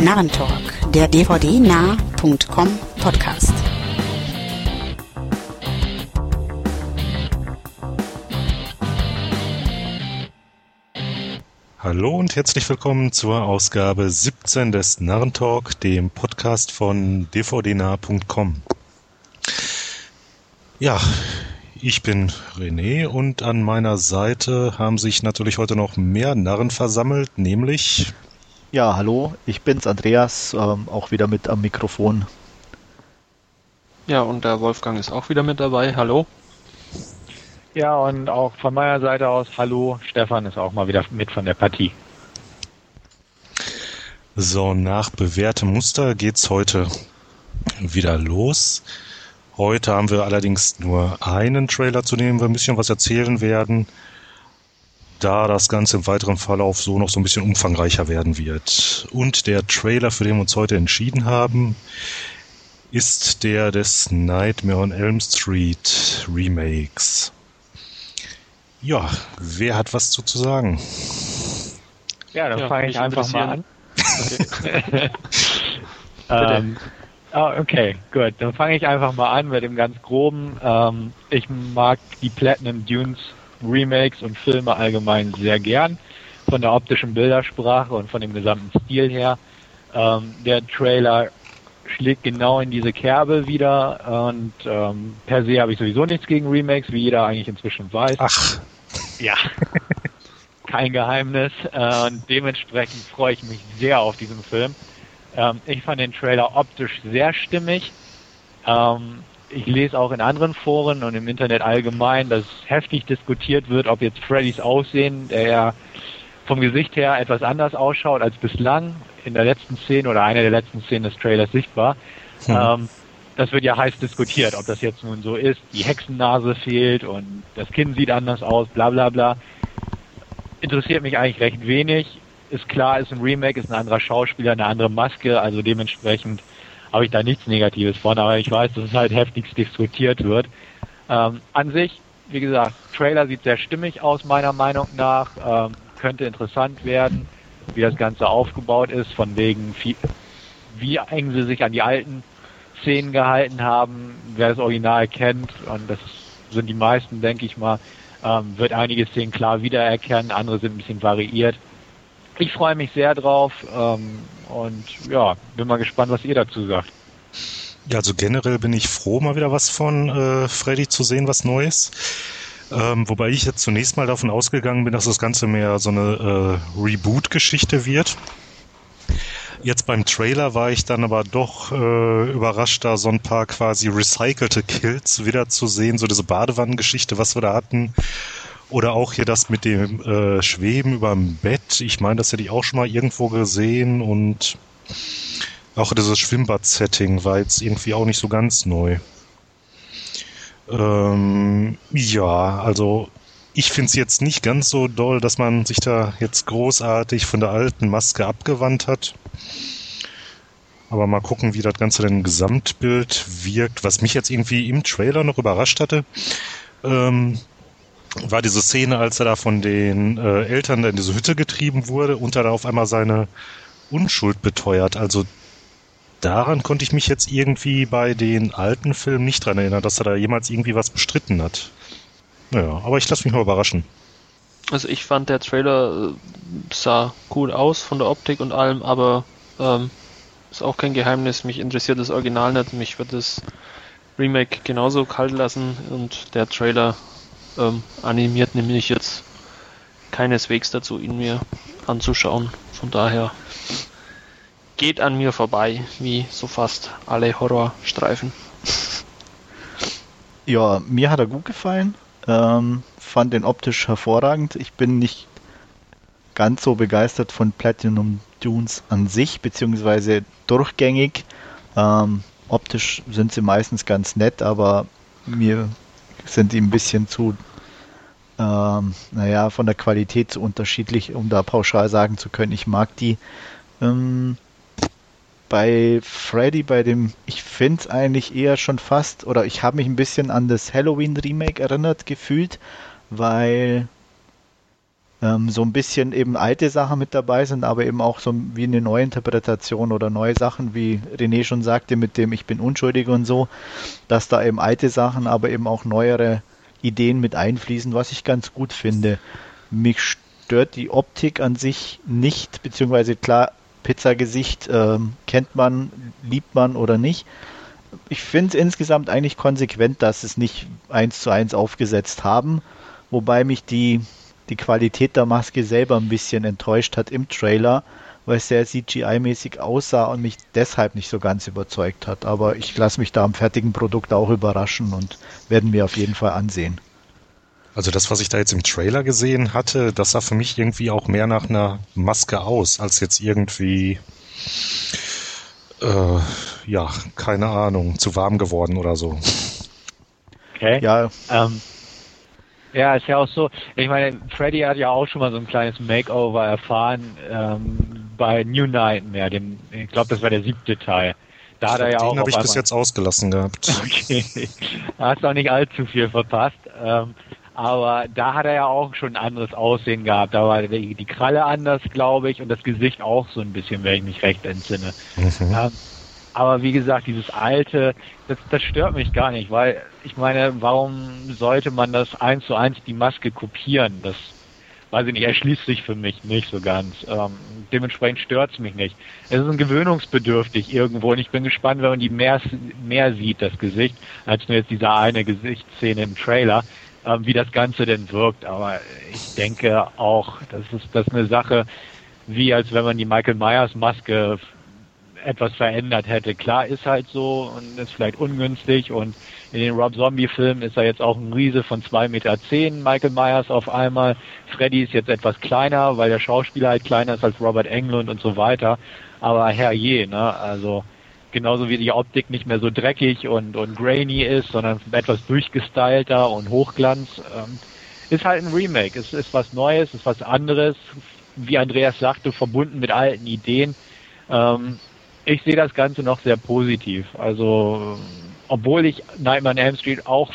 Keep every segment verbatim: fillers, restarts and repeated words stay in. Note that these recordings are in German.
Narrentalk, der D V D nah Punkt com Podcast. Hallo und herzlich willkommen zur Ausgabe siebzehn des Narrentalk, dem Podcast von D V D nah Punkt com. Ja, ich bin René und an meiner Seite haben sich natürlich heute noch mehr Narren versammelt, nämlich... Ja, hallo, ich bin's, Andreas, ähm, auch wieder mit am Mikrofon. Ja, und der Wolfgang ist auch wieder mit dabei, hallo. Ja, und auch von meiner Seite aus, hallo, Stefan ist auch mal wieder mit von der Partie. So, nach bewährtem Muster geht's heute wieder los. Heute haben wir allerdings nur einen Trailer, zu dem wir ein bisschen was erzählen werden, da das Ganze im weiteren Verlauf so noch so ein bisschen umfangreicher werden wird. Und der Trailer, für den wir uns heute entschieden haben, ist der des Nightmare on Elm Street Remakes. Ja, wer hat was zu, zu sagen? Ja, dann Ja, fange ich mich einfach mal an. Okay. ähm, oh, okay, gut. Dann fange ich einfach mal an mit dem ganz Groben. Ähm, ich mag die Platinum Dunes Remakes und Filme allgemein sehr gern. Von der optischen Bildersprache und von dem gesamten Stil her. Ähm, der Trailer schlägt genau in diese Kerbe wieder und ähm, per se habe ich sowieso nichts gegen Remakes, wie jeder eigentlich inzwischen weiß. Ach. Ja, kein Geheimnis. Äh, und dementsprechend freue ich mich sehr auf diesen Film. Ähm, ich fand den Trailer optisch sehr stimmig. Ähm, ich lese auch in anderen Foren und im Internet allgemein, dass heftig diskutiert wird, ob jetzt Freddys Aussehen, der ja vom Gesicht her etwas anders ausschaut als bislang in der letzten Szene oder einer der letzten Szenen des Trailers sichtbar. Hm. Ähm, das wird ja heiß diskutiert, ob das jetzt nun so ist. Die Hexennase fehlt und das Kinn sieht anders aus, bla bla bla. Interessiert mich eigentlich recht wenig. Ist klar, ist ein Remake, ist ein anderer Schauspieler, eine andere Maske, also dementsprechend habe ich da nichts Negatives von, aber ich weiß, dass es halt heftigst diskutiert wird. Ähm, an sich, wie gesagt, Trailer sieht sehr stimmig aus, meiner Meinung nach. Ähm, könnte interessant werden, wie das Ganze aufgebaut ist, von wegen, wie eng sie sich an die alten Szenen gehalten haben. Wer das Original kennt, und das sind die meisten, denke ich mal, ähm, wird einige Szenen klar wiedererkennen, andere sind ein bisschen variiert. Ich freue mich sehr drauf ähm, und ja, bin mal gespannt, was ihr dazu sagt. Ja, also generell bin ich froh, mal wieder was von äh, Freddy zu sehen, was Neues. Ähm, wobei ich jetzt zunächst mal davon ausgegangen bin, dass das Ganze mehr so eine äh, Reboot-Geschichte wird. Jetzt beim Trailer war ich dann aber doch äh, überrascht, da so ein paar quasi recycelte Kills wieder zu sehen, so diese Badewannengeschichte, was wir da hatten. Oder auch hier das mit dem äh, Schweben überm Bett. Ich meine, das hätte ich auch schon mal irgendwo gesehen. Und auch dieses Schwimmbad-Setting war jetzt irgendwie auch nicht so ganz neu. Ähm, ja, also ich finde es jetzt nicht ganz so doll, dass man sich da jetzt großartig von der alten Maske abgewandt hat. Aber mal gucken, wie das Ganze denn im Gesamtbild wirkt. Was mich jetzt irgendwie im Trailer noch überrascht hatte, ähm, war diese Szene, als er da von den äh, Eltern in diese Hütte getrieben wurde und er da auf einmal seine Unschuld beteuert. Also daran konnte ich mich jetzt irgendwie bei den alten Filmen nicht dran erinnern, dass er da jemals irgendwie was bestritten hat. Naja, aber ich lasse mich mal überraschen. Also ich fand, der Trailer äh, sah gut aus von der Optik und allem, aber ähm, ist auch kein Geheimnis, mich interessiert das Original nicht, mich wird das Remake genauso kalt lassen und der Trailer ähm, animiert nämlich jetzt keineswegs dazu, ihn mir anzuschauen. Von daher geht an mir vorbei, wie so fast alle Horrorstreifen. Ja, mir hat er gut gefallen. Ähm, fand den optisch hervorragend. Ich bin nicht ganz so begeistert von Platinum Dunes an sich, beziehungsweise durchgängig. Ähm, optisch sind sie meistens ganz nett, aber mir sind die ein bisschen zu, ähm, naja, von der Qualität zu unterschiedlich, um da pauschal sagen zu können, ich mag die. Ähm, bei Freddy, bei dem, ich finde es eigentlich eher schon fast, oder ich habe mich ein bisschen an das Halloween-Remake erinnert gefühlt, weil ähm, so ein bisschen eben alte Sachen mit dabei sind, aber eben auch so wie eine Neuinterpretation oder neue Sachen, wie René schon sagte, mit dem Ich bin unschuldig und so, dass da eben alte Sachen, aber eben auch neuere Ideen mit einfließen, was ich ganz gut finde. Mich stört die Optik an sich nicht, beziehungsweise klar, Pizzagesicht ähm, kennt man, liebt man oder nicht. Ich finde es insgesamt eigentlich konsequent, dass es nicht eins zu eins aufgesetzt haben, wobei mich die, die Qualität der Maske selber ein bisschen enttäuscht hat im Trailer, weil es sehr C G I-mäßig aussah und mich deshalb nicht so ganz überzeugt hat. Aber ich lasse mich da am fertigen Produkt auch überraschen und werden wir auf jeden Fall ansehen. Also das, was ich da jetzt im Trailer gesehen hatte, das sah für mich irgendwie auch mehr nach einer Maske aus, als jetzt irgendwie, äh, ja, keine Ahnung, zu warm geworden oder so. Okay. Ja. Ähm, ja, ist ja auch so. Ich meine, Freddy hat ja auch schon mal so ein kleines Makeover erfahren ähm, bei New Nightmare, dem, ich glaube, das war der siebte Teil. Da hat er ja auch. Den habe ich einmal, bis jetzt ausgelassen gehabt. Okay, da hast du auch nicht allzu viel verpasst. Ähm, aber da hat er ja auch schon ein anderes Aussehen gehabt. Da war die, die Kralle anders, glaube ich, und das Gesicht auch so ein bisschen, wenn ich mich recht entsinne. Mhm. Ähm, aber wie gesagt, dieses Alte, das, das stört mich gar nicht, weil ich meine, warum sollte man das eins zu eins die Maske kopieren? Das, weiß ich nicht, erschließt sich für mich nicht so ganz. Ähm, dementsprechend stört es mich nicht. Es ist ein gewöhnungsbedürftig irgendwo und ich bin gespannt, wenn man die mehr, mehr sieht, das Gesicht, als nur jetzt diese eine Gesichtsszene im Trailer, ähm, wie das Ganze denn wirkt. Aber ich denke auch, das ist, das ist eine Sache, wie als wenn man die Michael Myers Maske etwas verändert hätte. Klar, ist halt so und ist vielleicht ungünstig und in den Rob Zombie-Filmen ist er jetzt auch ein Riese von zwei Meter zehn, Michael Myers auf einmal. Freddy ist jetzt etwas kleiner, weil der Schauspieler halt kleiner ist als Robert Englund und so weiter. Aber herrje, ne, also genauso wie die Optik nicht mehr so dreckig und, und grainy ist, sondern etwas durchgestylter und Hochglanz, ähm, ist halt ein Remake. Es ist was Neues, ist was anderes, wie Andreas sagte, verbunden mit alten Ideen. Ähm, Ich sehe das Ganze noch sehr positiv. Also, obwohl ich Nightmare on Elm Street auch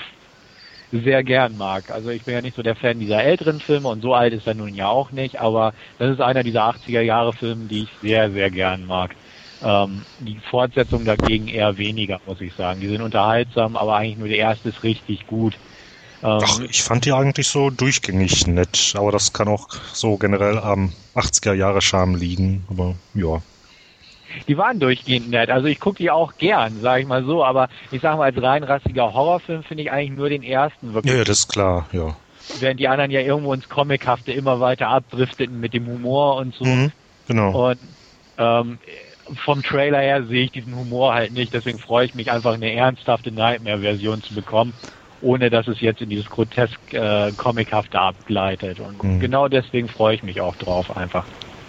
sehr gern mag. Also ich bin ja nicht so der Fan dieser älteren Filme und so alt ist er nun ja auch nicht, aber das ist einer dieser achtziger Jahre Filme, die ich sehr, sehr gern mag. Ähm, die Fortsetzung dagegen eher weniger, muss ich sagen. Die sind unterhaltsam, aber eigentlich nur der erste ist richtig gut. Ähm, Ach, ich fand die eigentlich so durchgängig nett, aber das kann auch so generell am achtziger Jahre Charme liegen, aber ja. Die waren durchgehend nett. Also ich gucke die auch gern, sage ich mal so, aber ich sage mal, als reinrassiger Horrorfilm finde ich eigentlich nur den ersten wirklich. Ja, das ist klar, ja. Während die anderen ja irgendwo ins Comichafte immer weiter abdrifteten mit dem Humor und so. Mhm, genau. Und ähm, vom Trailer her sehe ich diesen Humor halt nicht, deswegen freue ich mich einfach, eine ernsthafte Nightmare-Version zu bekommen, ohne dass es jetzt in dieses grotesk äh, Comichafte abgleitet. Und mhm. genau deswegen freue ich mich auch drauf einfach.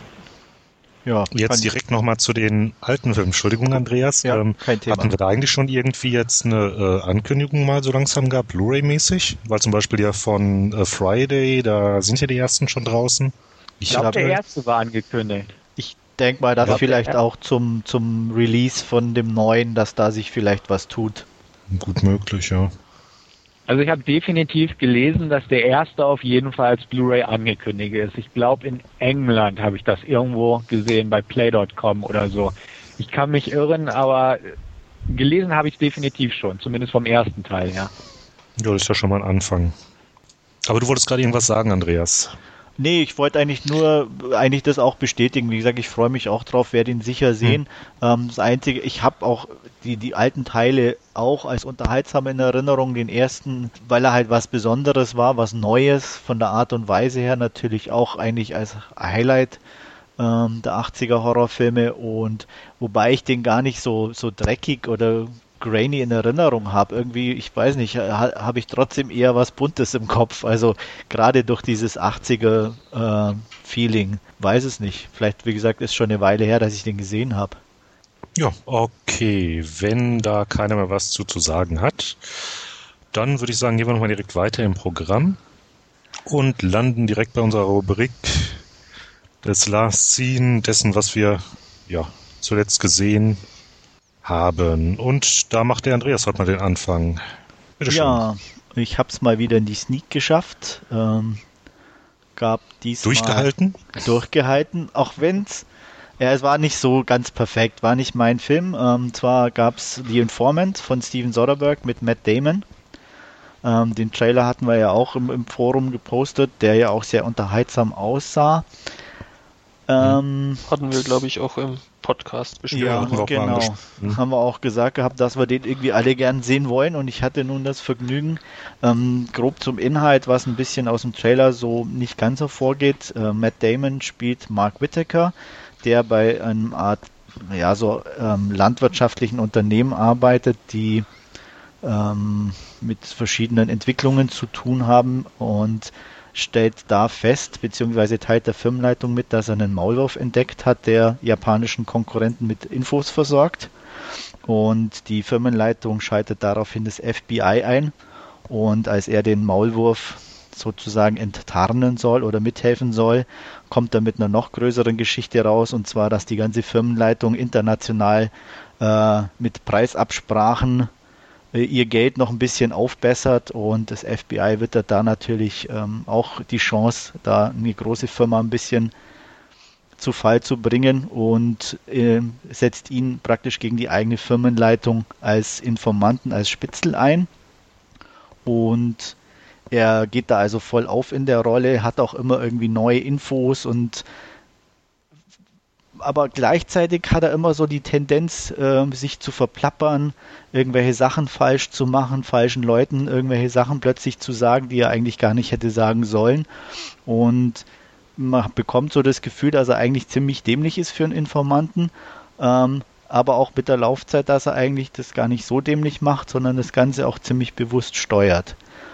Ja, jetzt direkt nochmal zu den alten Filmen. Entschuldigung, Andreas. Ja, ähm, kein Thema. Hatten wir da eigentlich schon irgendwie jetzt eine äh, Ankündigung mal so langsam gehabt, Blu-ray-mäßig? Weil zum Beispiel ja von äh, Friday, da sind ja die ersten schon draußen. Ich glaube, der erste war angekündigt. Ich denke mal, dass ja, vielleicht auch zum, zum Release von dem neuen, dass da sich vielleicht was tut. Gut möglich, ja. Also ich habe definitiv gelesen, dass der erste auf jeden Fall als Blu-ray angekündigt ist. Ich glaube, in England habe ich das irgendwo gesehen, bei play Punkt com oder so. Ich kann mich irren, aber gelesen habe ich es definitiv schon, zumindest vom ersten Teil, ja. Ja, das ist ja schon mal ein Anfang. Aber du wolltest gerade irgendwas sagen, Andreas. Nee, ich wollte eigentlich nur eigentlich das auch bestätigen. Wie gesagt, ich freue mich auch drauf, werde ihn sicher sehen. Hm. Ähm, das Einzige, ich habe auch die, die alten Teile auch als unterhaltsam in Erinnerung. Den ersten, weil er halt was Besonderes war, was Neues von der Art und Weise her natürlich auch eigentlich als Highlight ähm, der achtziger Horrorfilme. Und wobei ich den gar nicht so, so dreckig oder grainy in Erinnerung habe. Irgendwie, ich weiß nicht, ha, habe ich trotzdem eher was Buntes im Kopf. Also gerade durch dieses achtziger äh, Feeling. Weiß es nicht. Vielleicht, wie gesagt, ist schon eine Weile her, dass ich den gesehen habe. Ja, okay. Wenn da keiner mehr was zu, zu sagen hat, dann würde ich sagen, gehen wir nochmal direkt weiter im Programm und landen direkt bei unserer Rubrik des Last Scene, dessen, was wir ja zuletzt gesehen haben. Und da macht der Andreas heute mal den Anfang. Bitte schön. Ja, ich habe es mal wieder in die Sneak geschafft. Ähm, gab diesmal... Durchgehalten? Durchgehalten, auch wenn's... Ja, es war nicht so ganz perfekt, war nicht mein Film. Ähm, zwar gab es The Informant von Steven Soderbergh mit Matt Damon. Ähm, den Trailer hatten wir ja auch im, im Forum gepostet, der ja auch sehr unterhaltsam aussah. Ähm, hatten wir, glaube ich, auch im Podcast besprochen. Ja, hatten wir auch mal genau. angesprochen. Haben wir auch gesagt gehabt, dass wir den irgendwie alle gern sehen wollen und ich hatte nun das Vergnügen, ähm, grob zum Inhalt, was ein bisschen aus dem Trailer so nicht ganz hervorgeht. Äh, Matt Damon spielt Mark Whittaker, der bei einem Art, ja, so ähm, landwirtschaftlichen Unternehmen arbeitet, die ähm, mit verschiedenen Entwicklungen zu tun haben und stellt da fest, beziehungsweise teilt der Firmenleitung mit, dass er einen Maulwurf entdeckt hat, der japanischen Konkurrenten mit Infos versorgt. Und die Firmenleitung schaltet daraufhin das F B I ein. Und als er den Maulwurf sozusagen enttarnen soll oder mithelfen soll, kommt er mit einer noch größeren Geschichte raus, und zwar, dass die ganze Firmenleitung international äh, mit Preisabsprachen äh, ihr Geld noch ein bisschen aufbessert, und das F B I wittert da natürlich ähm, auch die Chance, da eine große Firma ein bisschen zu Fall zu bringen und äh, setzt ihn praktisch gegen die eigene Firmenleitung als Informanten, als Spitzel ein. Und er geht da also voll auf in der Rolle, hat auch immer irgendwie neue Infos, und aber gleichzeitig hat er immer so die Tendenz, äh, sich zu verplappern, irgendwelche Sachen falsch zu machen, falschen Leuten irgendwelche Sachen plötzlich zu sagen, die er eigentlich gar nicht hätte sagen sollen. Und man bekommt so das Gefühl, dass er eigentlich ziemlich dämlich ist für einen Informanten, ähm, aber auch mit der Laufzeit, dass er eigentlich das gar nicht so dämlich macht, sondern das Ganze auch ziemlich bewusst steuert.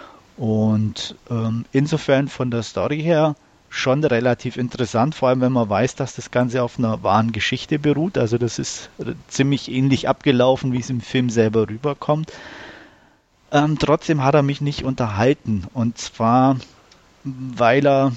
Und ähm, insofern von der Story her schon relativ interessant, vor allem wenn man weiß, dass das Ganze auf einer wahren Geschichte beruht. Also das ist ziemlich ähnlich abgelaufen, wie es im Film selber rüberkommt. Ähm, trotzdem hat er mich nicht unterhalten, und zwar, weil er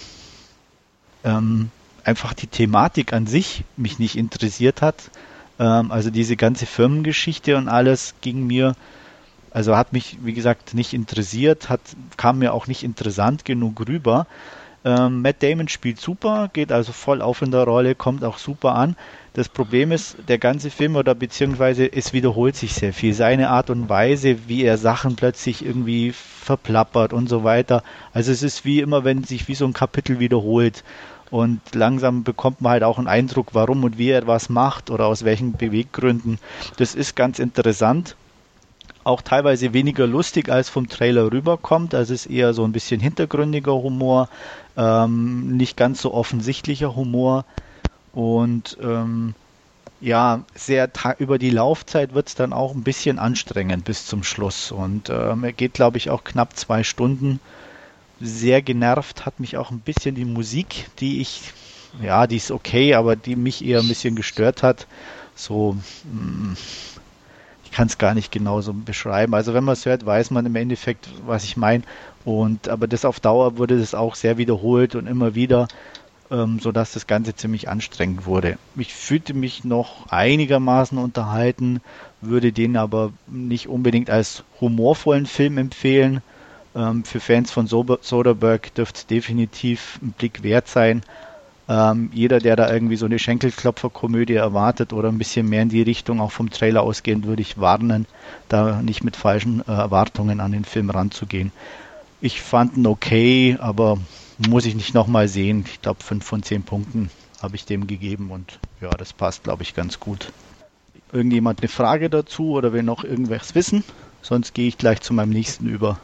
ähm, einfach die Thematik an sich mich nicht interessiert hat. Ähm, also diese ganze Firmengeschichte und alles ging mir, also hat mich, wie gesagt, nicht interessiert, hat, kam mir auch nicht interessant genug rüber. Ähm, Matt Damon spielt super, geht also voll auf in der Rolle, kommt auch super an. Das Problem ist, der ganze Film, oder beziehungsweise es wiederholt sich sehr viel. Seine Art und Weise, wie er Sachen plötzlich irgendwie verplappert und so weiter. Also es ist wie immer, wenn sich wie so ein Kapitel wiederholt. Und langsam bekommt man halt auch einen Eindruck, warum und wie er was macht oder aus welchen Beweggründen. Das ist ganz interessant. Auch teilweise weniger lustig, als vom Trailer rüberkommt. Also es ist eher so ein bisschen hintergründiger Humor, ähm, nicht ganz so offensichtlicher Humor. Und ähm, ja, sehr ta- über die Laufzeit wird es dann auch ein bisschen anstrengend bis zum Schluss. Und ähm, er geht, glaube ich, auch knapp zwei Stunden. Sehr genervt hat mich auch ein bisschen die Musik, die ich, ja, die ist okay, aber die mich eher ein bisschen gestört hat. So, mh, ich kann es gar nicht genau so beschreiben. Also wenn man es hört, weiß man im Endeffekt, was ich meine. Und aber das auf Dauer wurde das auch sehr wiederholt und immer wieder, ähm, sodass das Ganze ziemlich anstrengend wurde. Ich fühlte mich noch einigermaßen unterhalten, würde den aber nicht unbedingt als humorvollen Film empfehlen. Ähm, für Fans von Soderbergh dürfte es definitiv ein Blick wert sein. Ähm, jeder, der da irgendwie so eine Schenkelklopfer-Komödie erwartet oder ein bisschen mehr in die Richtung, auch vom Trailer ausgehend, würde ich warnen, da nicht mit falschen äh, Erwartungen an den Film ranzugehen. Ich fand ihn okay, aber muss ich nicht nochmal sehen. Ich glaube, fünf von zehn Punkten habe ich dem gegeben, und ja, das passt, glaube ich, ganz gut. Irgendjemand eine Frage dazu oder will noch irgendwas wissen? Sonst gehe ich gleich zu meinem nächsten über.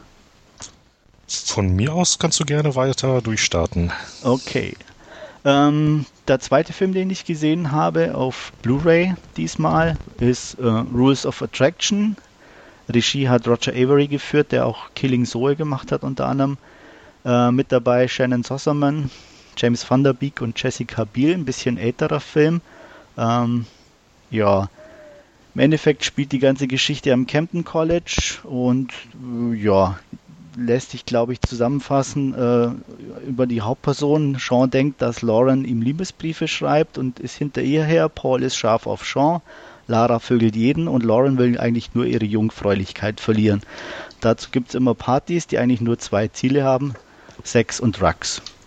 Von mir aus kannst du gerne weiter durchstarten. Okay. Ähm, der zweite Film, den ich gesehen habe auf Blu-ray diesmal, ist äh, Rules of Attraction. Regie hat Roger Avery geführt, der auch Killing Zoe gemacht hat unter anderem. Äh, mit dabei Shannon Sossamon, James Van Der Beek und Jessica Biel, ein bisschen älterer Film. Ähm, ja, im Endeffekt spielt die ganze Geschichte am Campton College und äh, ja, lässt sich, glaube ich, zusammenfassen äh, über die Hauptperson. Sean denkt, dass Lauren ihm Liebesbriefe schreibt und ist hinter ihr her. Paul ist scharf auf Sean. Lara vögelt jeden und Lauren will eigentlich nur ihre Jungfräulichkeit verlieren. Dazu gibt es immer Partys, die eigentlich nur zwei Ziele haben: Sex und Drugs.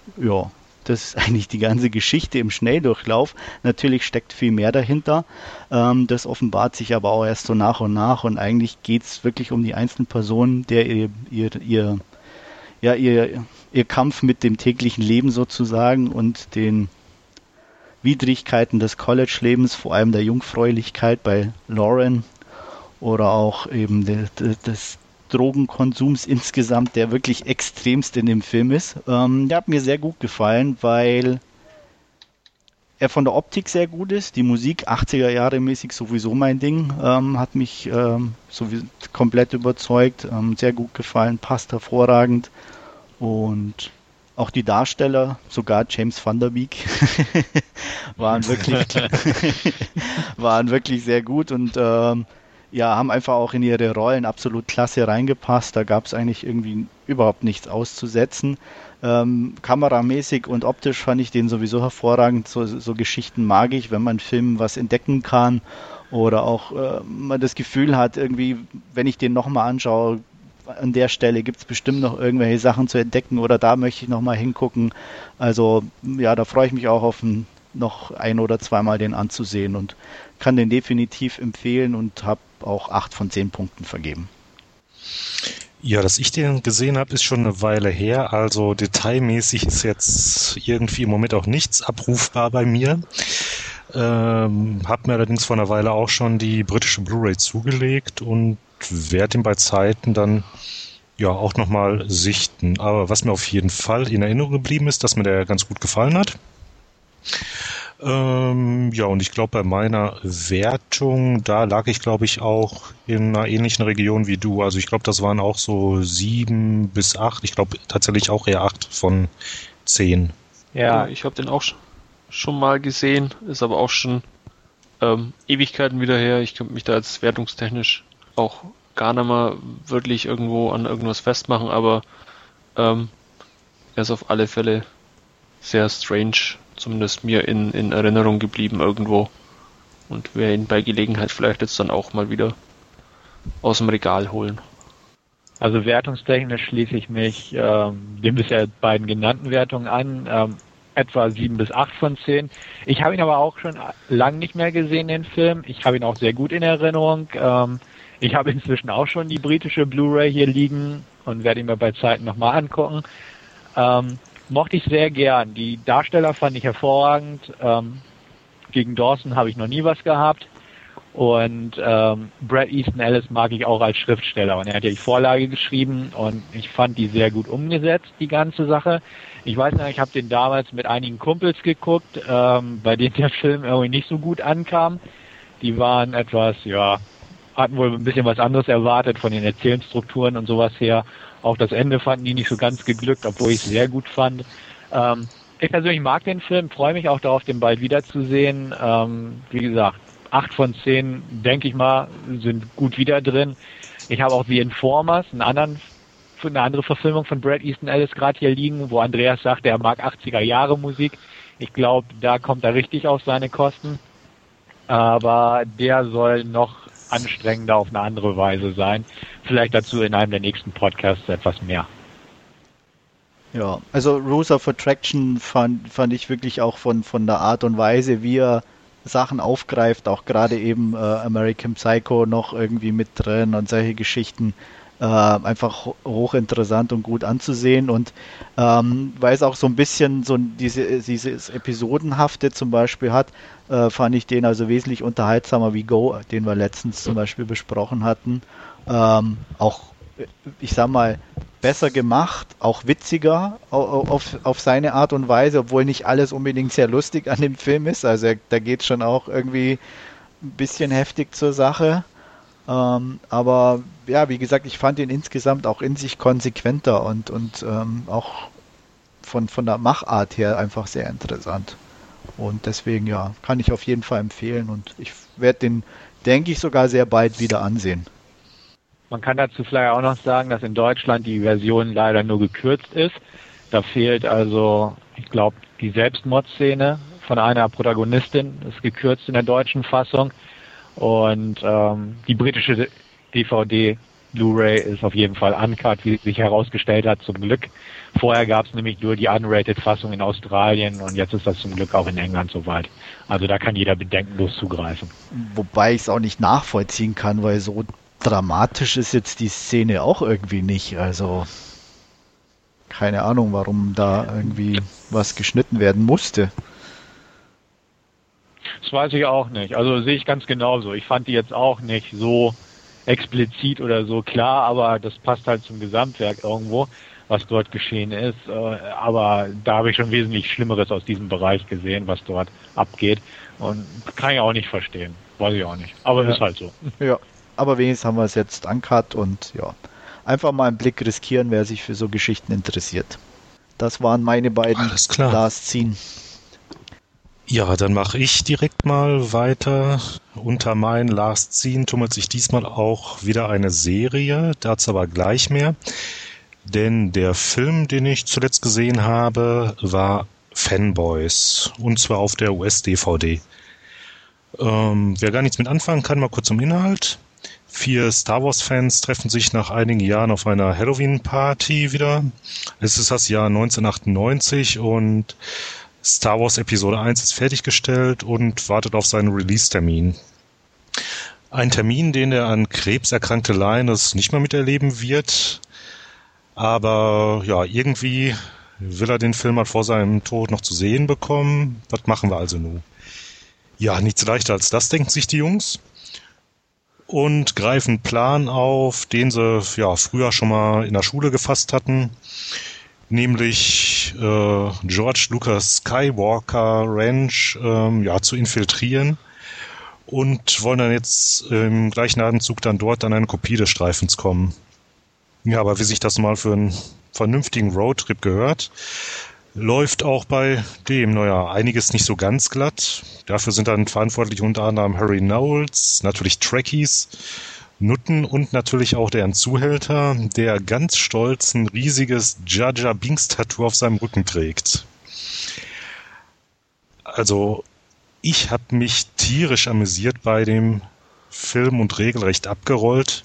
ja, das ist eigentlich die ganze Geschichte im Schnelldurchlauf. Natürlich steckt viel mehr dahinter. Ähm, das offenbart sich aber auch erst so nach und nach. Und eigentlich geht es wirklich um die einzelnen Personen, der ihr, ihr, ihr, ja, ihr, ihr Kampf mit dem täglichen Leben sozusagen und den Widrigkeiten des College-Lebens, vor allem der Jungfräulichkeit bei Lauren oder auch eben de, de, des Drogenkonsums insgesamt, der wirklich extremst in dem Film ist. Ähm, der hat mir sehr gut gefallen, weil er von der Optik sehr gut ist. Die Musik, achtziger Jahre mäßig sowieso mein Ding, ähm, hat mich ähm, sowieso komplett überzeugt, ähm, sehr gut gefallen, passt hervorragend. Und auch die Darsteller, sogar James Van Der Beek, waren wirklich waren wirklich sehr gut und ähm, ja, haben einfach auch in ihre Rollen absolut klasse reingepasst. Da gab es eigentlich irgendwie überhaupt nichts auszusetzen. Ähm, kameramäßig und optisch fand ich den sowieso hervorragend. So, so Geschichten mag ich, wenn man Filmen was entdecken kann oder auch äh, man das Gefühl hat, irgendwie, wenn ich den nochmal anschaue, an der Stelle gibt es bestimmt noch irgendwelche Sachen zu entdecken oder da möchte ich nochmal hingucken. Also ja, da freue ich mich auch auf ein, noch ein oder zweimal den anzusehen und kann den definitiv empfehlen und habe auch acht von zehn Punkten vergeben. Ja, dass ich den gesehen habe, ist schon eine Weile her. Also detailmäßig ist jetzt irgendwie im Moment auch nichts abrufbar bei mir. Ähm, hab mir allerdings vor einer Weile auch schon die britische Blu-ray zugelegt und werde ihn bei Zeiten dann ja auch nochmal sichten. Aber was mir auf jeden Fall in Erinnerung geblieben ist, dass mir der ganz gut gefallen hat. Ähm, ja, und ich glaube, bei meiner Wertung, da lag ich, glaube ich, auch in einer ähnlichen Region wie du. Also ich glaube, das waren auch so sieben bis acht. Ich glaube tatsächlich auch eher acht von zehn. Ja, ich habe den auch schon mal gesehen, ist aber auch schon ähm, Ewigkeiten wieder her. Ich könnte mich da jetzt wertungstechnisch auch gar nicht mal wirklich irgendwo an irgendwas festmachen, aber ähm, er ist auf alle Fälle sehr strange, zumindest mir in, in Erinnerung geblieben irgendwo. Und werde ihn bei Gelegenheit vielleicht jetzt dann auch mal wieder aus dem Regal holen. Also wertungstechnisch schließe ich mich ähm, den bisher beiden genannten Wertungen an, ähm, etwa sieben bis acht von zehn. Ich habe ihn aber auch schon lang nicht mehr gesehen, den Film. Ich habe ihn auch sehr gut in Erinnerung. Ähm, ich habe inzwischen auch schon die britische Blu-ray hier liegen und werde ihn mir bei Zeiten nochmal angucken. Ähm, mochte ich sehr gern. Die Darsteller fand ich hervorragend. Ähm, gegen Dawson habe ich noch nie was gehabt. Und ähm, Bret Easton Ellis mag ich auch als Schriftsteller. Und er hat ja die Vorlage geschrieben und ich fand die sehr gut umgesetzt, die ganze Sache. Ich weiß nicht, ich habe den damals mit einigen Kumpels geguckt, ähm, bei denen der Film irgendwie nicht so gut ankam. Die waren etwas, ja, hatten wohl ein bisschen was anderes erwartet von den Erzählstrukturen und sowas her. Auch das Ende fanden die nicht so ganz geglückt, obwohl ich es sehr gut fand. Ähm, ich persönlich mag den Film, freue mich auch darauf, den bald wiederzusehen. Ähm, wie gesagt, acht von zehn, denke ich mal, sind gut wieder drin. Ich habe auch The Informers, einen anderen, eine andere Verfilmung von Bret Easton Ellis gerade hier liegen, wo Andreas sagt, er mag achtziger Jahre Musik. Ich glaube, da kommt er richtig auf seine Kosten. Aber der soll noch anstrengender auf eine andere Weise sein. Vielleicht dazu in einem der nächsten Podcasts etwas mehr. Ja, also Rules of Attraction fand, fand ich wirklich auch von, von der Art und Weise, wie er Sachen aufgreift, auch gerade eben äh, American Psycho noch irgendwie mit drin und solche Geschichten, äh, einfach ho- hochinteressant und gut anzusehen und ähm, weil es auch so ein bisschen so diese, dieses Episodenhafte zum Beispiel hat, äh, fand ich den also wesentlich unterhaltsamer wie Go, den wir letztens zum Beispiel besprochen hatten. Ähm, auch, ich sag mal, besser gemacht, auch witziger auf, auf seine Art und Weise, obwohl nicht alles unbedingt sehr lustig an dem Film ist. Also da geht es schon auch irgendwie ein bisschen heftig zur Sache. Ähm, aber ja, wie gesagt, ich fand ihn insgesamt auch in sich konsequenter und, und ähm, auch von, von der Machart her einfach sehr interessant. Und deswegen, ja, kann ich auf jeden Fall empfehlen und ich werde den, denke ich, sogar sehr bald wieder ansehen. Man kann dazu vielleicht auch noch sagen, dass in Deutschland die Version leider nur gekürzt ist. Da fehlt also, ich glaube, die Selbstmordszene von einer Protagonistin, ist gekürzt in der deutschen Fassung. Und ähm, die britische D V D Blu-ray ist auf jeden Fall uncut, wie sich herausgestellt hat, zum Glück. Vorher gab es nämlich nur die unrated-Fassung in Australien und jetzt ist das zum Glück auch in England soweit. Also da kann jeder bedenkenlos zugreifen. Wobei ich es auch nicht nachvollziehen kann, weil so dramatisch ist jetzt die Szene auch irgendwie nicht. Also keine Ahnung, warum da irgendwie was geschnitten werden musste. Das weiß ich auch nicht. Also sehe ich ganz genauso. Ich fand die jetzt auch nicht so explizit oder so klar, aber das passt halt zum Gesamtwerk irgendwo, was dort geschehen ist. Aber da habe ich schon wesentlich Schlimmeres aus diesem Bereich gesehen, was dort abgeht. Und kann ich auch nicht verstehen. Weiß ich auch nicht. Aber ja. Ist halt so. Ja, aber wenigstens haben wir es jetzt uncut und ja. Einfach mal einen Blick riskieren, wer sich für so Geschichten interessiert. Das waren meine beiden Alles klar. Last Scene. Ja, dann mache ich direkt mal weiter. Unter meinen Last Scene tummelt sich diesmal auch wieder eine Serie, dazu aber gleich mehr. Denn der Film, den ich zuletzt gesehen habe, war Fanboys. Und zwar auf der U S-D V D. Ähm, wer gar nichts mit anfangen kann, mal kurz zum Inhalt. Vier Star Wars-Fans treffen sich nach einigen Jahren auf einer Halloween-Party wieder. Es ist das Jahr neunzehnhundertachtundneunzig und Star Wars Episode eins ist fertiggestellt und wartet auf seinen Release-Termin. Ein Termin, den er an Krebs erkrankte Linus nicht mehr miterleben wird. Aber ja, irgendwie will er den Film halt vor seinem Tod noch zu sehen bekommen. Was machen wir also nun? Ja, nichts leichter als das, denken sich die Jungs. Und greifen einen Plan auf, den sie ja früher schon mal in der Schule gefasst hatten. Nämlich äh, George Lucas Skywalker Ranch ähm, ja, zu infiltrieren. Und wollen dann jetzt im gleichen Atemzug dann dort an eine Kopie des Streifens kommen. Ja, aber wie sich das mal für einen vernünftigen Roadtrip gehört, läuft auch bei dem, naja, einiges nicht so ganz glatt. Dafür sind dann verantwortlich unter anderem Harry Knowles, natürlich Trekkies, Nutten und natürlich auch deren Zuhälter, der ganz stolz ein riesiges Jar Jar Binks Tattoo auf seinem Rücken trägt. Also, ich habe mich tierisch amüsiert bei dem Film und regelrecht abgerollt.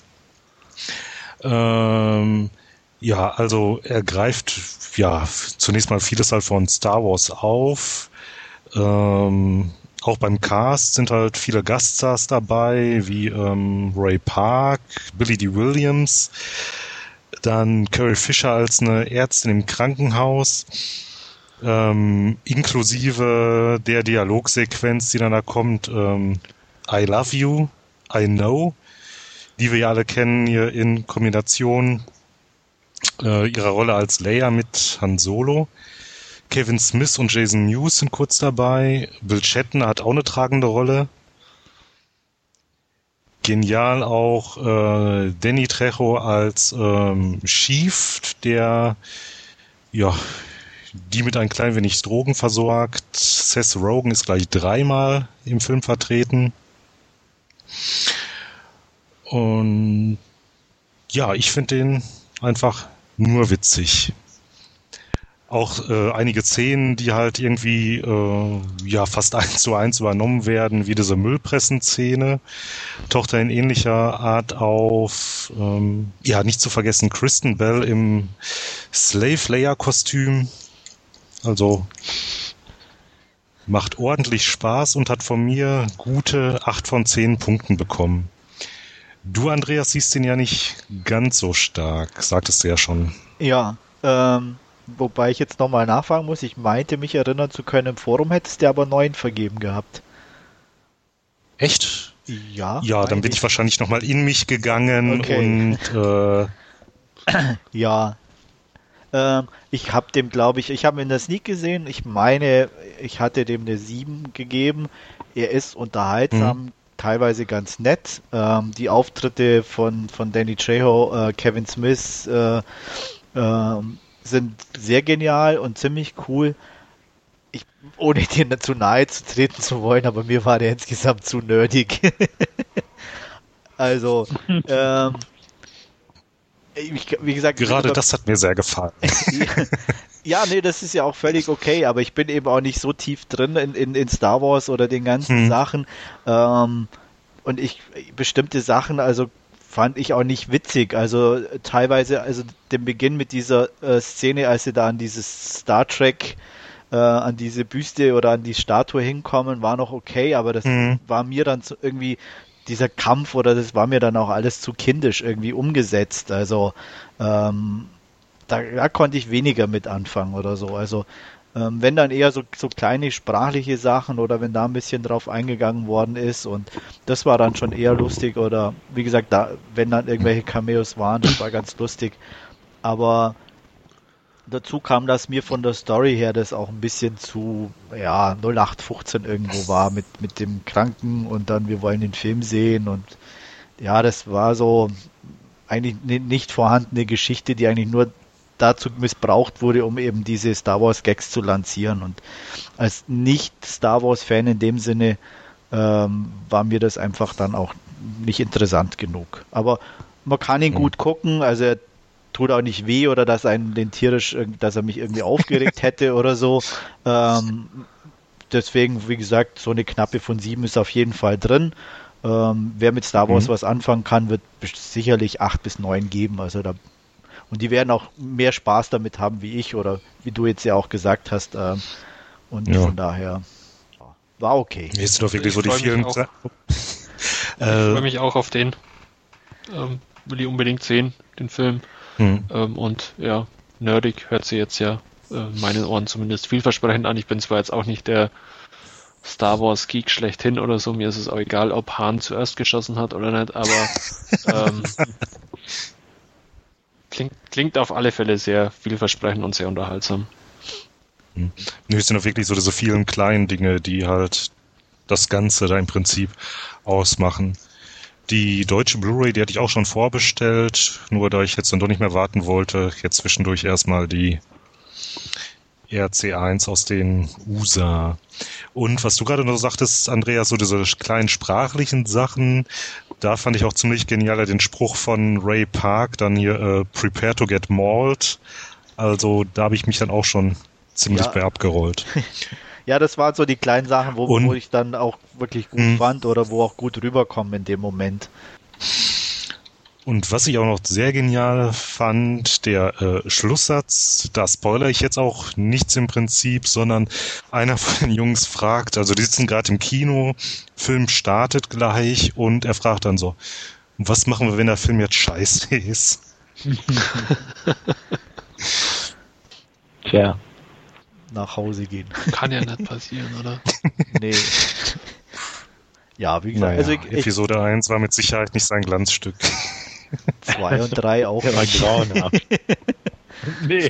Ähm, ja, also er greift ja zunächst mal vieles halt von Star Wars auf. Ähm, auch beim Cast sind halt viele Gaststars dabei, wie ähm, Ray Park, Billy Dee Williams, dann Carrie Fisher als eine Ärztin im Krankenhaus, ähm, inklusive der Dialogsequenz, die dann da kommt, ähm, I love you, I know, die wir ja alle kennen hier in Kombination äh, ihrer Rolle als Leia mit Han Solo. Kevin Smith und Jason Mewes sind kurz dabei. Bill Shatner hat auch eine tragende Rolle. Genial auch äh, Danny Trejo als ähm, Chief, der ja die mit ein klein wenig Drogen versorgt. Seth Rogen ist gleich dreimal im Film vertreten. Und ja, ich finde den einfach nur witzig. Auch äh, einige Szenen, die halt irgendwie äh, ja fast eins zu eins übernommen werden, wie diese Müllpressen-Szene, taucht da in ähnlicher Art auf. Ähm, ja, nicht zu vergessen Kristen Bell im Slave-Layer-Kostüm. Also macht ordentlich Spaß und hat von mir gute acht von zehn Punkten bekommen. Du, Andreas, siehst den ja nicht ganz so stark, sagtest du ja schon. Ja, ähm, wobei ich jetzt nochmal nachfragen muss. Ich meinte, mich erinnern zu können, im Forum hättest du aber neun vergeben gehabt. Echt? Ja. Ja, dann bin ich wahrscheinlich nochmal in mich gegangen okay. und äh, ja. Ähm, ich habe dem, glaube ich, ich habe ihn in der Sneak gesehen. Ich meine, ich hatte dem eine sieben gegeben. Er ist unterhaltsam. Mhm. Teilweise ganz nett. Ähm, die Auftritte von, von Danny Trejo, äh, Kevin Smith äh, äh, sind sehr genial und ziemlich cool. Ich, ohne dir zu nahe zu treten zu wollen, aber mir war der insgesamt zu nerdig. also, ähm, ich, wie gesagt... Gerade das hat mir sehr gefallen. Ja, nee, das ist ja auch völlig okay, aber ich bin eben auch nicht so tief drin in, in, in Star Wars oder den ganzen hm. Sachen. Ähm, und ich, bestimmte Sachen, also fand ich auch nicht witzig. Also teilweise, also den Beginn mit dieser äh, Szene, als sie da an dieses Star Trek, äh, an diese Büste oder an die Statue hinkommen, war noch okay, aber das mhm. war mir dann so irgendwie dieser Kampf oder das war mir dann auch alles zu kindisch irgendwie umgesetzt. Also ähm, da, da konnte ich weniger mit anfangen oder so. Also ähm, wenn dann eher so, so kleine sprachliche Sachen oder wenn da ein bisschen drauf eingegangen worden ist und das war dann schon eher lustig oder wie gesagt, da wenn dann irgendwelche Cameos waren, das war ganz lustig. Aber dazu kam, dass mir von der Story her das auch ein bisschen zu ja null acht fünfzehn irgendwo war mit, mit dem Kranken und dann wir wollen den Film sehen und ja, das war so eigentlich eine nicht vorhandene Geschichte, die eigentlich nur dazu missbraucht wurde, um eben diese Star Wars Gags zu lancieren und als Nicht-Star Wars Fan in dem Sinne ähm, war mir das einfach dann auch nicht interessant genug. Aber man kann ihn mhm. gut gucken, also er tut auch nicht weh oder dass einen den tierisch, dass er mich irgendwie aufgeregt hätte oder so. Ähm, deswegen, wie gesagt, so eine Knappe von sieben ist auf jeden Fall drin. Ähm, wer mit Star Wars mhm. was anfangen kann, wird sicherlich acht bis neun geben. Also da und die werden auch mehr Spaß damit haben wie ich oder wie du jetzt ja auch gesagt hast. Ähm, und ja. von daher war okay. Jetzt doch wirklich so die vielen. Auch, ich freue mich auch auf den. Ähm, will ich unbedingt sehen, den Film. Hm. Ähm, und ja, nerdig hört sie jetzt ja äh, in meinen Ohren zumindest vielversprechend an. Ich bin zwar jetzt auch nicht der Star Wars Geek schlechthin oder so, mir ist es auch egal, ob Han zuerst geschossen hat oder nicht, aber ähm, klingt, klingt auf alle Fälle sehr vielversprechend und sehr unterhaltsam. Hm. Nö, es sind doch wirklich so diese vielen kleinen Dinge, die halt das Ganze da im Prinzip ausmachen. Die deutsche Blu-ray, die hatte ich auch schon vorbestellt, nur da ich jetzt dann doch nicht mehr warten wollte, jetzt zwischendurch erstmal die R C eins aus den U S A. Und was du gerade noch sagtest, Andreas, so diese kleinen sprachlichen Sachen, da fand ich auch ziemlich genial den Spruch von Ray Park, dann hier äh, Prepare to get mauled. Also da habe ich mich dann auch schon ziemlich ja. bei abgerollt. Ja, das waren so die kleinen Sachen, wo, wo ich dann auch wirklich gut mh. fand oder wo auch gut rüberkommen in dem Moment. Und was ich auch noch sehr genial fand, der äh, Schlusssatz, da spoilere ich jetzt auch nichts im Prinzip, sondern einer von den Jungs fragt, also die sitzen gerade im Kino, Film startet gleich und er fragt dann so, was machen wir, wenn der Film jetzt scheiße ist? Tja. Nach Hause gehen. Kann ja nicht passieren, oder? Nee. Ja, wie gesagt, naja, also ich, Episode ich, eins war mit Sicherheit nicht sein Glanzstück. zwei und drei auch. Der war grauenhaft. Nee.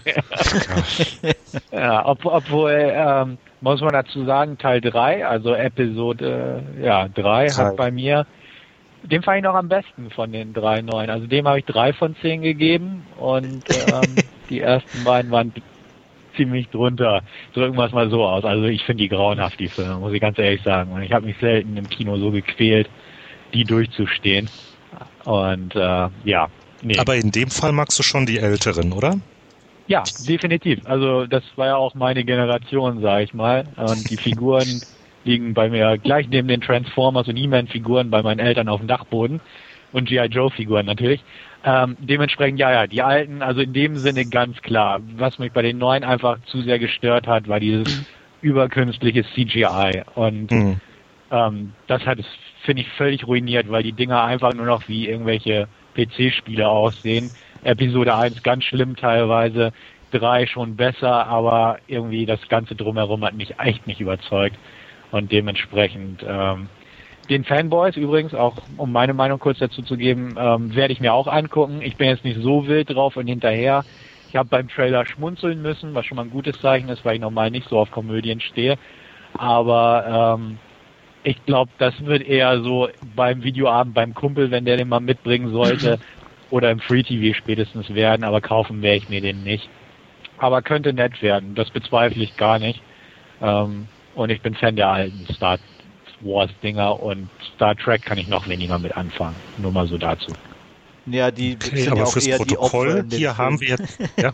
Ja, ob, obwohl, ähm, muss man dazu sagen, Teil drei, also Episode ja, drei hat bei mir, den fand ich noch am besten von den drei neuen. Also dem habe ich drei von zehn gegeben und ähm, die ersten beiden waren ziemlich drunter. So irgendwas mal so aus. Also ich finde die grauenhaft, die Filme, muss ich ganz ehrlich sagen. Und ich habe mich selten im Kino so gequält, die durchzustehen. Und äh, ja, nee. Aber in dem Fall magst du schon die Älteren, oder? Ja, definitiv. Also das war ja auch meine Generation, sag ich mal. Und die Figuren liegen bei mir gleich neben den Transformers und He-Man-Figuren bei meinen Eltern auf dem Dachboden. Und G I. Joe-Figuren natürlich. Ähm, dementsprechend, ja, ja, die alten, also in dem Sinne ganz klar. Was mich bei den neuen einfach zu sehr gestört hat, war dieses überkünstliche C G I. Und mhm. ähm, das hat es, finde ich, völlig ruiniert, weil die Dinger einfach nur noch wie irgendwelche P C-Spiele aussehen. Episode eins ganz schlimm teilweise, drei schon besser, aber irgendwie das Ganze drumherum hat mich echt nicht überzeugt. Und dementsprechend, ähm, den Fanboys übrigens, auch um meine Meinung kurz dazu zu geben, ähm, werde ich mir auch angucken. Ich bin jetzt nicht so wild drauf und hinterher. Ich habe beim Trailer schmunzeln müssen, was schon mal ein gutes Zeichen ist, weil ich normal nicht so auf Komödien stehe. Aber ähm, ich glaube, das wird eher so beim Videoabend beim Kumpel, wenn der den mal mitbringen sollte, oder im Free-T V spätestens werden, aber kaufen werde ich mir den nicht. Aber könnte nett werden, das bezweifle ich gar nicht. Ähm, und ich bin Fan der alten Star Wars-Dinger und Star Trek kann ich noch weniger mit anfangen. Nur mal so dazu. Ja, die okay, sind aber ja auch fürs eher Protokoll, die hier haben wir jetzt, ja.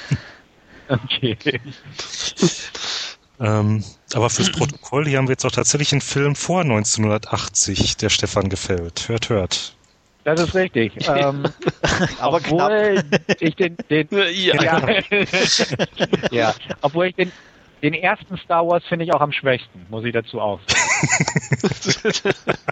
Okay. ähm, aber fürs Protokoll, hier haben wir jetzt auch tatsächlich einen Film vor neunzehnhundertachtzig, der Stefan gefällt. Hört, hört. Das ist richtig. Ähm, Aber obwohl ich den, den Ja. ja, ja, obwohl ich den, den ersten Star Wars finde ich auch am schwächsten, muss ich dazu auch sagen.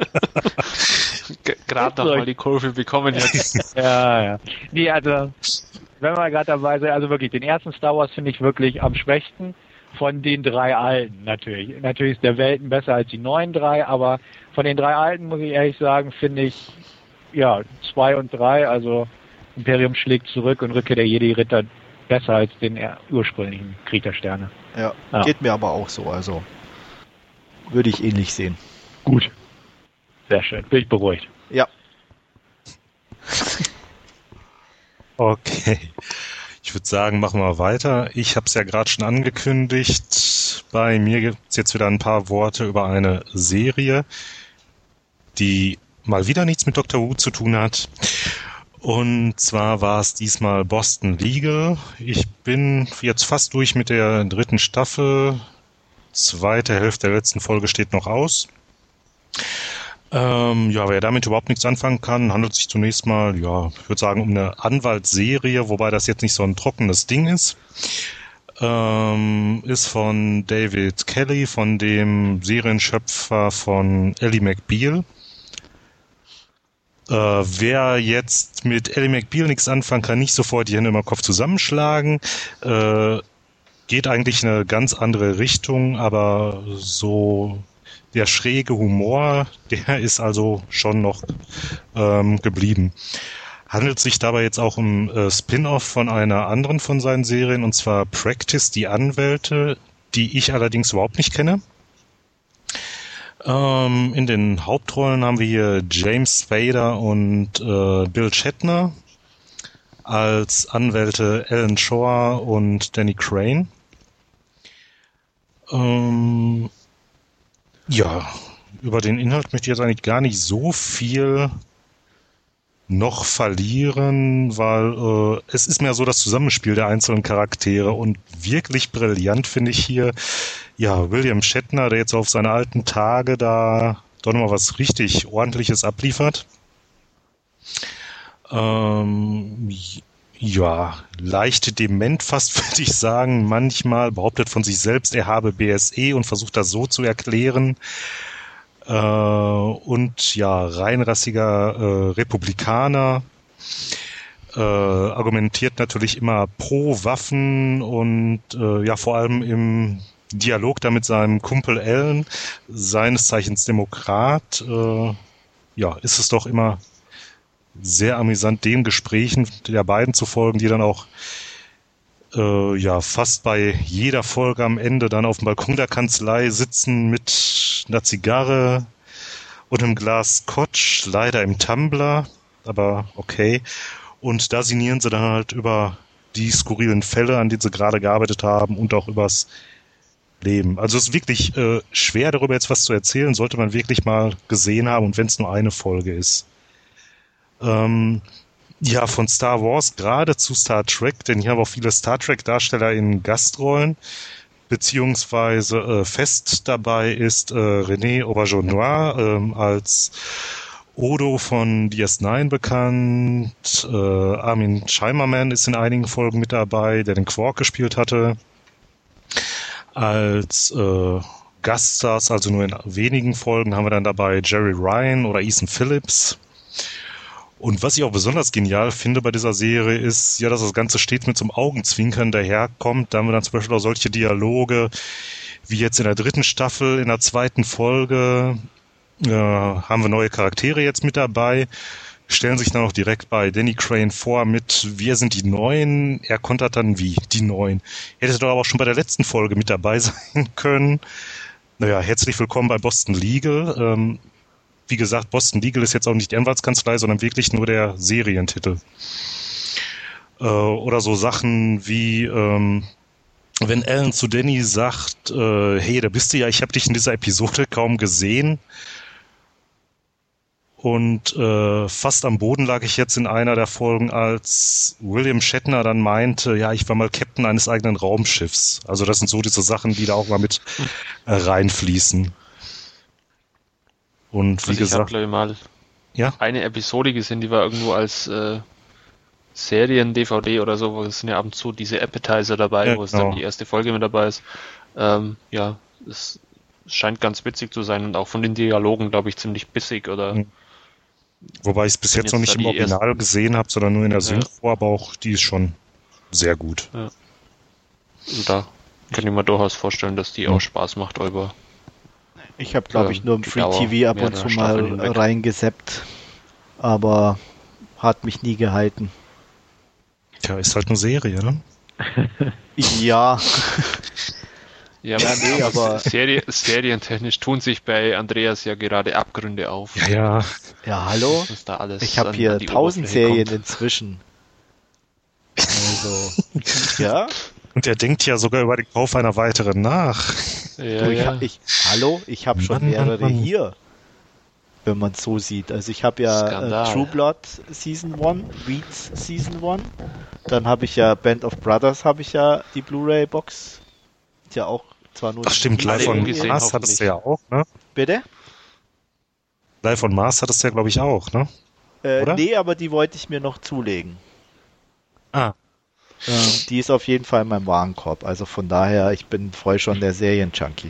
Gerade noch mal die Kurve bekommen jetzt. Ja, ja. Nee, also, wenn wir gerade dabei sind, also wirklich, den ersten Star Wars finde ich wirklich am schwächsten von den drei alten, natürlich. Natürlich ist der Welten besser als die neuen drei, aber von den drei alten, muss ich ehrlich sagen, finde ich, ja, zwei und drei, also Imperium schlägt zurück und Rückkehr der Jedi-Ritter besser als den ursprünglichen Krieg der Sterne. Ja, Ja. geht mir aber auch so, also würde ich ähnlich sehen. Gut. Sehr schön, bin ich beruhigt. Ja. Okay. Ich würde sagen, machen wir weiter. Ich habe es ja gerade schon angekündigt. Bei mir gibt es jetzt wieder ein paar Worte über eine Serie, die mal wieder nichts mit Doctor Who zu tun hat. Und zwar war es diesmal Boston Legal. Ich bin jetzt fast durch mit der dritten Staffel. Zweite Hälfte der letzten Folge steht noch aus. Ähm, ja, wer damit überhaupt nichts anfangen kann, handelt sich zunächst mal, ja, ich würde sagen, um eine Anwaltsserie, wobei das jetzt nicht so ein trockenes Ding ist. Ähm, ist von David Kelly, von dem Serienschöpfer von Ally McBeal. Äh, wer jetzt mit Ally McBeal nichts anfangen kann, nicht sofort die Hände im Kopf zusammenschlagen. Äh, geht eigentlich in eine ganz andere Richtung, aber so der schräge Humor, der ist also schon noch ähm, geblieben. Handelt sich dabei jetzt auch um äh, Spin-off von einer anderen von seinen Serien, und zwar Practice, die Anwälte, die ich allerdings überhaupt nicht kenne. Ähm, in den Hauptrollen haben wir hier James Spader und äh, Bill Shatner, als Anwälte Alan Shore und Danny Crane. Ähm, ja, über den Inhalt möchte ich jetzt eigentlich gar nicht so viel noch verlieren, weil äh, es ist mehr so das Zusammenspiel der einzelnen Charaktere, und wirklich brillant finde ich hier, ja, William Shatner, der jetzt auf seine alten Tage da doch nochmal was richtig Ordentliches abliefert. Ähm, ja, leicht dement fast, würde ich sagen. Manchmal behauptet von sich selbst, er habe B S E und versucht das so zu erklären. Äh, und ja, reinrassiger äh, Republikaner. Äh, argumentiert natürlich immer pro Waffen und äh, ja, vor allem im Dialog da mit seinem Kumpel Alan, seines Zeichens Demokrat, äh, ja, ist es doch immer sehr amüsant, den Gesprächen der beiden zu folgen, die dann auch äh, ja fast bei jeder Folge am Ende dann auf dem Balkon der Kanzlei sitzen mit einer Zigarre und einem Glas Scotch, leider im Tumbler, aber okay. Und da sinnieren sie dann halt über die skurrilen Fälle, an denen sie gerade gearbeitet haben, und auch übers Leben. Also es ist wirklich äh, schwer, darüber jetzt was zu erzählen, sollte man wirklich mal gesehen haben, und wenn es nur eine Folge ist. Ähm, ja, von Star Wars gerade zu Star Trek, denn hier haben wir auch viele Star Trek-Darsteller in Gastrollen, beziehungsweise äh, fest dabei ist äh, René Auberjonois ähm, als Odo von D S neun bekannt, äh, Armin Scheimerman ist in einigen Folgen mit dabei, der den Quark gespielt hatte. Als äh, Gaststars, also nur in wenigen Folgen, haben wir dann dabei Jerry Ryan oder Ethan Phillips. Und was ich auch besonders genial finde bei dieser Serie ist, ja, dass das Ganze stets mit so einem Augenzwinkern daherkommt. Da haben wir dann zum Beispiel auch solche Dialoge, wie jetzt in der dritten Staffel, in der zweiten Folge, äh, haben wir neue Charaktere jetzt mit dabei, stellen sich dann auch direkt bei Danny Crane vor mit, wir sind die Neuen. Er kontert dann wie, die Neuen. Hätte doch aber auch schon bei der letzten Folge mit dabei sein können. Naja, herzlich willkommen bei Boston Legal. Ähm, wie gesagt, Boston Legal ist jetzt auch nicht die Anwaltskanzlei, sondern wirklich nur der Serientitel. Äh, oder so Sachen wie, ähm, wenn Alan zu Danny sagt, äh, hey, da bist du ja, ich habe dich in dieser Episode kaum gesehen. Und äh, fast am Boden lag ich jetzt in einer der Folgen, als William Shatner dann meinte, ja, ich war mal Captain eines eigenen Raumschiffs. Also das sind so diese Sachen, die da auch mal mit äh, reinfließen. Und wie also gesagt, ich habe mal Ja. eine Episode gesehen, die war irgendwo als äh, Serien-D V D oder so, wo es sind ja ab und zu diese Appetizer dabei, Ja, wo es genau. dann die erste Folge mit dabei ist. Ähm, ja, es scheint ganz witzig zu sein und auch von den Dialogen, glaube ich, ziemlich bissig oder Mhm. Wobei ich es bis Wenn jetzt noch jetzt nicht da im die Original ersten- gesehen habe, sondern nur in der Ja. Synchro, aber auch die ist schon sehr gut. also da kann ich mir durchaus vorstellen, dass die Ja. auch Spaß macht, aber Ich habe, glaube ich, Ähm, nur im die Free Dauer T V ab und mehrerer zu Staffeln mal hinweg. reingeseppt, aber hat mich nie gehalten. Tja, ist halt eine Serie, ne? Ja, ja, Ja, nee, aber- Serie, serientechnisch tun sich bei Andreas ja gerade Abgründe auf. Ja, ja. ja, hallo? Was da alles Ich habe an- hier an die tausend Oberfläche Serien kommt. inzwischen. Also, ja, Und er denkt ja sogar über den Kauf einer weiteren nach. Ja, du, ich, ja. hab- ich, hallo, ich habe schon Mann, Mann, mehrere Mann. hier, wenn man es so sieht. Also ich habe ja Skandal. äh, True Blood Season eins, Weeds Season eins, dann habe ich ja Band of Brothers, habe ich ja die Blu-ray-Box. Ist ja auch zwar nur... Ach stimmt, die Live Alle on ungesehen, Mars hattest du ja auch, ne? Bitte? Live on Mars hattest du ja, glaube ich, auch, ne? Äh, Oder? nee, aber die wollte ich mir noch zulegen. Ah, Ähm, die ist auf jeden Fall in meinem Warenkorb. Also von daher, ich bin voll schon der Serien-Junkie.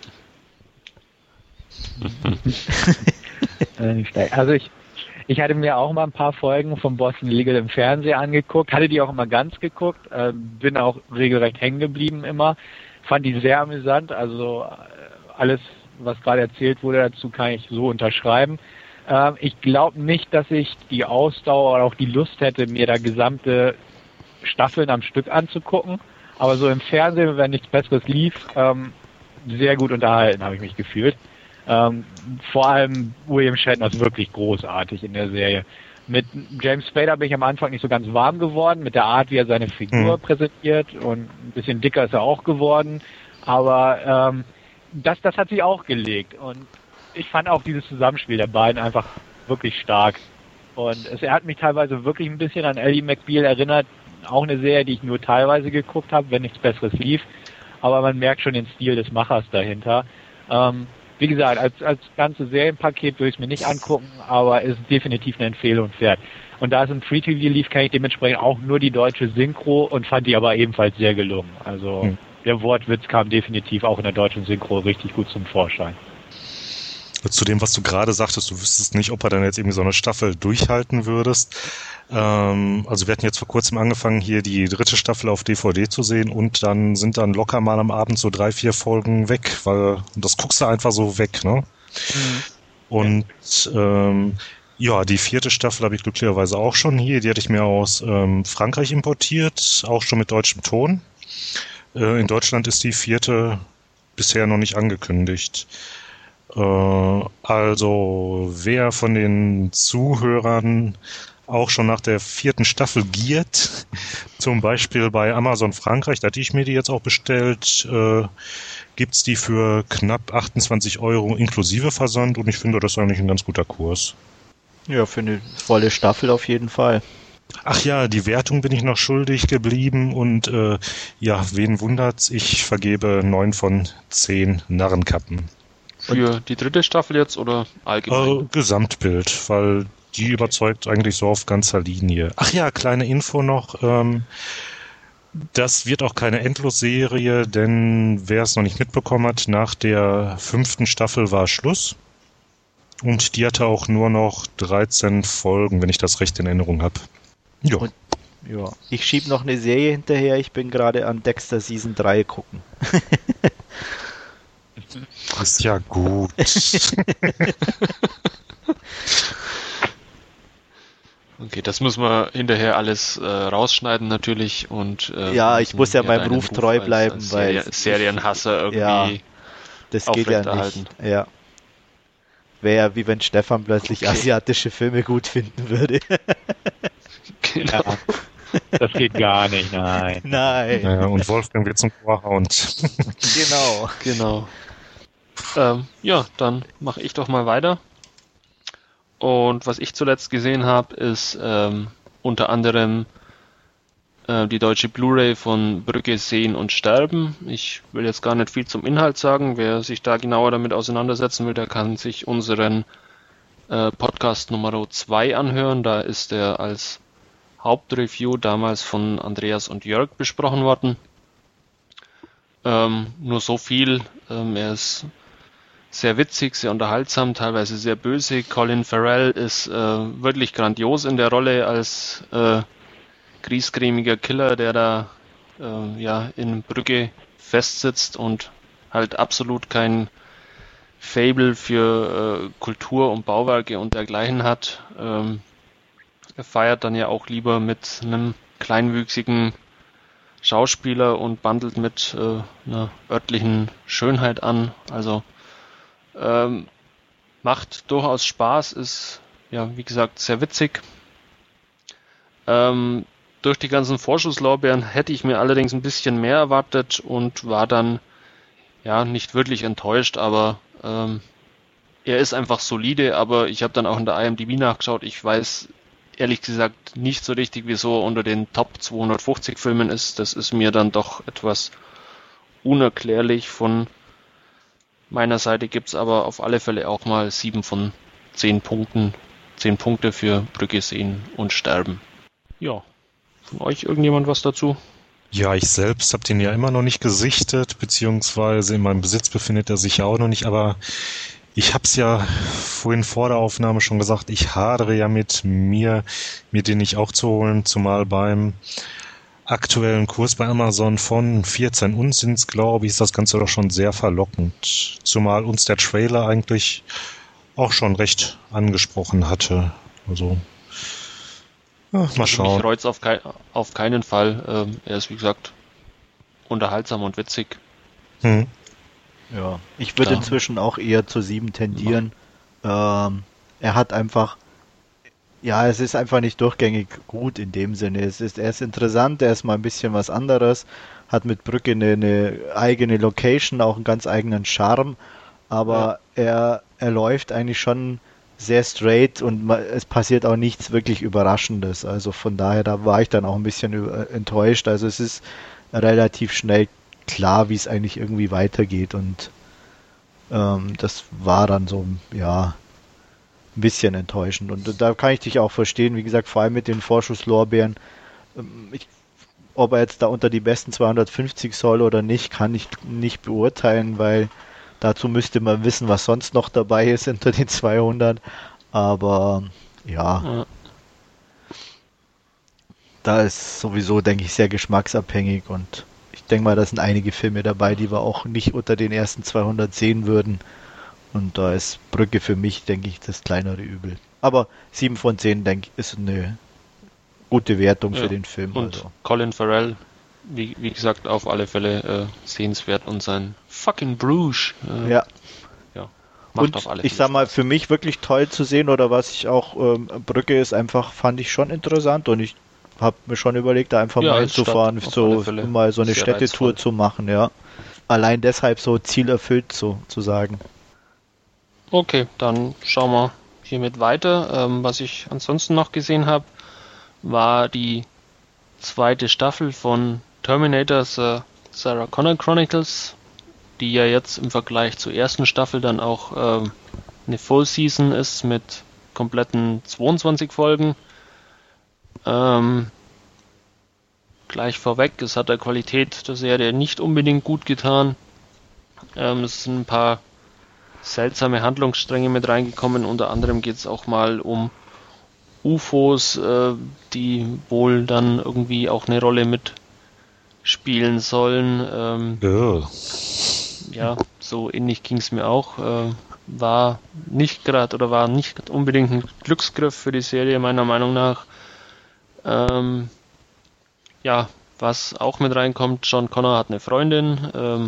Äh, nicht schlecht. Also ich, ich hatte mir auch mal ein paar Folgen von Boston Legal im Fernsehen angeguckt, hatte die auch immer ganz geguckt, äh, bin auch regelrecht hängen geblieben immer, fand die sehr amüsant, also äh, alles, was gerade erzählt wurde dazu, kann ich so unterschreiben. Ähm, ich glaube nicht, dass ich die Ausdauer oder auch die Lust hätte, mir da gesamte Staffeln am Stück anzugucken, aber so im Fernsehen, wenn nichts Besseres lief, ähm, sehr gut unterhalten habe ich mich gefühlt. Ähm, vor allem William Shatner ist wirklich großartig in der Serie. Mit James Spader bin ich am Anfang nicht so ganz warm geworden, mit der Art, wie er seine Figur Mhm. präsentiert, und ein bisschen dicker ist er auch geworden, aber ähm, das, das hat sich auch gelegt, und ich fand auch dieses Zusammenspiel der beiden einfach wirklich stark. Und es, er hat mich teilweise wirklich ein bisschen an Ally McBeal erinnert, auch eine Serie, die ich nur teilweise geguckt habe, wenn nichts Besseres lief, aber man merkt schon den Stil des Machers dahinter. Ähm, wie gesagt, als, als ganze Serienpaket würde ich es mir nicht angucken, aber ist definitiv eine Empfehlung wert. Und da es im Free T V lief, kann ich dementsprechend auch nur die deutsche Synchro und fand die aber ebenfalls sehr gelungen. Also Hm. der Wortwitz kam definitiv auch in der deutschen Synchro richtig gut zum Vorschein. zu dem, was du gerade sagtest, du wüsstest nicht, ob er dann jetzt irgendwie so eine Staffel durchhalten würdest. Ähm, also wir hatten jetzt vor kurzem angefangen, hier die dritte Staffel auf D V D zu sehen, und dann sind dann locker mal am Abend so drei, vier Folgen weg, weil das guckst du einfach so weg, ne? Und ähm, ja, die vierte Staffel habe ich glücklicherweise auch schon hier. Die hatte ich mir aus ähm, Frankreich importiert, auch schon mit deutschem Ton. Äh, in Deutschland ist die vierte bisher noch nicht angekündigt. Äh, also wer von den Zuhörern auch schon nach der vierten Staffel giert, zum Beispiel bei Amazon Frankreich, da hatte ich mir die jetzt auch bestellt, äh, gibt's die für knapp achtundzwanzig Euro inklusive Versand, und ich finde, das ist eigentlich ein ganz guter Kurs. Ja, für eine volle Staffel auf jeden Fall. Ach ja, die Wertung bin ich noch schuldig geblieben, und äh, ja, wen wundert's, ich vergebe neun von zehn Narrenkappen. Für die dritte Staffel jetzt oder allgemein? Äh, Gesamtbild, weil die überzeugt eigentlich so auf ganzer Linie. Ach ja, kleine Info noch. Ähm, das wird auch keine Endlosserie, denn wer es noch nicht mitbekommen hat, nach der fünften Staffel war Schluss. Und die hatte auch nur noch dreizehn Folgen, wenn ich das recht in Erinnerung habe. Ja. Und- Ja. Ich schieb noch eine Serie hinterher, ich bin gerade an Dexter Season drei gucken. Ist ja gut. Okay, das muss man hinterher alles äh, rausschneiden natürlich und ähm, Ja, ich muss ja meinem deinen Ruf treu als- bleiben, als weil Serie, Serienhasser irgendwie. Ja. Das geht ja aufrechterhalten. nicht. Ja. Wäre ja wie wenn Stefan plötzlich Okay. asiatische Filme gut finden würde. Genau. Ja, das geht gar nicht, nein. Nein. Ja, und Wolfgang wird zum Chorhound. Genau. Genau. Ähm, ja, dann mache ich doch mal weiter. Und was ich zuletzt gesehen habe, ist ähm, unter anderem äh, die deutsche Blu-ray von Brücke sehen und sterben. Ich will jetzt gar nicht viel zum Inhalt sagen. Wer sich da genauer damit auseinandersetzen will, der kann sich unseren äh, Podcast Nummer zwei anhören. Da ist er als Hauptreview damals von Andreas und Jörg besprochen worden. Ähm, nur so viel. Ähm, er ist sehr witzig, sehr unterhaltsam, teilweise sehr böse. Colin Farrell ist äh, wirklich grandios in der Rolle als äh, griesgrämiger Killer, der da äh, ja in Brügge festsitzt und halt absolut kein Faible für äh, Kultur und Bauwerke und dergleichen hat. Ähm, er feiert dann ja auch lieber mit einem kleinwüchsigen Schauspieler und bandelt mit äh, einer örtlichen Schönheit an. Also ähm, macht durchaus Spaß, ist ja wie gesagt sehr witzig. Ähm, durch die ganzen Vorschusslorbeeren hätte ich mir allerdings ein bisschen mehr erwartet und war dann ja nicht wirklich enttäuscht, aber ähm, er ist einfach solide, aber ich habe dann auch in der I M D B nachgeschaut. Ich weiß ehrlich gesagt nicht so richtig, wieso er unter den Top zweihundertfünfzig Filmen ist. Das ist mir dann doch etwas unerklärlich. Von meiner Seite gibt es aber auf alle Fälle auch mal sieben von zehn Punkten. zehn Punkte für Brügge sehen und sterben. Ja, von euch irgendjemand was dazu? Ja, ich selbst habe den ja immer noch nicht gesichtet, beziehungsweise in meinem Besitz befindet er sich ja auch noch nicht, aber ich habe es ja vorhin vor der Aufnahme schon gesagt, ich hadere ja mit mir, mir den nicht auch zu holen, zumal beim aktuellen Kurs bei Amazon von vierzehn Unsinns, glaube ich, ist das Ganze doch schon sehr verlockend, zumal uns der Trailer eigentlich auch schon recht angesprochen hatte, also ja, mal schauen. Mich reut's auf, kei- auf keinen Fall. Ähm, er ist, wie gesagt, unterhaltsam und witzig. Hm. Ja, ich würde Da. inzwischen auch eher zu sieben tendieren. Ähm, er hat einfach, ja, es ist einfach nicht durchgängig gut in dem Sinne. Es ist, er ist interessant, er ist mal ein bisschen was anderes, hat mit Brügge eine, eine eigene Location, auch einen ganz eigenen Charme, aber ja. er, er läuft eigentlich schon sehr straight und ma- es passiert auch nichts wirklich Überraschendes. Also von daher, da war ich dann auch ein bisschen über- enttäuscht. Also es ist relativ schnell klar, wie es eigentlich irgendwie weitergeht und ähm, das war dann so, ja, ein bisschen enttäuschend. Und da kann ich dich auch verstehen, wie gesagt, vor allem mit den Vorschusslorbeeren. Ähm, ich, ob er jetzt da unter die besten zweihundertfünfzig soll oder nicht, kann ich nicht beurteilen, weil dazu müsste man wissen, was sonst noch dabei ist unter den zweihundert. Aber ja, Ja. da ist sowieso, denke ich, sehr geschmacksabhängig und ich denke mal, da sind einige Filme dabei, die wir auch nicht unter den ersten zweihundert sehen würden. Und da ist Brügge für mich, denke ich, das kleinere Übel. Aber sieben von zehn, denke ich, ist eine gute Wertung Ja. für den Film. Und Also. Colin Farrell, wie, wie gesagt, auf alle Fälle äh, sehenswert und sein fucking Bruges äh, Ja. ja, macht Und auf alle ich Fälle sag mal, Spaß. für mich wirklich toll zu sehen oder was ich auch, ähm, Brügge ist einfach, fand ich schon interessant und ich habe mir schon überlegt, da einfach Ja, mal als Stadt, hinzufahren, auf so alle Fälle. mal so eine Sehr Städtetour reizvoll. zu machen, ja. Allein deshalb so zielerfüllt so zu sagen. Okay, dann schauen wir hiermit weiter. Ähm, was ich ansonsten noch gesehen habe, war die zweite Staffel von Terminator The Sarah Connor Chronicles, die ja jetzt im Vergleich zur ersten Staffel dann auch ähm, eine Full Season ist mit kompletten zweiundzwanzig Folgen. Ähm, gleich vorweg, es hat der Qualität der Serie nicht unbedingt gut getan. Ähm, es sind ein paar seltsame Handlungsstränge mit reingekommen. Unter anderem geht es auch mal um U F Os, äh, die wohl dann irgendwie auch eine Rolle mitspielen sollen. Ähm, Ja. ja, so ähnlich ging es mir auch. Äh, war nicht gerade oder war nicht unbedingt ein Glücksgriff für die Serie, meiner Meinung nach. Ähm, ja, was auch mit reinkommt, John Connor hat eine Freundin. Ähm,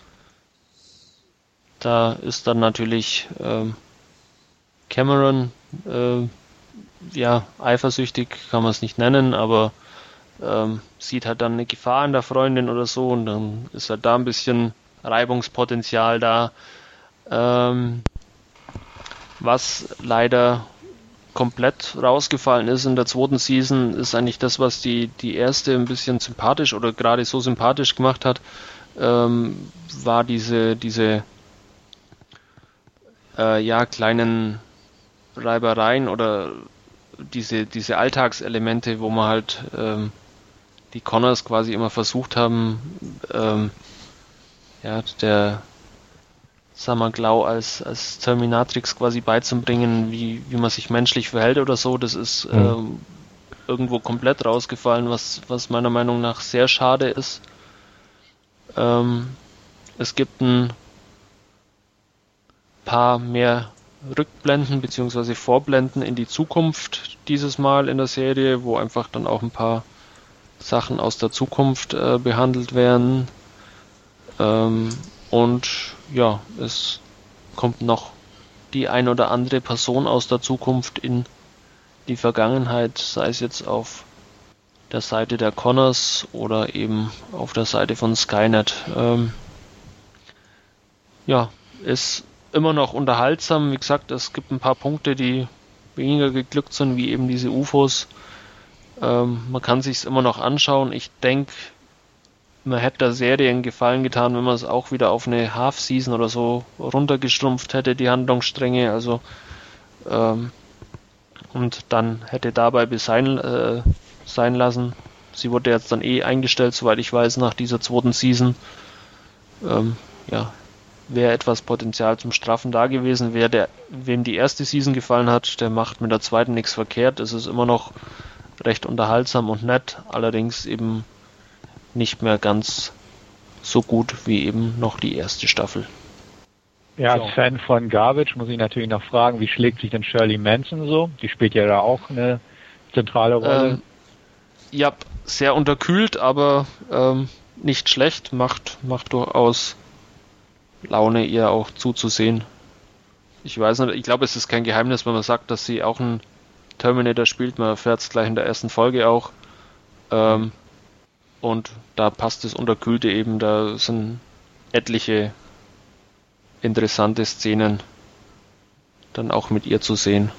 da ist dann natürlich ähm, Cameron äh, ja, eifersüchtig, kann man es nicht nennen, aber ähm, sieht halt dann eine Gefahr in der Freundin oder so und dann ist halt da ein bisschen Reibungspotenzial da. Ähm, was leider komplett rausgefallen ist in der zweiten Season, ist eigentlich das, was die, die erste ein bisschen sympathisch oder gerade so sympathisch gemacht hat, ähm, war diese, diese äh, ja, kleinen Reibereien oder diese, diese Alltagselemente, wo man halt ähm, die Connors quasi immer versucht haben, ähm, ja, der Samaglau als, als Terminatrix quasi beizubringen, wie, wie man sich menschlich verhält oder so, das ist mhm. ähm, irgendwo komplett rausgefallen, was, was meiner Meinung nach sehr schade ist. Ähm, es gibt ein paar mehr Rückblenden bzw. Vorblenden in die Zukunft dieses Mal in der Serie, wo einfach dann auch ein paar Sachen aus der Zukunft äh, behandelt werden. Ähm, und ja, es kommt noch die ein oder andere Person aus der Zukunft in die Vergangenheit, sei es jetzt auf der Seite der Connors oder eben auf der Seite von Skynet. Ähm, ja, ist immer noch unterhaltsam. Wie gesagt, es gibt ein paar Punkte, die weniger geglückt sind, wie eben diese U F Os. Ähm, man kann sich's immer noch anschauen. Ich denke, man hätte der Serie einen Gefallen getan, wenn man es auch wieder auf eine Half-Season oder so runtergestrumpft hätte, die Handlungsstränge. Also ähm, und dann hätte dabei bis sein, äh, sein lassen. Sie wurde jetzt dann eh eingestellt, soweit ich weiß, nach dieser zweiten Season. Ähm, ja, wäre etwas Potenzial zum Straffen da gewesen. Wer der, wem die erste Season gefallen hat, der macht mit der zweiten nichts verkehrt. Es ist immer noch recht unterhaltsam und nett, allerdings eben nicht mehr ganz so gut wie eben noch die erste Staffel. Ja, als Fan von Garbage muss ich natürlich noch fragen, wie schlägt sich denn Shirley Manson so? Die spielt ja da auch eine zentrale Rolle. Ähm, ja, sehr unterkühlt, aber ähm, nicht schlecht, macht, macht durchaus Laune, ihr auch zuzusehen. Ich weiß nicht, ich glaube, es ist kein Geheimnis, wenn man sagt, dass sie auch einen Terminator spielt. Man erfährt es gleich in der ersten Folge auch. Ähm, und da passt das Unterkühlte eben, da sind etliche interessante Szenen dann auch mit ihr zu sehen.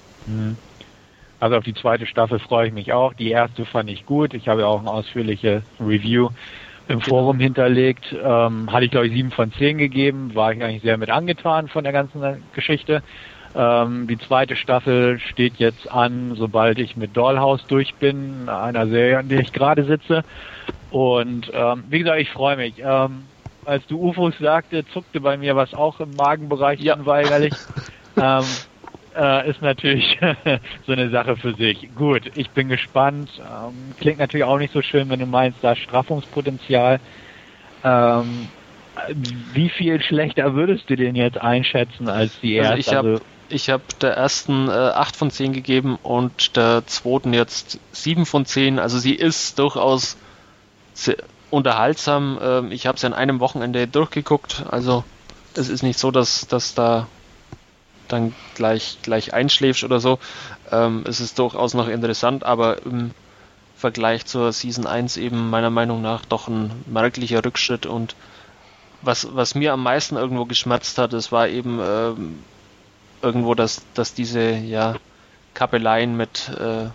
Also auf die zweite Staffel freue ich mich auch. Die erste fand ich gut. Ich habe ja auch eine ausführliche Review im Forum hinterlegt. Ähm, hatte ich, glaube ich, sieben von zehn gegeben. War ich eigentlich sehr mit angetan von der ganzen Geschichte. Ähm, die zweite Staffel steht jetzt an, sobald ich mit Dollhouse durch bin, einer Serie, an der ich gerade sitze. Und ähm, wie gesagt, ich freue mich. Ähm, als du U F Os sagte, zuckte bei mir was auch im Magenbereich ja. unweigerlich. ähm, äh, ist natürlich so eine Sache für sich. Gut, ich bin gespannt. Ähm, klingt natürlich auch nicht so schön, wenn du meinst, da ist Straffungspotenzial. Ähm, wie viel schlechter würdest du den jetzt einschätzen als die erste? Also ich habe also ich hab der ersten äh, acht von zehn gegeben und der zweiten jetzt sieben von zehn. Also sie ist durchaus sehr unterhaltsam. Ähm, ich habe sie an einem Wochenende durchgeguckt. Also es ist nicht so, dass, dass da dann gleich, gleich einschläfst oder so. Ähm, es ist durchaus noch interessant, aber im Vergleich zur Season eins eben meiner Meinung nach doch ein merklicher Rückschritt. Und was, was mir am meisten irgendwo geschmerzt hat, das war eben ähm, irgendwo, dass, dass diese ja, Kappeleien mit äh,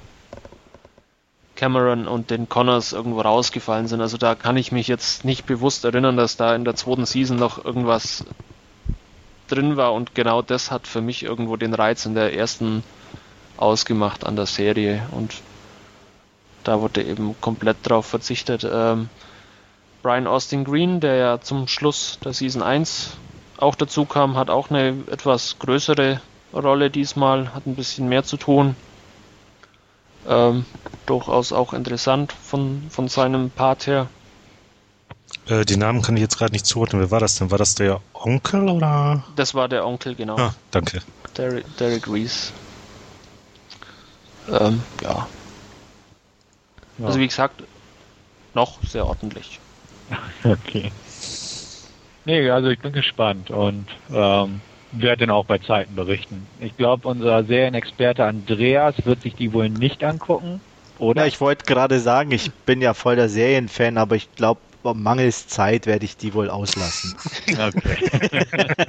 Cameron und den Connors irgendwo rausgefallen sind. Also da kann ich mich jetzt nicht bewusst erinnern, dass da in der zweiten Season noch irgendwas drin war, und genau das hat für mich irgendwo den Reiz in der ersten ausgemacht an der Serie, und da wurde eben komplett drauf verzichtet. Ähm, Brian Austin Green, der ja zum Schluss der Season eins auch dazu kam, hat auch eine etwas größere Rolle diesmal, hat ein bisschen mehr zu tun. Ähm, durchaus auch interessant von, von seinem Part her. Äh, die Namen kann ich jetzt gerade nicht zuordnen. Wer war das denn? War das der Onkel oder? Das war der Onkel, genau. Ah, danke. Derek, Derek Reese. Ähm, ja. ja. Also wie gesagt, noch sehr ordentlich. Okay. Nee, also ich bin gespannt und ähm, werde dann auch bei Zeiten berichten. Ich glaube, unser Serienexperte Andreas wird sich die wohl nicht angucken, oder? Ja, ich wollte gerade sagen, ich bin ja voll der Serienfan, aber ich glaube, mangels Zeit werde ich die wohl auslassen. Okay.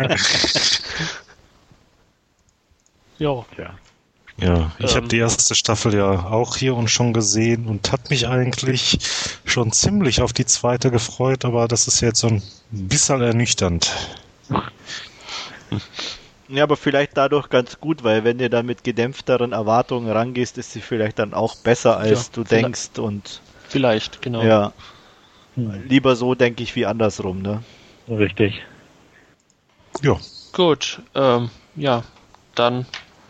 Jo. Ja. Ja, ich Ähm. habe die erste Staffel ja auch hier und schon gesehen und hat mich eigentlich schon ziemlich auf die zweite gefreut, aber das ist jetzt so ein bisschen ernüchternd. Ja, aber vielleicht dadurch ganz gut, weil wenn du dann mit gedämpfteren Erwartungen rangehst, ist sie vielleicht dann auch besser, als ja, du denkst und vielleicht, genau. ja, Hm. lieber so, denke ich, wie andersrum, ne? Richtig. Ja. Gut, ähm, ja, dann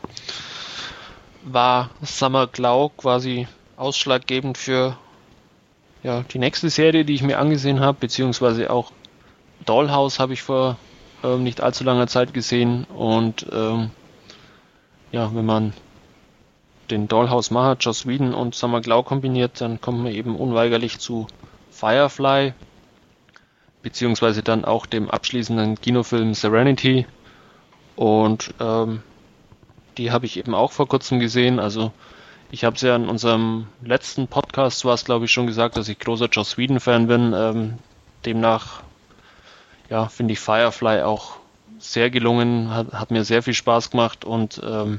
war Summer Glau quasi ausschlaggebend für ja, die nächste Serie, die ich mir angesehen habe, beziehungsweise auch Dollhouse habe ich vor ähm, nicht allzu langer Zeit gesehen und ähm, ja, wenn man den Dollhouse-Macher Joss Whedon und Summer Glau kombiniert, dann kommt man eben unweigerlich zu Firefly, beziehungsweise dann auch dem abschließenden Kinofilm Serenity und ähm, die habe ich eben auch vor kurzem gesehen, also ich habe es ja in unserem letzten Podcast, war es glaube ich schon gesagt, dass ich großer Joss Whedon-Fan bin, ähm, demnach ja, finde ich Firefly auch sehr gelungen, hat, hat mir sehr viel Spaß gemacht und ähm,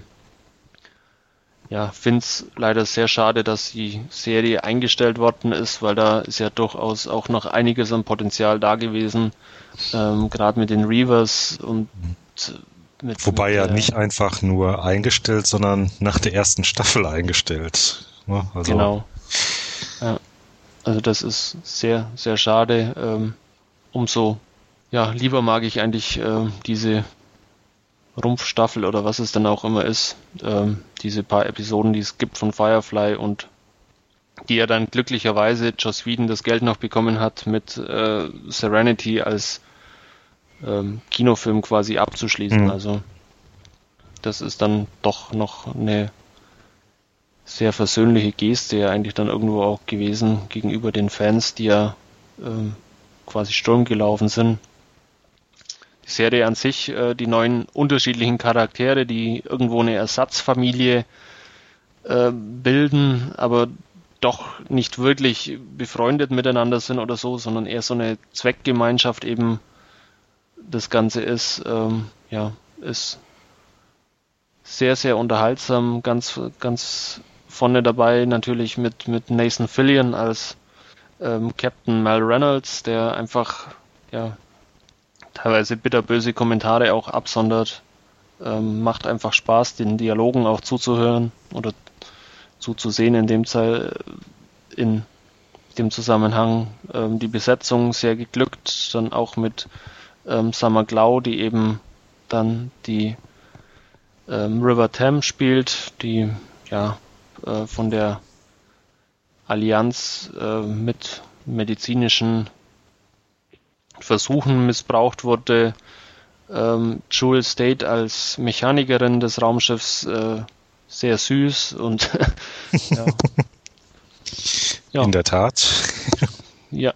ja, finde es leider sehr schade, dass die Serie eingestellt worden ist, weil da ist ja durchaus auch noch einiges an Potenzial da gewesen, ähm, gerade mit den Reavers und mit, Wobei mit, ja äh, nicht einfach nur eingestellt, sondern nach der ersten Staffel eingestellt. Ne? Also, genau. Ja, also das ist sehr, sehr schade. Ähm, umso ja, lieber mag ich eigentlich äh, diese Rumpfstaffel oder was es dann auch immer ist, ähm, diese paar Episoden, die es gibt von Firefly und die ja dann glücklicherweise Joss Whedon das Geld noch bekommen hat, mit äh, Serenity als ähm, Kinofilm quasi abzuschließen. Mhm. Also das ist dann doch noch eine sehr versöhnliche Geste ja eigentlich dann irgendwo auch gewesen gegenüber den Fans, die ja ähm, quasi Sturm gelaufen sind. Die Serie an sich, äh, die neuen unterschiedlichen Charaktere, die irgendwo eine Ersatzfamilie äh, bilden, aber doch nicht wirklich befreundet miteinander sind oder so, sondern eher so eine Zweckgemeinschaft eben das Ganze ist, ähm, ja, ist sehr, sehr unterhaltsam, ganz, ganz vorne dabei natürlich mit, mit Nathan Fillion als ähm, Captain Mal Reynolds, der einfach, ja, teilweise bitterböse Kommentare auch absondert. Ähm, macht einfach Spaß, den Dialogen auch zuzuhören oder zuzusehen in dem Teil, in dem Zusammenhang. Ähm, die Besetzung sehr geglückt, dann auch mit ähm, Summer Glau, die eben dann die ähm, River Thames spielt, die ja äh, von der Allianz äh, mit medizinischen Versuchen missbraucht wurde. Ähm, Jewel State als Mechanikerin des Raumschiffs äh, sehr süß und ja. Ja. In der Tat. Ja.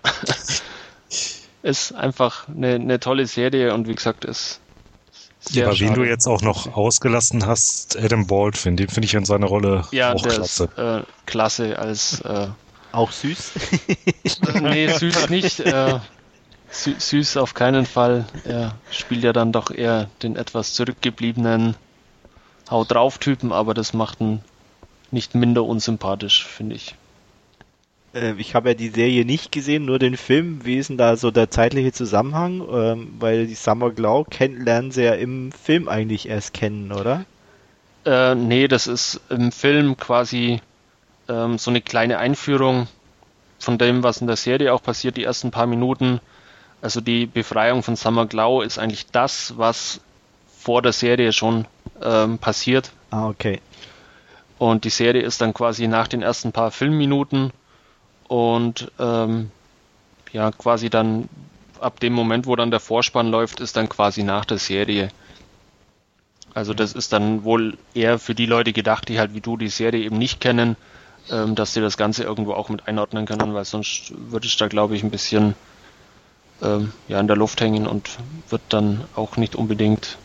Ist einfach eine, eine tolle Serie und wie gesagt, ist sehr Aber wen schade. du jetzt auch noch ausgelassen hast, Adam Baldwin, den finde ich in seiner Rolle ja, auch der klasse. ist äh, klasse als äh, Auch süß. nee, süß nicht. Äh, sü süß auf keinen Fall. Er spielt ja dann doch eher den etwas zurückgebliebenen Haut drauf Typen, aber das macht ihn nicht minder unsympathisch, finde ich. Äh, ich habe ja die Serie nicht gesehen, nur den Film. Wie ist denn da so der zeitliche Zusammenhang? Ähm, weil die Summer Glau kennt, lernen sie ja im Film eigentlich erst kennen, oder? Äh, nee, das ist im Film quasi ähm, so eine kleine Einführung von dem, was in der Serie auch passiert, die ersten paar Minuten. Also die Befreiung von Summer Glau ist eigentlich das, was vor der Serie schon ähm, passiert. Ah, okay. Und die Serie ist dann quasi nach den ersten paar Filmminuten und ähm, ja, quasi dann ab dem Moment, wo dann der Vorspann läuft, ist dann quasi nach der Serie. Also das ist dann wohl eher für die Leute gedacht, die halt wie du die Serie eben nicht kennen, ähm, dass sie das Ganze irgendwo auch mit einordnen können, weil sonst würde es da, glaube ich, ein bisschen ähm, ja, in der Luft hängen und wird dann auch nicht unbedingt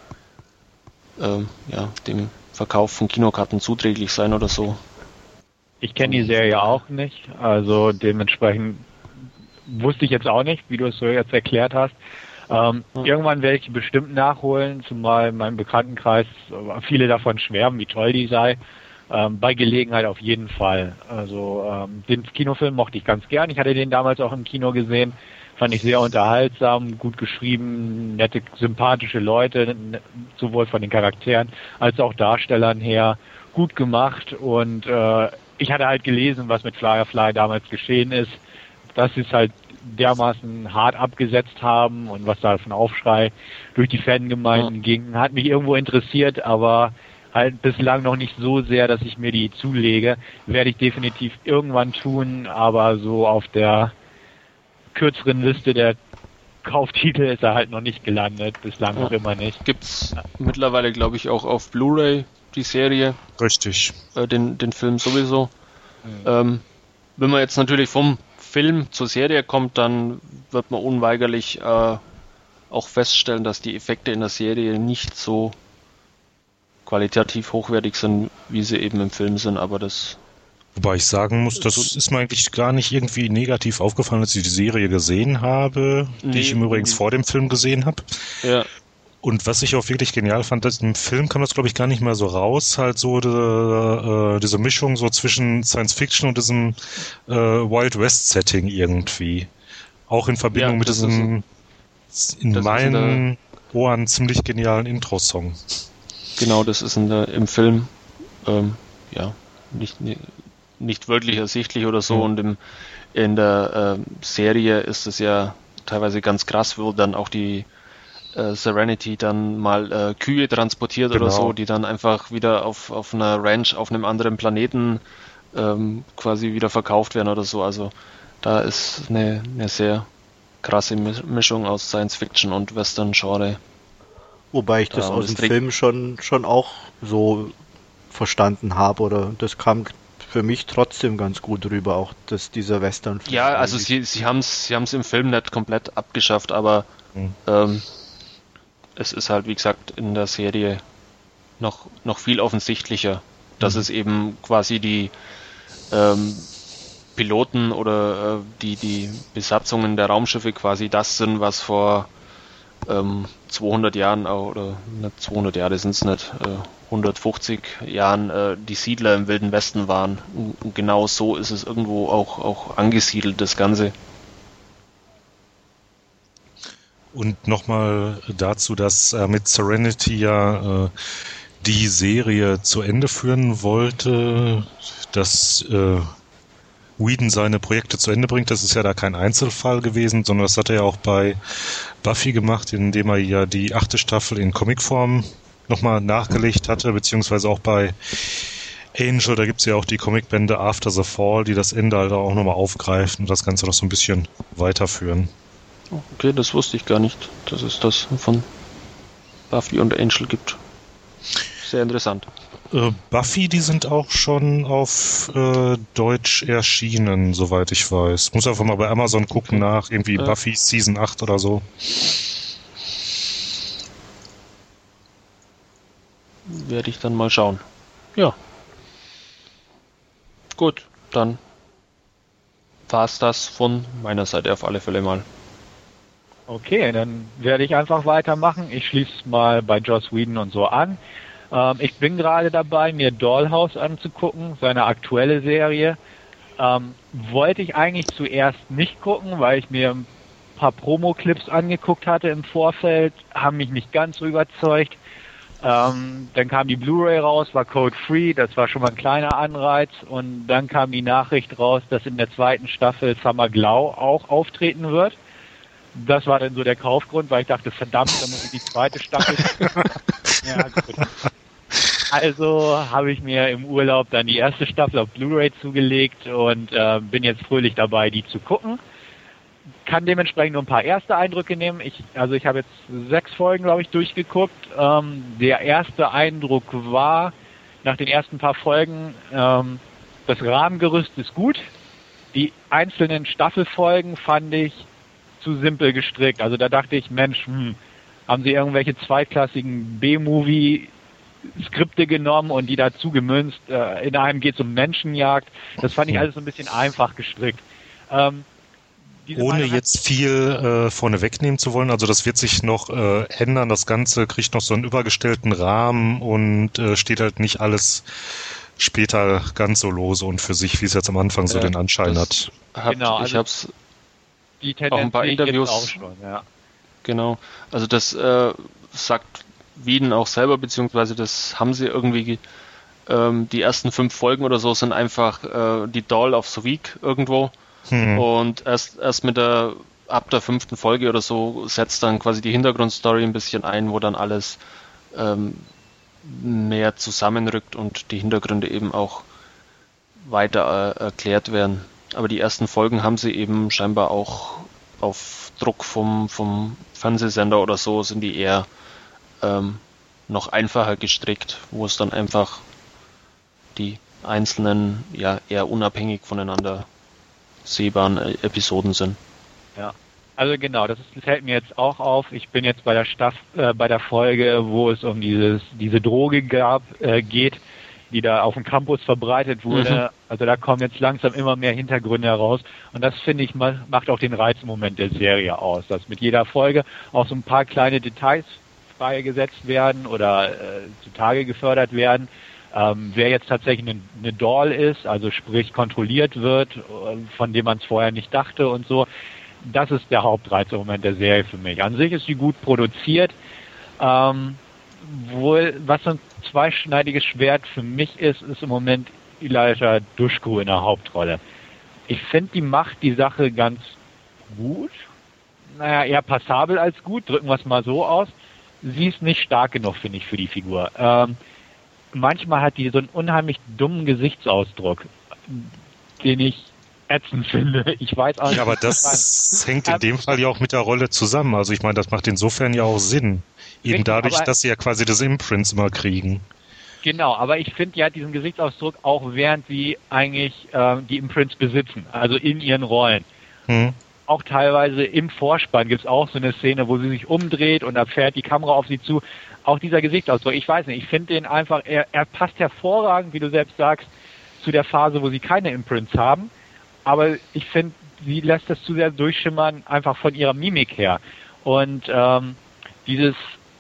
ähm, ja, dem Verkauf von Kinokarten zuträglich sein oder so. Ich kenne die Serie auch nicht, also dementsprechend wusste ich jetzt auch nicht, wie du es so jetzt erklärt hast. Ähm, Hm. Irgendwann werde ich die bestimmt nachholen, zumal in meinem Bekanntenkreis äh, viele davon schwärmen, wie toll die sei. Ähm, bei Gelegenheit auf jeden Fall. Also ähm, den Kinofilm mochte ich ganz gern. Ich hatte den damals auch im Kino gesehen. Fand ich sehr unterhaltsam, gut geschrieben, nette, sympathische Leute, sowohl von den Charakteren als auch Darstellern her, gut gemacht. Und äh, ich hatte halt gelesen, was mit Firefly damals geschehen ist, dass sie es halt dermaßen hart abgesetzt haben und was da für ein Aufschrei durch die Fangemeinden ja. ging, hat mich irgendwo interessiert, aber halt bislang noch nicht so sehr, dass ich mir die zulege. Werde ich definitiv irgendwann tun, aber so auf der kürzeren Liste der Kauftitel ist er halt noch nicht gelandet, bislang noch ja. immer nicht. Gibt's ja. mittlerweile, glaube ich, auch auf Blu-ray die Serie. Richtig. Äh, den, den Film sowieso. Mhm. Ähm, wenn man jetzt natürlich vom Film zur Serie kommt, dann wird man unweigerlich äh, auch feststellen, dass die Effekte in der Serie nicht so qualitativ hochwertig sind, wie sie eben im Film sind, aber das... Wobei ich sagen muss, das so ist mir eigentlich gar nicht irgendwie negativ aufgefallen, als ich die Serie gesehen habe, nee, die ich im Übrigens vor dem Film gesehen habe. Ja. Und was ich auch wirklich genial fand, dass im Film kam das, glaube ich, gar nicht mehr so raus, halt so die, äh, diese Mischung so zwischen Science Fiction und diesem äh, Wild West Setting irgendwie. Auch in Verbindung ja, mit diesem ist, in meinen Ohren ziemlich genialen Intro-Song. Genau, das ist in der, im Film ähm, ja nicht, nicht wirklich ersichtlich oder so, mhm. und im, in der äh, Serie ist es ja teilweise ganz krass, wo dann auch die äh, Serenity dann mal äh, Kühe transportiert genau. oder so, die dann einfach wieder auf, auf einer Ranch auf einem anderen Planeten ähm, quasi wieder verkauft werden oder so. Also da ist eine, eine sehr krasse Mischung aus Science Fiction und Western Genre. Wobei ich das ja, aus dem Film schon, schon auch so verstanden habe, oder das kam für mich trotzdem ganz gut rüber, auch dass dieser Western. Ja, also sie, sie haben es sie haben's im Film nicht komplett abgeschafft, aber mhm. ähm, es ist halt, wie gesagt, in der Serie noch, noch viel offensichtlicher, dass mhm. es eben quasi die ähm, Piloten oder äh, die, die Besatzungen der Raumschiffe quasi das sind, was vor ähm, zweihundert Jahren, oder nicht zweihundert Jahre sind es nicht, äh, hundertfünfzig Jahren äh, die Siedler im Wilden Westen waren. Und genau so ist es irgendwo auch, auch angesiedelt, das Ganze. Und nochmal dazu, dass er mit Serenity ja äh, die Serie zu Ende führen wollte, dass äh, Whedon seine Projekte zu Ende bringt. Das ist ja da kein Einzelfall gewesen, sondern das hat er ja auch bei Buffy gemacht, indem er ja die achte Staffel in Comicform nochmal nachgelegt hatte, beziehungsweise auch bei Angel, da gibt es ja auch die Comicbände After the Fall, die das Ende halt auch nochmal aufgreifen und das Ganze noch so ein bisschen weiterführen. Okay, das wusste ich gar nicht, dass es das von Buffy und Angel gibt. Sehr interessant. Äh, Buffy, die sind auch schon auf äh, Deutsch erschienen, soweit ich weiß. Muss einfach mal bei Amazon gucken okay. nach, irgendwie ja. Buffy Season acht oder so. Werde ich dann mal schauen. Ja. Gut, dann war's das von meiner Seite auf alle Fälle mal. Okay, dann werde ich einfach weitermachen. Ich schließe mal bei Joss Whedon und so an. Ähm, ich bin gerade dabei, mir Dollhouse anzugucken, seine aktuelle Serie. Ähm, wollte ich eigentlich zuerst nicht gucken, weil ich mir ein paar Promo-Clips angeguckt hatte im Vorfeld, haben mich nicht ganz so überzeugt. Ähm, dann kam die Blu-ray raus, war code-free, das war schon mal ein kleiner Anreiz. Und dann kam die Nachricht raus, dass in der zweiten Staffel Summer Glau auch auftreten wird. Das war dann so der Kaufgrund, weil ich dachte, verdammt, dann muss ich die zweite Staffel... ja, gut. Also habe ich mir im Urlaub dann die erste Staffel auf Blu-ray zugelegt und äh, bin jetzt fröhlich dabei, die zu gucken. Kann dementsprechend nur ein paar erste Eindrücke nehmen. Ich, also ich habe jetzt sechs Folgen, glaube ich, durchgeguckt. Ähm, der erste Eindruck war, nach den ersten paar Folgen, ähm, das Rahmengerüst ist gut. Die einzelnen Staffelfolgen fand ich zu simpel gestrickt. Also da dachte ich, Mensch, hm, haben sie irgendwelche zweitklassigen B-Movie-Skripte genommen und die dazu gemünzt. Äh, in einem geht es um Menschenjagd. Das fand ich alles so ein bisschen einfach gestrickt. Ähm, Ohne jetzt viel äh, vorne wegnehmen zu wollen, also das wird sich noch äh, ändern. Das Ganze kriegt noch so einen übergestellten Rahmen und äh, steht halt nicht alles später ganz so lose und für sich, wie es jetzt am Anfang so äh, den Anschein hat. Hab, genau, also ich hab's Die auch ein paar Interviews. Auch schon, ja. Genau. Also das äh, sagt Whedon auch selber, beziehungsweise das haben sie irgendwie, ähm, die ersten fünf Folgen oder so sind einfach äh, die Doll of the Week irgendwo. Hm. Und erst, erst mit der, ab der fünften Folge oder so setzt dann quasi die Hintergrundstory ein bisschen ein, wo dann alles ähm, mehr zusammenrückt und die Hintergründe eben auch weiter äh, erklärt werden. Aber die ersten Folgen haben sie eben scheinbar auch auf Druck vom, vom Fernsehsender oder so, sind die eher ähm, noch einfacher gestrickt, wo es dann einfach die einzelnen, ja, eher unabhängig voneinander sehbaren äh, Episoden sind. Ja, also genau, das, ist, das fällt mir jetzt auch auf. Ich bin jetzt bei der Staff, äh, bei der Folge, wo es um dieses diese Droge gab, äh, geht, die da auf dem Campus verbreitet wurde. Mhm. Also da kommen jetzt langsam immer mehr Hintergründe heraus. Und das, finde ich, macht auch den Reizmoment der Serie aus, dass mit jeder Folge auch so ein paar kleine Details freigesetzt werden oder äh, zutage gefördert werden. Ähm, wer jetzt tatsächlich eine, eine Doll ist, also sprich kontrolliert wird, von dem man es vorher nicht dachte und so, das ist der Hauptreizmoment der Serie für mich. An sich ist sie gut produziert. Ähm, wohl, was so ein zweischneidiges Schwert für mich ist, ist im Moment Elijah Dushku in der Hauptrolle. Ich finde, die macht die Sache ganz gut. Naja, eher passabel als gut, drücken wir es mal so aus. Sie ist nicht stark genug, finde ich, für die Figur. Ähm, manchmal hat die so einen unheimlich dummen Gesichtsausdruck, den ich ätzend finde. Ich weiß auch nicht. Ja, aber das hängt in dem Fall ja auch mit der Rolle zusammen. Also ich meine, das macht insofern ja auch Sinn. Eben richtig, dadurch, dass sie ja quasi das Imprints immer kriegen. Genau, aber ich finde, die hat diesen Gesichtsausdruck auch während sie eigentlich äh, die Imprints besitzen, also in ihren Rollen. Hm. Auch teilweise im Vorspann gibt es auch so eine Szene, wo sie sich umdreht und da fährt die Kamera auf sie zu. Auch dieser Gesichtsausdruck, ich weiß nicht, ich finde den einfach, er, er passt hervorragend, wie du selbst sagst, zu der Phase, wo sie keine Imprints haben. Aber ich finde, sie lässt das zu sehr durchschimmern, einfach von ihrer Mimik her. Und ähm, dieses,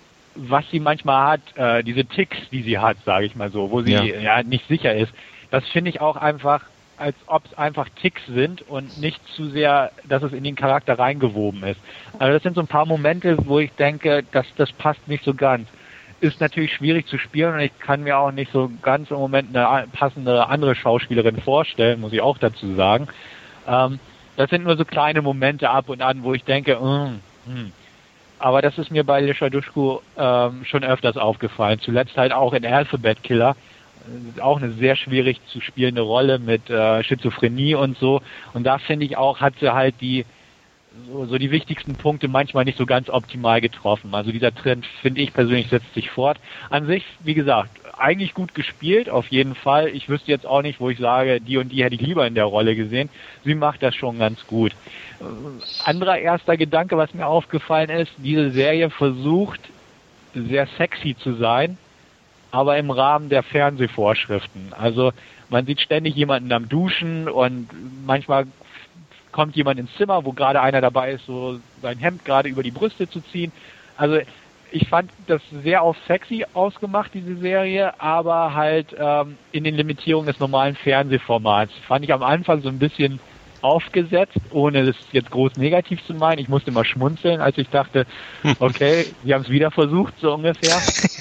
was sie manchmal hat, äh, diese Ticks, die sie hat, sage ich mal so, wo sie ja, ja nicht sicher ist, das finde ich auch einfach, als ob es einfach Ticks sind und nicht zu sehr, dass es in den Charakter reingewoben ist. Also das sind so ein paar Momente, wo ich denke, dass das passt nicht so ganz. Ist natürlich schwierig zu spielen und ich kann mir auch nicht so ganz im Moment eine passende andere Schauspielerin vorstellen, muss ich auch dazu sagen. Ähm, das sind nur so kleine Momente ab und an, wo ich denke, mm, mm. Aber das ist mir bei Elijah Dushku ähm, schon öfters aufgefallen. Zuletzt halt auch in Alphabet Killer. Auch eine sehr schwierig zu spielende Rolle mit äh, Schizophrenie und so. Und da finde ich auch, hat sie halt die so, so die wichtigsten Punkte manchmal nicht so ganz optimal getroffen. Also dieser Trend, finde ich persönlich, setzt sich fort. An sich, wie gesagt, eigentlich gut gespielt, auf jeden Fall. Ich wüsste jetzt auch nicht, wo ich sage, die und die hätte ich lieber in der Rolle gesehen. Sie macht das schon ganz gut. Äh, anderer erster Gedanke, was mir aufgefallen ist, diese Serie versucht, sehr sexy zu sein, aber im Rahmen der Fernsehvorschriften. Also man sieht ständig jemanden am Duschen und manchmal kommt jemand ins Zimmer, wo gerade einer dabei ist, so sein Hemd gerade über die Brüste zu ziehen. Also ich fand das sehr auf sexy ausgemacht, diese Serie, aber halt ähm, in den Limitierungen des normalen Fernsehformats. Fand ich am Anfang so ein bisschen aufgesetzt, ohne das jetzt groß negativ zu meinen. Ich musste mal schmunzeln, als ich dachte, okay, sie haben es wieder versucht, so ungefähr.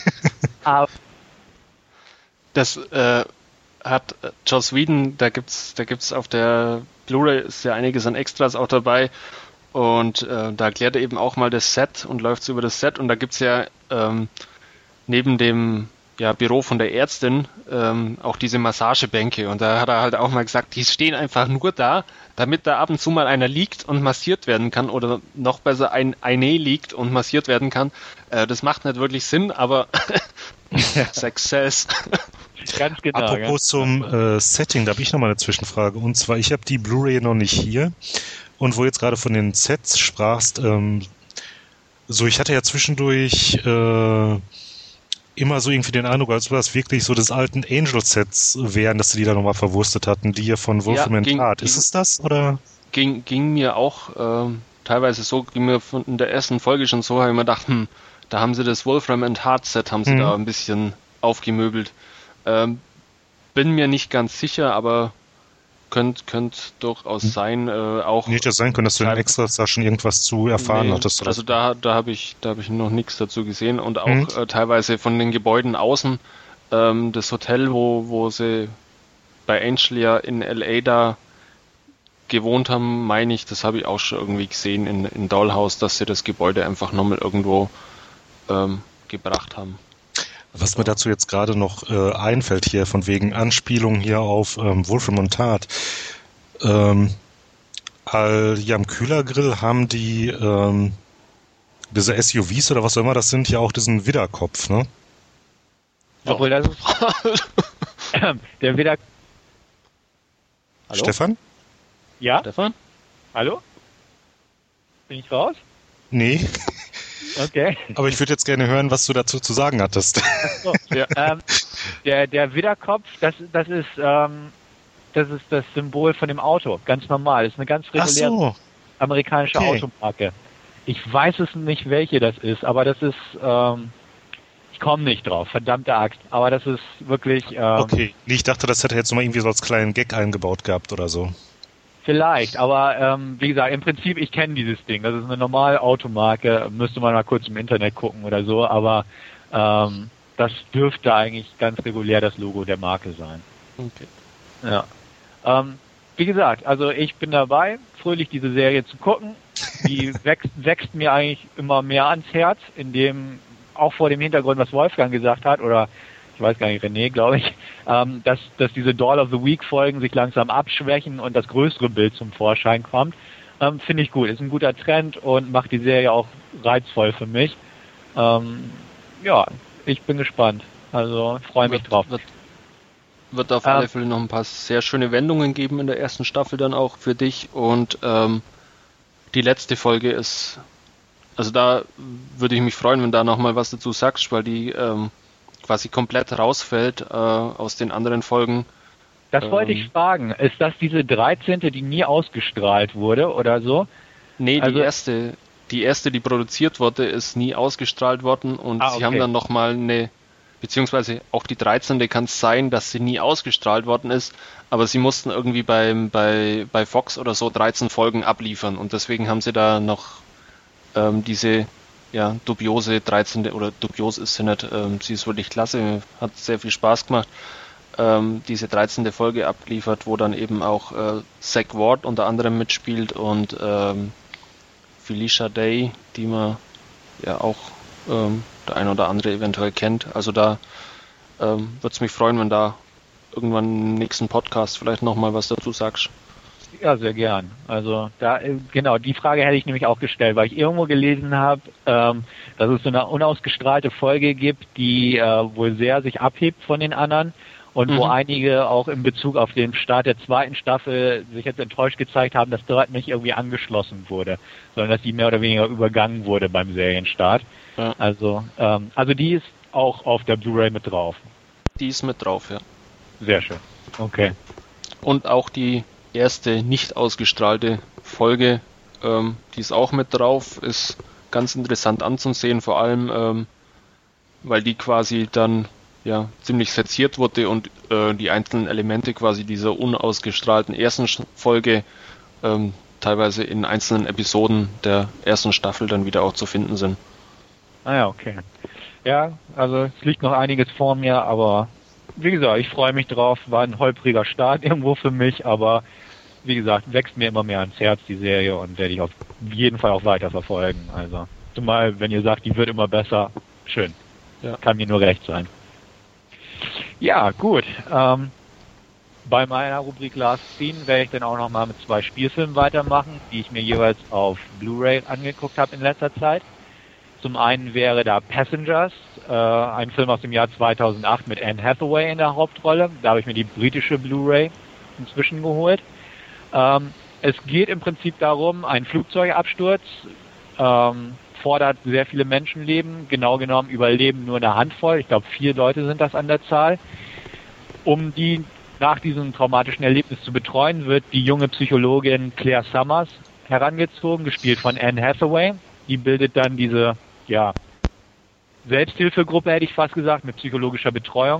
Aber das äh, hat Joss Whedon, da gibt's, da gibt's auf der Blu-ray ist ja einiges an Extras auch dabei und äh, da erklärt er eben auch mal das Set und läuft so über das Set und da gibt's ja ähm, neben dem ja, Büro von der Ärztin ähm, auch diese Massagebänke und da hat er halt auch mal gesagt, die stehen einfach nur da, damit da ab und zu mal einer liegt und massiert werden kann oder noch besser ein Eine liegt und massiert werden kann. Äh, das macht nicht wirklich Sinn, aber Success. Ganz genau. Apropos ganz zum äh, Setting, da habe ich nochmal eine Zwischenfrage. Und zwar, ich habe die Blu-ray noch nicht hier. Und wo jetzt gerade von den Sets sprachst, ähm, so ich hatte ja zwischendurch äh, immer so irgendwie den Eindruck, als wäre das wirklich so des alten Angel-Sets wären, dass sie die da nochmal verwurstet hatten, die hier von Wolfram and Hart. Ist es das, oder? Ging, ging mir auch ähm, teilweise so, ging mir von in der ersten Folge schon so, habe ich mir gedacht, hm, da haben sie das Wolfram and Hart Set, haben sie mhm. da ein bisschen aufgemöbelt. Ähm, bin mir nicht ganz sicher, aber könnte könnt durchaus sein. Äh, auch Nicht das sein können, dass du in Extras da schon irgendwas zu erfahren nee, hattest. Oder? Also da, da habe ich, da habe ich noch nichts dazu gesehen und auch hm. äh, teilweise von den Gebäuden außen. Ähm, das Hotel, wo, wo sie bei Angelia in L A da gewohnt haben, meine ich, das habe ich auch schon irgendwie gesehen in, in Dollhouse, dass sie das Gebäude einfach nochmal irgendwo ähm, gebracht haben. Was mir dazu jetzt gerade noch äh, einfällt hier, von wegen Anspielung hier auf ähm, Wolfram und Tat. Ähm, all, hier am Kühlergrill haben die ähm, diese S U Vs oder was auch immer das sind, ja auch diesen Widderkopf, ne? Obwohl, das ist der Widder... Hallo? Stefan? Ja? Stefan? Hallo? Bin ich raus? Nee. Okay. Aber ich würde jetzt gerne hören, was du dazu zu sagen hattest. Ach so. Ja. ähm, der, der Widderkopf, das, das ist, ähm, das ist das Symbol von dem Auto. Ganz normal. Das ist eine ganz reguläre so. amerikanische Okay. Automarke. Ich weiß es nicht, welche das ist, aber das ist, ähm, ich komme nicht drauf, verdammte Axt. Aber das ist wirklich, ähm, Okay. Ich dachte, das hätte jetzt mal irgendwie so als kleinen Gag eingebaut gehabt oder so. vielleicht, aber ähm, wie gesagt, im Prinzip, ich kenne dieses Ding. Das ist eine normale Automarke, müsste man mal kurz im Internet gucken oder so, aber ähm, das dürfte eigentlich ganz regulär das Logo der Marke sein. Okay. Ja. Ähm, wie gesagt, also ich bin dabei, fröhlich diese Serie zu gucken. Die wächst, wächst mir eigentlich immer mehr ans Herz, in dem, auch vor dem Hintergrund, was Wolfgang gesagt hat, oder ich weiß gar nicht, René, glaube ich, ähm, dass, dass diese Doll of the Week Folgen sich langsam abschwächen und das größere Bild zum Vorschein kommt. Ähm, finde ich gut. Ist ein guter Trend und macht die Serie auch reizvoll für mich. Ähm, ja, ich bin gespannt. Also freue mich Wird, drauf. wird, wird auf Ähm, alle Fälle noch ein paar sehr schöne Wendungen geben in der ersten Staffel dann auch für dich und ähm, die letzte Folge ist, also da würde ich mich freuen, wenn da nochmal was dazu sagst, weil die ähm, quasi komplett rausfällt äh, aus den anderen Folgen. Das wollte ähm, ich fragen. Ist das diese dreizehnte, die nie ausgestrahlt wurde oder so? Nee, Also- die erste, die erste, die produziert wurde, ist nie ausgestrahlt worden und Ah, sie okay. haben dann nochmal eine, beziehungsweise auch die dreizehnte kann es sein, dass sie nie ausgestrahlt worden ist, aber sie mussten irgendwie beim, bei, bei Fox oder so dreizehn Folgen abliefern und deswegen haben sie da noch ähm, diese ja, dubiose dreizehnte oder dubios ist sie nicht, ähm, sie ist wirklich klasse, hat sehr viel Spaß gemacht, ähm, diese dreizehnte Folge abgeliefert, wo dann eben auch äh, Zach Ward unter anderem mitspielt und ähm, Felicia Day, die man ja auch ähm, der ein oder andere eventuell kennt. Also da ähm, würde es mich freuen, wenn da irgendwann im nächsten Podcast vielleicht nochmal was dazu sagst. Ja, sehr gern. Also da äh, genau, die Frage hätte ich nämlich auch gestellt, weil ich irgendwo gelesen habe, ähm, dass es so eine unausgestrahlte Folge gibt, die äh, wohl sehr sich abhebt von den anderen und Mhm. wo einige auch in Bezug auf den Start der zweiten Staffel sich jetzt enttäuscht gezeigt haben, dass dort nicht irgendwie angeschlossen wurde, sondern dass die mehr oder weniger übergangen wurde beim Serienstart. Ja. Also ähm, also die ist auch auf der Blu-ray mit drauf. Die ist mit drauf, ja. Sehr schön. Okay. Und auch die erste nicht ausgestrahlte Folge, ähm, die ist auch mit drauf, ist ganz interessant anzusehen, vor allem ähm, weil die quasi dann ja ziemlich seziert wurde und äh, die einzelnen Elemente quasi dieser unausgestrahlten ersten Sch- Folge ähm, teilweise in einzelnen Episoden der ersten Staffel dann wieder auch zu finden sind. Ah ja, okay. Ja, also es liegt noch einiges vor mir, aber wie gesagt, ich freue mich drauf. War ein holpriger Start irgendwo für mich, aber wie gesagt, wächst mir immer mehr ans Herz, die Serie, und werde ich auf jeden Fall auch weiter verfolgen. Also, zumal, wenn ihr sagt, die wird immer besser, schön. Ja. Kann mir nur recht sein. Ja, gut. Ähm, bei meiner Rubrik Last Scene werde ich dann auch nochmal mit zwei Spielfilmen weitermachen, die ich mir jeweils auf Blu-ray angeguckt habe in letzter Zeit. Zum einen wäre da Passengers, äh, ein Film aus dem Jahr zweitausendacht mit Anne Hathaway in der Hauptrolle. Da habe ich mir die britische Blu-ray inzwischen geholt. Ähm, es geht im Prinzip darum, ein Flugzeugabsturz ähm, fordert sehr viele Menschenleben. Genau genommen überleben nur eine Handvoll. Ich glaube, vier Leute sind das an der Zahl. Um die nach diesem traumatischen Erlebnis zu betreuen, wird die junge Psychologin Claire Summers herangezogen, gespielt von Anne Hathaway. Die bildet dann diese, ja, Selbsthilfegruppe, hätte ich fast gesagt, mit psychologischer Betreuung.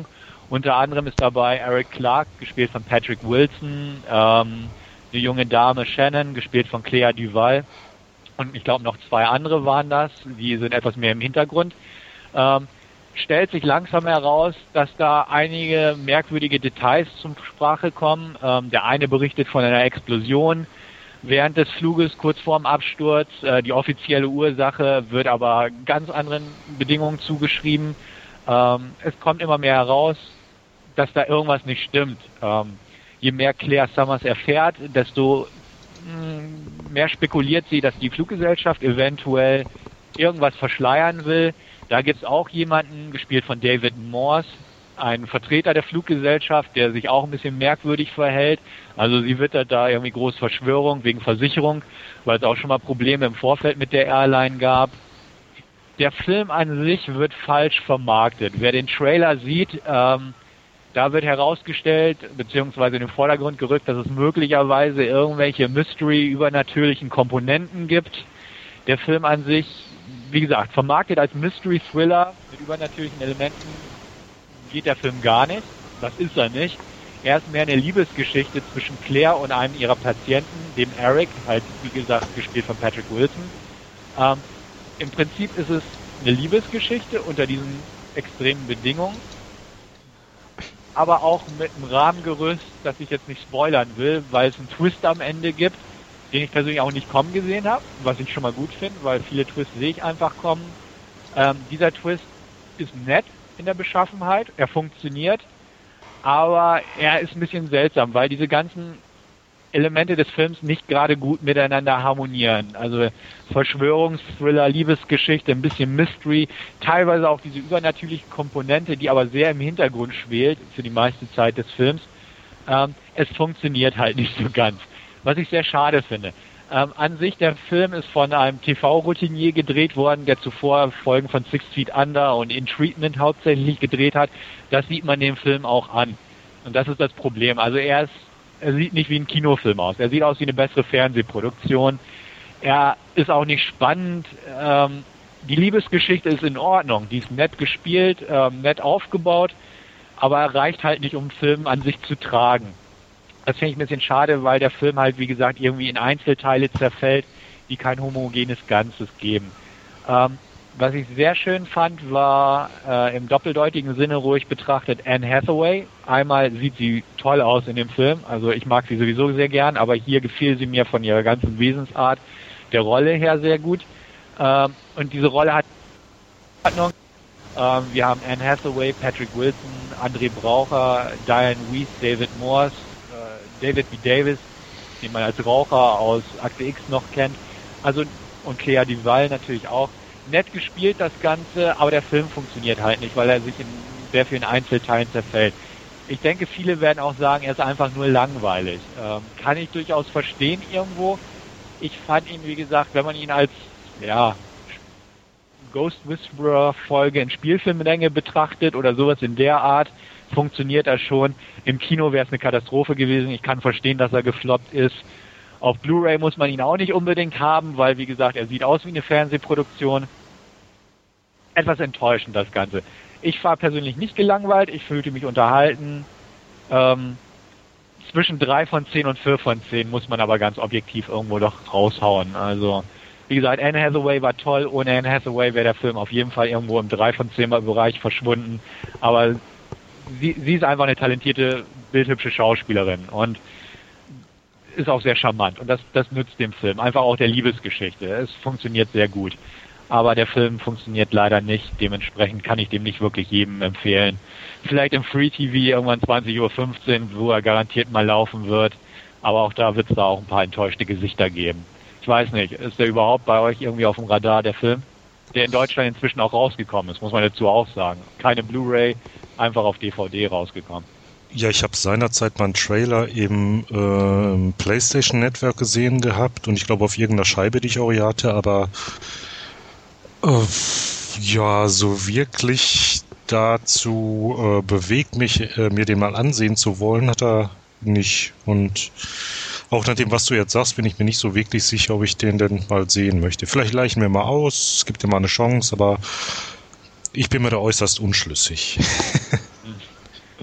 Unter anderem ist dabei Eric Clark, gespielt von Patrick Wilson, ähm, eine junge Dame Shannon, gespielt von Clea Duval, und ich glaube noch zwei andere waren das, die sind etwas mehr im Hintergrund. Ähm, stellt sich langsam heraus, dass da einige merkwürdige Details zum Sprache kommen. Ähm, der eine berichtet von einer Explosion während des Fluges kurz vorm Absturz. Äh, die offizielle Ursache wird aber ganz anderen Bedingungen zugeschrieben. Ähm, es kommt immer mehr heraus, dass da irgendwas nicht stimmt. Ähm, je mehr Claire Summers erfährt, desto mh, mehr spekuliert sie, dass die Fluggesellschaft eventuell irgendwas verschleiern will. Da gibt es auch jemanden, gespielt von David Morse, einen Vertreter der Fluggesellschaft, der sich auch ein bisschen merkwürdig verhält. Also sie wittert da irgendwie groß Verschwörung wegen Versicherung, weil es auch schon mal Probleme im Vorfeld mit der Airline gab. Der Film an sich wird falsch vermarktet. Wer den Trailer sieht, ähm, da wird herausgestellt, beziehungsweise in den Vordergrund gerückt, dass es möglicherweise irgendwelche Mystery, übernatürlichen Komponenten gibt. Der Film an sich, wie gesagt, vermarktet als Mystery-Thriller mit übernatürlichen Elementen geht der Film gar nicht. Das ist er nicht. Er ist mehr eine Liebesgeschichte zwischen Claire und einem ihrer Patienten, dem Eric, halt wie gesagt gespielt von Patrick Wilson. Ähm, Im Prinzip ist es eine Liebesgeschichte unter diesen extremen Bedingungen, aber auch mit einem Rahmengerüst, das ich jetzt nicht spoilern will, weil es einen Twist am Ende gibt, den ich persönlich auch nicht kommen gesehen habe, was ich schon mal gut finde, weil viele Twists sehe ich einfach kommen. Ähm, dieser Twist ist nett in der Beschaffenheit, er funktioniert, aber er ist ein bisschen seltsam, weil diese ganzen Elemente des Films nicht gerade gut miteinander harmonieren. Also Verschwörungsthriller, Liebesgeschichte, ein bisschen Mystery, teilweise auch diese übernatürliche Komponente, die aber sehr im Hintergrund schwelt für die meiste Zeit des Films. Ähm, es funktioniert halt nicht so ganz, was ich sehr schade finde. Ähm, an sich, der Film ist von einem T V-Routinier gedreht worden, der zuvor Folgen von Six Feet Under und In Treatment hauptsächlich gedreht hat. Das sieht man dem Film auch an. Und das ist das Problem. Also er ist, er sieht nicht wie ein Kinofilm aus. Er sieht aus wie eine bessere Fernsehproduktion. Er ist auch nicht spannend. Ähm, die Liebesgeschichte ist in Ordnung. Die ist nett gespielt, ähm, nett aufgebaut, aber er reicht halt nicht, um den Film an sich zu tragen. Das finde ich ein bisschen schade, weil der Film halt, wie gesagt, irgendwie in Einzelteile zerfällt, die kein homogenes Ganzes geben. Ähm, was ich sehr schön fand, war äh, im doppeldeutigen Sinne ruhig betrachtet Anne Hathaway. Einmal sieht sie toll aus in dem Film, also ich mag sie sowieso sehr gern, aber hier gefiel sie mir von ihrer ganzen Wesensart der Rolle her sehr gut. Ähm, und diese Rolle hat Ordnung. Ähm, wir haben Anne Hathaway, Patrick Wilson, André Braucher, Diane Weiss, David Morse, David B. Davis, den man als Raucher aus Akte X noch kennt, also und Clea Duval natürlich auch. Nett gespielt das Ganze, aber der Film funktioniert halt nicht, weil er sich in sehr vielen Einzelteilen zerfällt. Ich denke, viele werden auch sagen, er ist einfach nur langweilig. Ähm, kann ich durchaus verstehen irgendwo. Ich fand ihn, wie gesagt, wenn man ihn als ja Ghost Whisperer Folge in Spielfilmlänge betrachtet oder sowas in der Art, funktioniert er schon. Im Kino wäre es eine Katastrophe gewesen. Ich kann verstehen, dass er gefloppt ist. Auf Blu-ray muss man ihn auch nicht unbedingt haben, weil, wie gesagt, er sieht aus wie eine Fernsehproduktion. Etwas enttäuschend, das Ganze. Ich war persönlich nicht gelangweilt. Ich fühlte mich unterhalten. Ähm, zwischen drei von zehn und vier von zehn muss man aber ganz objektiv irgendwo doch raushauen. Also, wie gesagt, Anne Hathaway war toll. Ohne Anne Hathaway wäre der Film auf jeden Fall irgendwo im drei von zehn Bereich verschwunden. Aber Sie, sie ist einfach eine talentierte, bildhübsche Schauspielerin und ist auch sehr charmant. Und das, das nützt dem Film. Einfach auch der Liebesgeschichte. Es funktioniert sehr gut. Aber der Film funktioniert leider nicht. Dementsprechend kann ich dem nicht wirklich jedem empfehlen. Vielleicht im Free-T V irgendwann zwanzig Uhr fünfzehn, wo er garantiert mal laufen wird. Aber auch da wird es da auch ein paar enttäuschte Gesichter geben. Ich weiß nicht, ist der überhaupt bei euch irgendwie auf dem Radar, der Film? Der in Deutschland inzwischen auch rausgekommen ist, muss man dazu auch sagen. Keine Blu-ray, einfach auf D V D rausgekommen. Ja, ich habe seinerzeit mal einen Trailer im äh, PlayStation Network gesehen gehabt und ich glaube auf irgendeiner Scheibe, die ich auch hier hatte, aber äh, ja, so wirklich dazu äh, bewegt mich, äh, mir den mal ansehen zu wollen, hat er nicht. Und auch nach dem, was du jetzt sagst, bin ich mir nicht so wirklich sicher, ob ich den denn mal sehen möchte. Vielleicht leichen wir mal aus, es gibt ja mal eine Chance, aber ich bin mir da äußerst unschlüssig.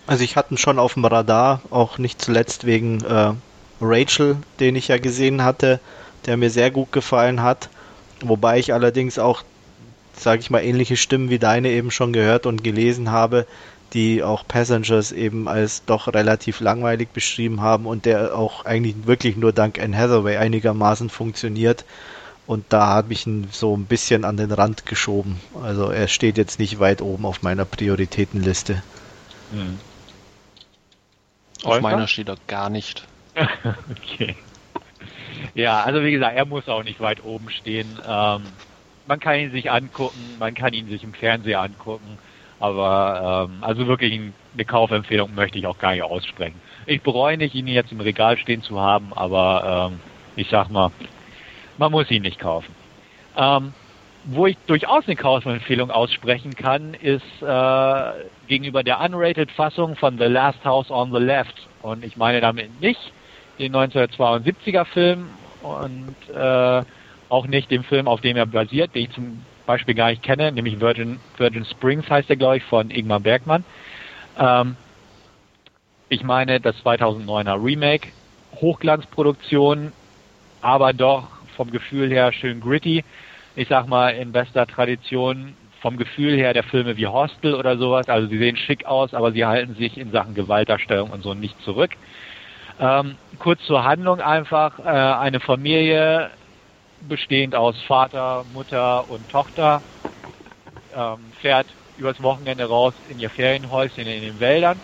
Also ich hatte ihn schon auf dem Radar, auch nicht zuletzt wegen äh, Rachel, den ich ja gesehen hatte, der mir sehr gut gefallen hat. Wobei ich allerdings auch, sage ich mal, ähnliche Stimmen wie deine eben schon gehört und gelesen habe, die auch Passengers eben als doch relativ langweilig beschrieben haben und der auch eigentlich wirklich nur dank Anne Hathaway einigermaßen funktioniert. Und da habe ich ihn so ein bisschen an den Rand geschoben. Also er steht jetzt nicht weit oben auf meiner Prioritätenliste. Hm. Auf meiner steht er gar nicht. Okay. Ja, also wie gesagt, er muss auch nicht weit oben stehen. Ähm, man kann ihn sich angucken, man kann ihn sich im Fernseher angucken, aber ähm, also wirklich eine Kaufempfehlung möchte ich auch gar nicht aussprechen. Ich bereue nicht, ihn jetzt im Regal stehen zu haben, aber ähm, ich sag mal, man muss ihn nicht kaufen. Ähm, wo ich durchaus eine Kaufempfehlung aussprechen kann, ist äh, gegenüber der unrated-Fassung von The Last House on the Left. Und ich meine damit nicht den neunzehnhundertzweiundsiebziger Film und äh, auch nicht den Film, auf dem er basiert, den ich zum Beispiel gar nicht kenne, nämlich Virgin, Virgin Springs heißt der, glaube ich, von Ingmar Bergman. Ähm, ich meine das zweitausenddeuner Remake, Hochglanzproduktion, aber doch vom Gefühl her schön gritty. Ich sag mal, in bester Tradition vom Gefühl her der Filme wie Hostel oder sowas. Also sie sehen schick aus, aber sie halten sich in Sachen Gewaltdarstellung und so nicht zurück. Ähm, kurz zur Handlung einfach. Äh, eine Familie bestehend aus Vater, Mutter und Tochter ähm, fährt übers Wochenende raus in ihr Ferienhäuschen in den Wäldern.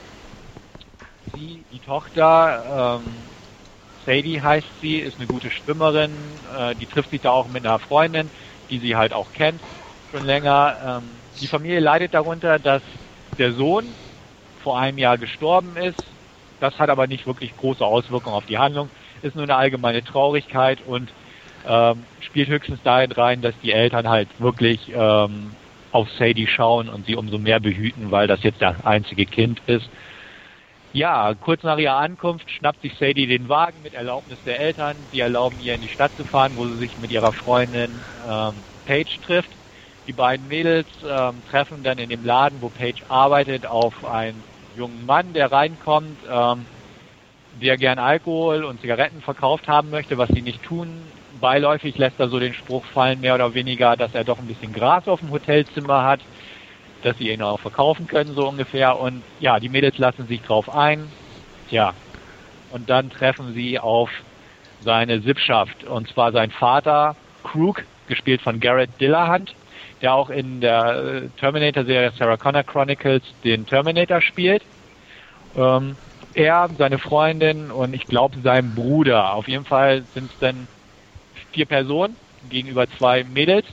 Sie, die Tochter, ähm, Sadie heißt sie, ist eine gute Schwimmerin, äh, die trifft sich da auch mit einer Freundin, die sie halt auch kennt, schon länger. Ähm, die Familie leidet darunter, dass der Sohn vor einem Jahr gestorben ist. Das hat aber nicht wirklich große Auswirkungen auf die Handlung, ist nur eine allgemeine Traurigkeit und ähm, spielt höchstens darin rein, dass die Eltern halt wirklich ähm, auf Sadie schauen und sie umso mehr behüten, weil das jetzt das einzige Kind ist. Ja, kurz nach ihrer Ankunft schnappt sich Sadie den Wagen mit Erlaubnis der Eltern. Sie erlauben ihr, in die Stadt zu fahren, wo sie sich mit ihrer Freundin ähm, Paige trifft. Die beiden Mädels ähm, treffen dann in dem Laden, wo Paige arbeitet, auf einen jungen Mann, der reinkommt, ähm, der gern Alkohol und Zigaretten verkauft haben möchte, was sie nicht tun. Beiläufig lässt er so den Spruch fallen, mehr oder weniger, dass er doch ein bisschen Gras auf dem Hotelzimmer hat, dass sie ihn auch verkaufen können, so ungefähr. Und ja, die Mädels lassen sich drauf ein. Tja, und dann treffen sie auf seine Sippschaft. Und zwar sein Vater, Krug, gespielt von Garrett Dillahunt, der auch in der Terminator-Serie Sarah Connor Chronicles den Terminator spielt. Ähm, er, seine Freundin und ich glaube sein Bruder. Auf jeden Fall sind es dann vier Personen gegenüber zwei Mädels.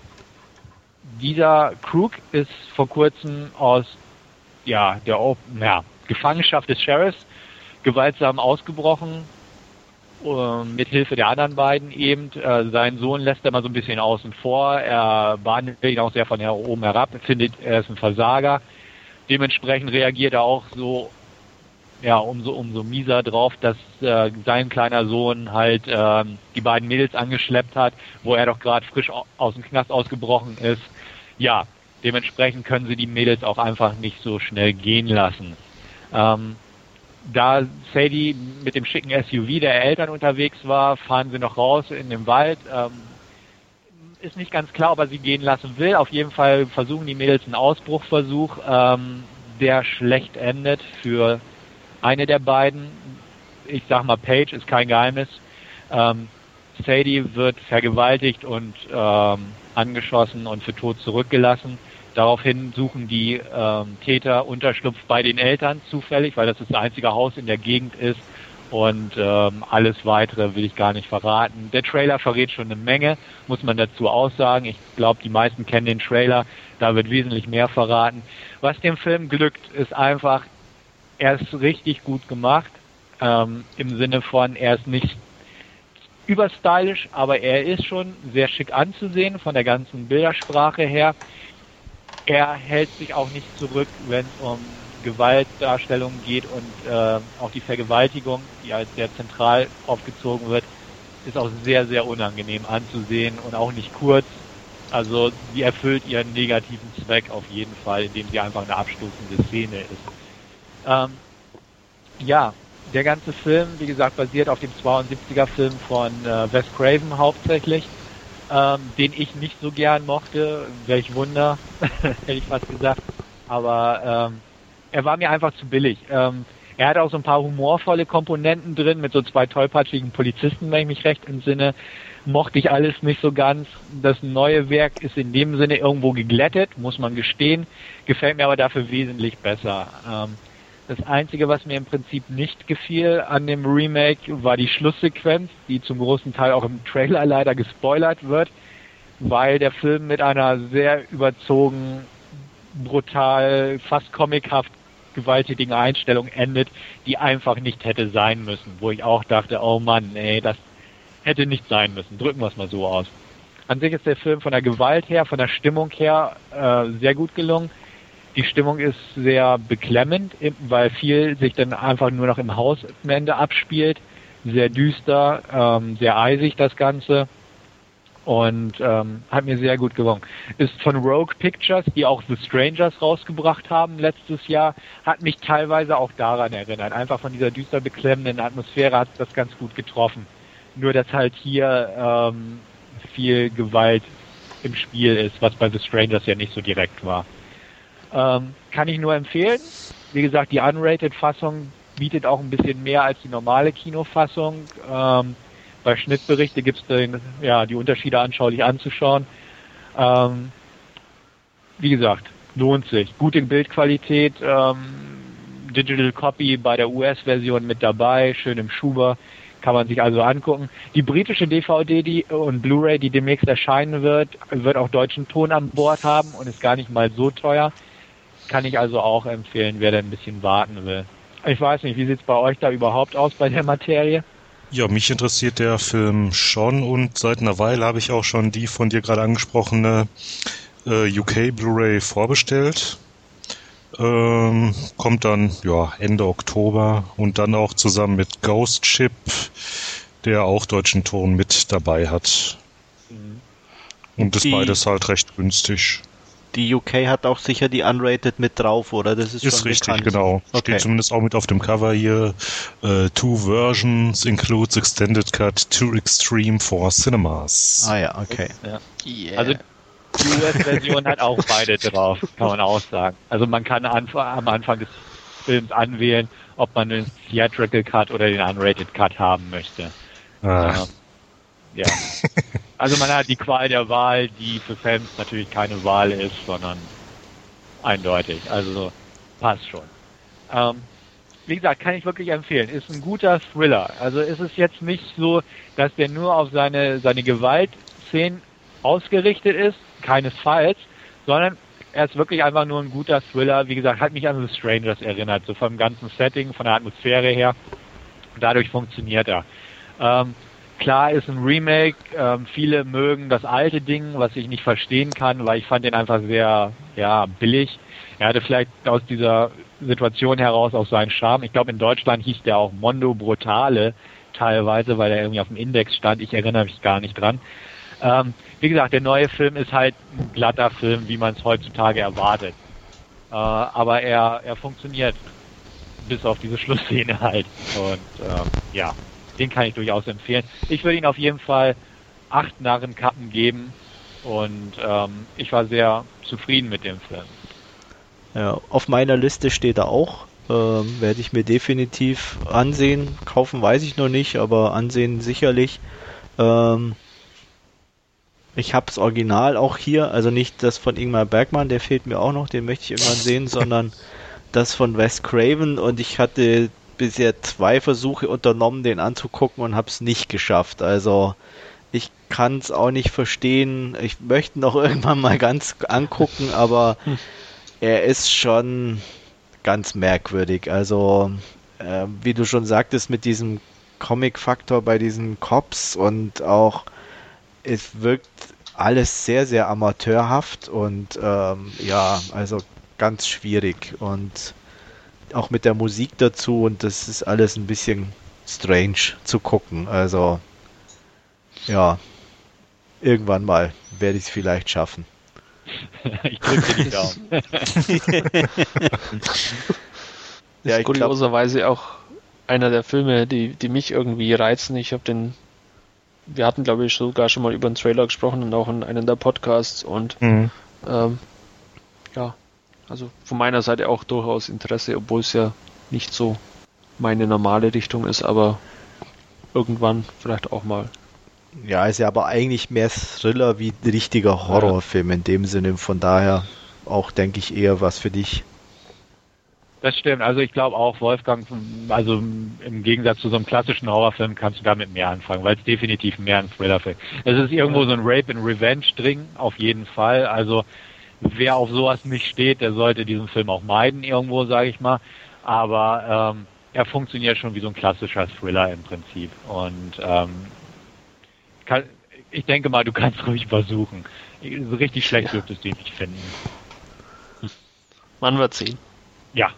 Dieser Krug ist vor kurzem aus ja, der ja, Gefangenschaft des Sheriffs gewaltsam ausgebrochen, äh, mit Hilfe der anderen beiden eben. Äh, seinen Sohn lässt er mal so ein bisschen außen vor. Er behandelt ihn auch sehr von oben herab, findet, er ist ein Versager. Dementsprechend reagiert er auch so ja, umso, umso mieser drauf, dass äh, sein kleiner Sohn halt äh, die beiden Mädels angeschleppt hat, wo er doch gerade frisch aus dem Knast ausgebrochen ist. Ja, dementsprechend können sie die Mädels auch einfach nicht so schnell gehen lassen. Ähm, da Sadie mit dem schicken S U V der Eltern unterwegs war, fahren sie noch raus in den Wald. Ähm, ist nicht ganz klar, ob er sie gehen lassen will. Auf jeden Fall versuchen die Mädels einen Ausbruchversuch, ähm, der schlecht endet für eine der beiden. Ich sag mal, Paige ist kein Geheimnis. Ähm, Sadie wird vergewaltigt und ähm, angeschossen und für tot zurückgelassen. Daraufhin suchen die ähm, Täter Unterschlupf bei den Eltern zufällig, weil das das einzige Haus in der Gegend ist. Und ähm, alles Weitere will ich gar nicht verraten. Der Trailer verrät schon eine Menge, muss man dazu auch sagen. Ich glaube, die meisten kennen den Trailer. Da wird wesentlich mehr verraten. Was dem Film glückt, ist einfach, er ist richtig gut gemacht. Ähm, im Sinne von, er ist nicht überstylisch, aber er ist schon sehr schick anzusehen von der ganzen Bildersprache her. Er hält sich auch nicht zurück, wenn es um Gewaltdarstellungen geht und äh, auch die Vergewaltigung, die als sehr zentral aufgezogen wird, ist auch sehr, sehr unangenehm anzusehen und auch nicht kurz. Also sie erfüllt ihren negativen Zweck auf jeden Fall, indem sie einfach eine abstoßende Szene ist. Ähm, ja, der ganze Film, wie gesagt, basiert auf dem zweiundsiebziger-Film von äh, Wes Craven hauptsächlich, ähm, den ich nicht so gern mochte. Welch Wunder, hätte ich fast gesagt. Aber ähm, er war mir einfach zu billig. Ähm, er hat auch so ein paar humorvolle Komponenten drin, mit so zwei tollpatschigen Polizisten, wenn ich mich recht entsinne. Mochte ich alles nicht so ganz. Das neue Werk ist in dem Sinne irgendwo geglättet, muss man gestehen. Gefällt mir aber dafür wesentlich besser. Ähm, das Einzige, was mir im Prinzip nicht gefiel an dem Remake, war die Schlusssequenz, die zum großen Teil auch im Trailer leider gespoilert wird, weil der Film mit einer sehr überzogen, brutal, fast comichaft gewalttätigen Einstellung endet, die einfach nicht hätte sein müssen. Wo ich auch dachte, oh Mann, ey, das hätte nicht sein müssen. Drücken wir es mal so aus. An sich ist der Film von der Gewalt her, von der Stimmung her äh, sehr gut gelungen. Die Stimmung ist sehr beklemmend, weil viel sich dann einfach nur noch im Haus am Ende abspielt. Sehr düster, ähm, sehr eisig das Ganze. Und ähm, hat mir sehr gut gelungen. Ist von Rogue Pictures, die auch The Strangers rausgebracht haben letztes Jahr, hat mich teilweise auch daran erinnert. Einfach von dieser düster beklemmenden Atmosphäre hat das ganz gut getroffen. Nur, dass halt hier ähm, viel Gewalt im Spiel ist, was bei The Strangers ja nicht so direkt war. Ähm, kann ich nur empfehlen. Wie gesagt, die Unrated-Fassung bietet auch ein bisschen mehr als die normale Kinofassung. Ähm, bei Schnittberichte gibt es ja, die Unterschiede anschaulich anzuschauen. Ähm, wie gesagt, lohnt sich. Gute Bildqualität, ähm, Digital Copy bei der U S-Version mit dabei, schön im Schuber. Kann man sich also angucken. Die britische D V D die, und Blu-ray, die demnächst erscheinen wird, wird auch deutschen Ton an Bord haben und ist gar nicht mal so teuer. Kann ich also auch empfehlen, wer da ein bisschen warten will. Ich weiß nicht, wie sieht es bei euch da überhaupt aus bei der Materie? Ja, mich interessiert der Film schon und seit einer Weile habe ich auch schon die von dir gerade angesprochene äh, U K Blu-ray vorbestellt. Ähm, kommt dann ja Ende Oktober und dann auch zusammen mit Ghost Ship, der auch deutschen Ton mit dabei hat. Mhm. Und das die, beides halt recht günstig. Die U K hat auch sicher die Unrated mit drauf, oder? Das ist, ist schon richtig, bekannt. genau. Okay. Steht zumindest auch mit auf dem Cover hier. Uh, two versions includes extended cut, too extreme for cinemas. Ah ja, okay. Ja. Yeah. Also die U S-Version hat auch beide drauf, kann man auch sagen. Also man kann am Anfang des Films anwählen, ob man den Theatrical Cut oder den Unrated Cut haben möchte. Ah. Ja. Also man hat die Qual der Wahl, die für Fans natürlich keine Wahl ist, sondern eindeutig. Also passt schon. Ähm, wie gesagt, kann ich wirklich empfehlen. Ist ein guter Thriller. Also ist es jetzt nicht so, dass der nur auf seine, seine Gewaltszenen ausgerichtet ist, keinesfalls, sondern er ist wirklich einfach nur ein guter Thriller. Wie gesagt, hat mich an The Strangers erinnert, so vom ganzen Setting, von der Atmosphäre her. Dadurch funktioniert er. Ähm, klar ist ein Remake, ähm, viele mögen das alte Ding, was ich nicht verstehen kann, weil ich fand den einfach sehr, ja, billig. Er hatte vielleicht aus dieser Situation heraus auch seinen Charme. Ich glaube, in Deutschland hieß der auch Mondo Brutale teilweise, weil er irgendwie auf dem Index stand. Ich erinnere mich gar nicht dran. Ähm, wie gesagt, der neue Film ist halt ein glatter Film, wie man es heutzutage erwartet. Äh, aber er, er funktioniert bis auf diese Schlussszene halt. Und äh, ja, den kann ich durchaus empfehlen. Ich würde ihn auf jeden Fall acht Narrenkappen geben und ähm, ich war sehr zufrieden mit dem Film. Ja, auf meiner Liste steht er auch. Ähm, werde ich mir definitiv ansehen. Kaufen weiß ich noch nicht, aber ansehen sicherlich. Ähm, Ich habe das Original auch hier, also nicht das von Ingmar Bergman, der fehlt mir auch noch, den möchte ich irgendwann sehen, sondern das von Wes Craven und ich hatte bisher zwei Versuche unternommen, den anzugucken und habe es nicht geschafft. Also ich kann es auch nicht verstehen. Ich möchte noch irgendwann mal ganz angucken, aber er ist schon ganz merkwürdig. Also äh, wie du schon sagtest, mit diesem Comic-Faktor bei diesen Cops und auch es wirkt alles sehr, sehr amateurhaft und ähm, ja, also ganz schwierig und auch mit der Musik dazu und das ist alles ein bisschen strange zu gucken. Also ja, irgendwann mal werde ich es vielleicht schaffen. Ich drücke dir die Daumen. Ja, ich kurioserweise auch einer der Filme, die, die mich irgendwie reizen. Ich habe den, wir hatten glaube ich sogar schon mal über den Trailer gesprochen und auch in einem der Podcasts und mhm. ähm, ja, also von meiner Seite auch durchaus Interesse, obwohl es ja nicht so meine normale Richtung ist, aber irgendwann vielleicht auch mal. Ja, ist ja aber eigentlich mehr Thriller wie ein richtiger Horrorfilm in dem Sinne, von daher auch, denke ich, eher was für dich. Das stimmt, also ich glaube auch, Wolfgang, also im Gegensatz zu so einem klassischen Horrorfilm kannst du damit mehr anfangen, weil es definitiv mehr ein Thrillerfilm ist. Es ist irgendwo so ein Rape and Revenge drin, auf jeden Fall, also wer auf sowas nicht steht, der sollte diesen Film auch meiden irgendwo, sage ich mal, aber ähm, er funktioniert schon wie so ein klassischer Thriller im Prinzip und ähm, kann, ich denke mal, du kannst ruhig versuchen. So richtig schlecht dürftest du ihn nicht finden. Man wird sehen. Ja.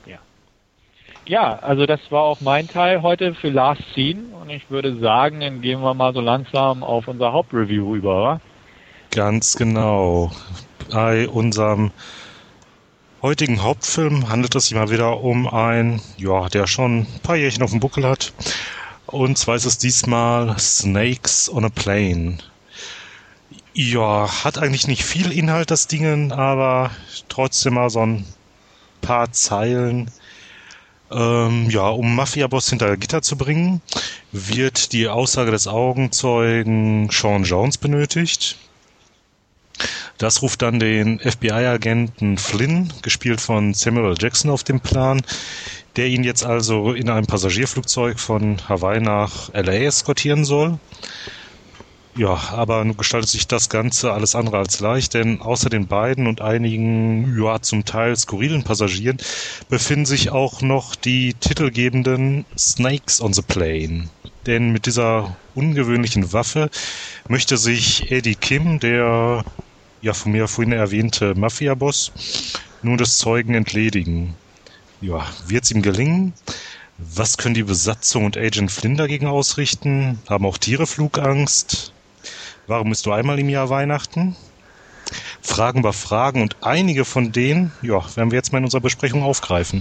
Ja, also das war auch mein Teil heute für Last Scene und ich würde sagen, dann gehen wir mal so langsam auf unser Hauptreview über, oder? Ganz genau. Bei unserem heutigen Hauptfilm handelt es sich mal wieder um einen, ja, der schon ein paar Jährchen auf dem Buckel hat. Und zwar ist es diesmal Snakes on a Plane. Ja, hat eigentlich nicht viel Inhalt, das Ding, aber trotzdem mal so ein paar Zeilen. Ähm, ja, um Mafia-Boss hinter Gitter zu bringen, wird die Aussage des Augenzeugen Sean Jones benötigt. Das ruft dann den F B I-Agenten Flynn, gespielt von Samuel L. Jackson, auf den Plan, der ihn jetzt also in einem Passagierflugzeug von Hawaii nach L A eskortieren soll. Ja, aber nun gestaltet sich das Ganze alles andere als leicht, denn außer den beiden und einigen, ja, zum Teil skurrilen Passagieren befinden sich auch noch die titelgebenden Snakes on the Plane. Denn mit dieser ungewöhnlichen Waffe möchte sich Eddie Kim, der ja von mir vorhin erwähnte Mafia-Boss, nun des Zeugen entledigen. Ja, wird's ihm gelingen? Was können die Besatzung und Agent Flynn dagegen ausrichten? Haben auch Tiere Flugangst? Warum ist nur einmal im Jahr Weihnachten? Fragen über Fragen und einige von denen, ja, werden wir jetzt mal in unserer Besprechung aufgreifen.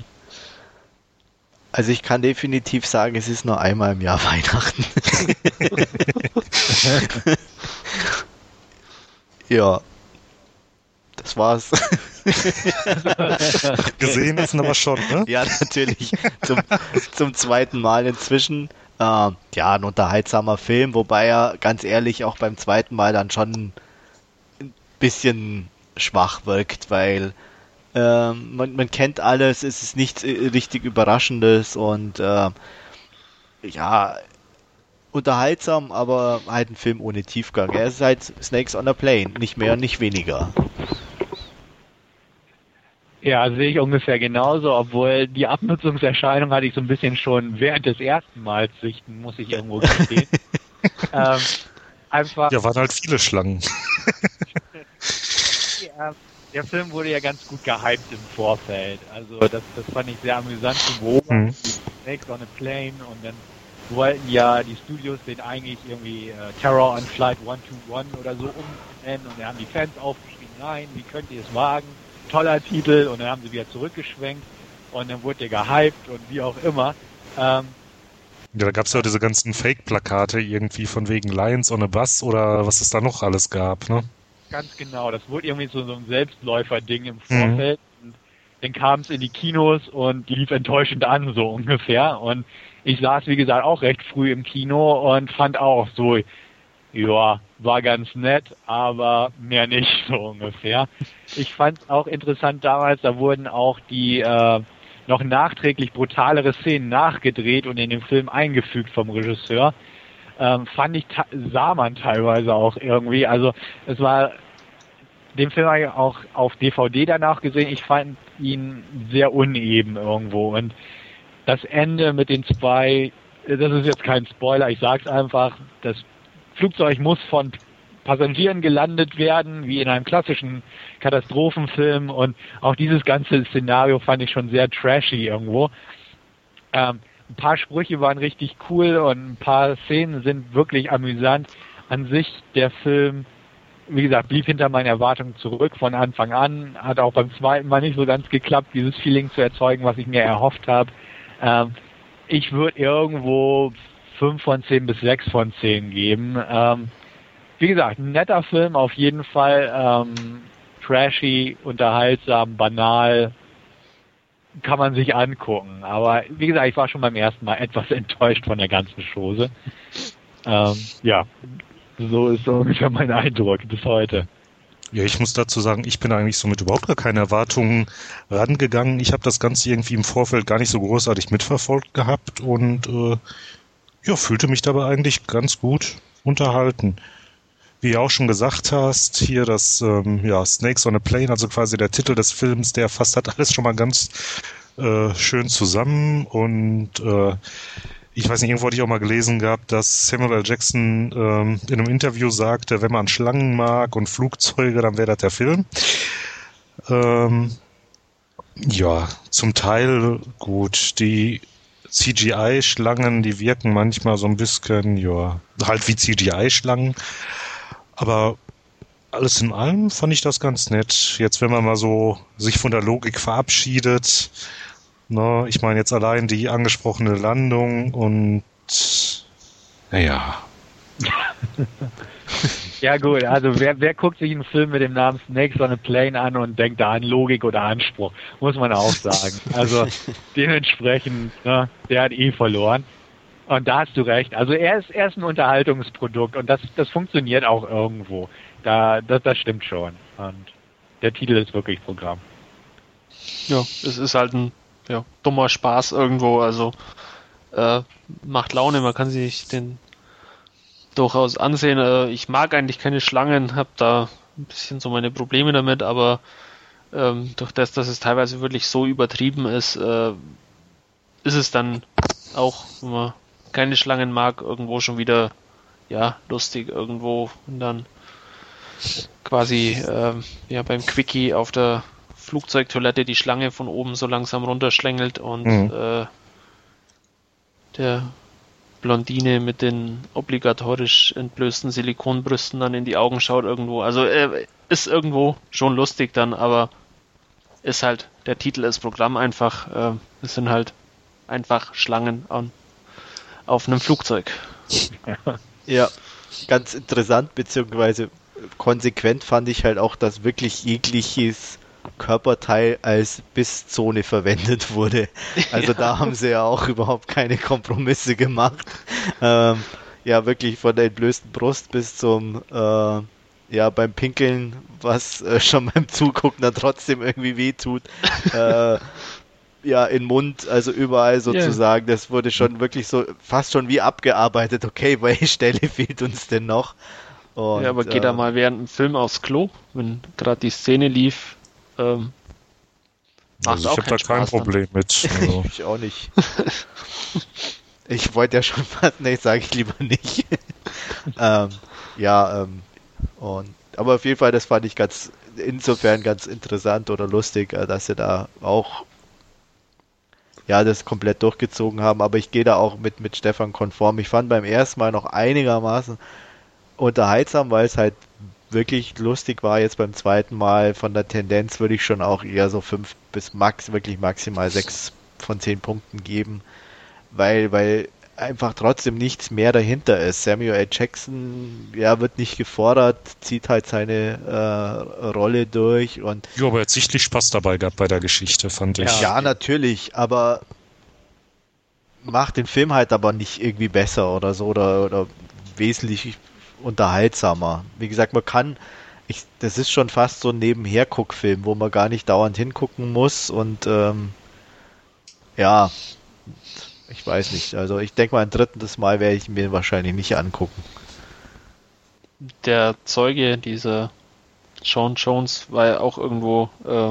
Also ich kann definitiv sagen, es ist nur einmal im Jahr Weihnachten. Ja, das war's. Gesehen ist aber schon, ne? Ja, natürlich. Zum, zum zweiten Mal inzwischen. Äh, ja, ein unterhaltsamer Film, wobei er ganz ehrlich auch beim zweiten Mal dann schon ein bisschen schwach wirkt, weil äh, man, man kennt alles, es ist nichts richtig Überraschendes und äh, ja, unterhaltsam, aber halt ein Film ohne Tiefgang. Er ist halt Snakes on a Plane, nicht mehr, nicht weniger. Ja, sehe ich ungefähr genauso, obwohl die Abnutzungserscheinung hatte ich so ein bisschen schon während des ersten Mals sichten, muss ich irgendwo gestehen. ähm, einfach. Ja, waren halt viele Schlangen. Ja, der Film wurde ja ganz gut gehypt im Vorfeld. Also das, das fand ich sehr amüsant zu beobachten. Mhm. Snakes on a Plane und dann wollten ja die Studios den eigentlich irgendwie äh, Terror on Flight one two one oder so umbenennen und dann haben die Fans aufgeschrieben, nein, wie könnt ihr es wagen? Toller Titel und dann haben sie wieder zurückgeschwenkt und dann wurde der gehypt und wie auch immer. Ähm, ja, da gab es ja diese ganzen Fake-Plakate irgendwie von wegen Lions on a Bus oder was es da noch alles gab, ne? Ganz genau, das wurde irgendwie so, so ein Selbstläufer-Ding im Vorfeld. Mhm. Und dann kam es in die Kinos und die lief enttäuschend an, so ungefähr. Und ich saß, wie gesagt, auch recht früh im Kino und fand auch so, ja, war ganz nett, aber mehr nicht, so ungefähr. Ich fand es auch interessant damals, da wurden auch die äh, noch nachträglich brutalere Szenen nachgedreht und in den Film eingefügt vom Regisseur. Ähm, fand ich, ta- sah man teilweise auch irgendwie. Also es war, den Film habe ich auch auf D V D danach gesehen. Ich fand ihn sehr uneben irgendwo. Und das Ende mit den zwei, das ist jetzt kein Spoiler, ich sag's einfach, das Flugzeug muss von Passagieren gelandet werden, wie in einem klassischen Katastrophenfilm. Und auch dieses ganze Szenario fand ich schon sehr trashy irgendwo. Ähm, ein paar Sprüche waren richtig cool und ein paar Szenen sind wirklich amüsant. An sich, der Film, wie gesagt, blieb hinter meinen Erwartungen zurück von Anfang an. Hat auch beim zweiten Mal nicht so ganz geklappt, dieses Feeling zu erzeugen, was ich mir erhofft habe. Ähm, ich würde irgendwo fünf von zehn bis sechs von zehn geben. Ähm, wie gesagt, ein netter Film auf jeden Fall. Ähm, trashy, unterhaltsam, banal. Kann man sich angucken. Aber wie gesagt, ich war schon beim ersten Mal etwas enttäuscht von der ganzen Chose. Ähm, ja, so ist so ungefähr mein Eindruck bis heute. Ja, ich muss dazu sagen, ich bin eigentlich so mit überhaupt gar keine Erwartungen rangegangen. Ich habe das Ganze irgendwie im Vorfeld gar nicht so großartig mitverfolgt gehabt und äh, ja, fühlte mich dabei eigentlich ganz gut unterhalten. Wie du auch schon gesagt hast, hier das ähm, ja, Snakes on a Plane, also quasi der Titel des Films, der fasst hat alles schon mal ganz äh, schön zusammen und äh, ich weiß nicht, irgendwo hatte ich auch mal gelesen gehabt, dass Samuel L. Jackson ähm, in einem Interview sagte, wenn man Schlangen mag und Flugzeuge, dann wäre das der Film. Ähm, ja, zum Teil gut. Die C G I-Schlangen, die wirken manchmal so ein bisschen, ja, halt wie C G I-Schlangen. Aber alles in allem fand ich das ganz nett. Jetzt, wenn man mal so sich von der Logik verabschiedet, ne, ich meine jetzt allein die angesprochene Landung und naja. Ja gut, also wer, wer guckt sich einen Film mit dem Namen Snakes on a Plane an und denkt da an Logik oder Anspruch, muss man auch sagen. Also dementsprechend, ne, der hat eh verloren. Und da hast du recht. Also er ist, er ist ein Unterhaltungsprodukt und das, das funktioniert auch irgendwo. Da, das, das stimmt schon. Und der Titel ist wirklich Programm. Ja, es ist halt ein ja, dummer Spaß irgendwo. Also äh, macht Laune, man kann sich den durchaus ansehen. Äh, ich mag eigentlich keine Schlangen, habe da ein bisschen so meine Probleme damit, aber ähm, durch das, dass es teilweise wirklich so übertrieben ist, äh, ist es dann auch, wenn man keine Schlangen mag, irgendwo schon wieder ja lustig irgendwo und dann quasi äh, ja beim Quickie auf der Flugzeugtoilette die Schlange von oben so langsam runterschlängelt und Mhm. äh, der Blondine mit den obligatorisch entblößten Silikonbrüsten dann in die Augen schaut irgendwo. Also äh, ist irgendwo schon lustig dann, aber ist halt, der Titel ist Programm einfach. Äh, es sind halt einfach Schlangen an, auf einem Flugzeug. Ja, ganz interessant, beziehungsweise konsequent fand ich halt auch, dass wirklich jegliches Körperteil als Bisszone verwendet wurde. Also Ja. da haben sie ja auch überhaupt keine Kompromisse gemacht. Ähm, ja, wirklich von der entblößten Brust bis zum äh, ja, beim Pinkeln, was äh, schon beim Zugucken dann trotzdem irgendwie wehtut. äh, ja, in Mund, also überall sozusagen. Das wurde schon wirklich so fast schon wie abgearbeitet. Okay, welche Stelle fehlt uns denn noch? Und, ja, aber geht da äh, mal während dem Film aufs Klo, wenn gerade die Szene lief. Ähm, macht Also auch ich habe da keinen kein Spaß dann. Problem mit. Also. Ich auch nicht. Ich wollte ja schon fast, nee, sage ich lieber nicht. ähm, ja, ähm, und, aber auf jeden Fall, das fand ich ganz, insofern ganz interessant oder lustig, äh, dass sie da auch, ja, das komplett durchgezogen haben, aber ich gehe da auch mit, mit Stefan konform. Ich fand beim ersten Mal noch einigermaßen unterhaltsam, weil es halt wirklich lustig war. Jetzt beim zweiten Mal von der Tendenz würde ich schon auch eher so fünf bis max, wirklich maximal sechs von zehn Punkten geben, weil, weil einfach trotzdem nichts mehr dahinter ist. Samuel L. Jackson, ja, wird nicht gefordert, zieht halt seine äh, Rolle durch und Ja, aber er hat sichtlich Spaß dabei gehabt bei der Geschichte, fand ich. ja, natürlich, aber macht den Film halt aber nicht irgendwie besser oder so oder, oder wesentlich unterhaltsamer. Wie gesagt, man kann, ich, das ist schon fast so ein Nebenher-Guckfilm, wo man gar nicht dauernd hingucken muss und ähm, ja, ich weiß nicht. Also ich denke mal, ein drittes Mal werde ich mir wahrscheinlich nicht angucken. Der Zeuge, dieser Sean Jones, war ja auch irgendwo äh,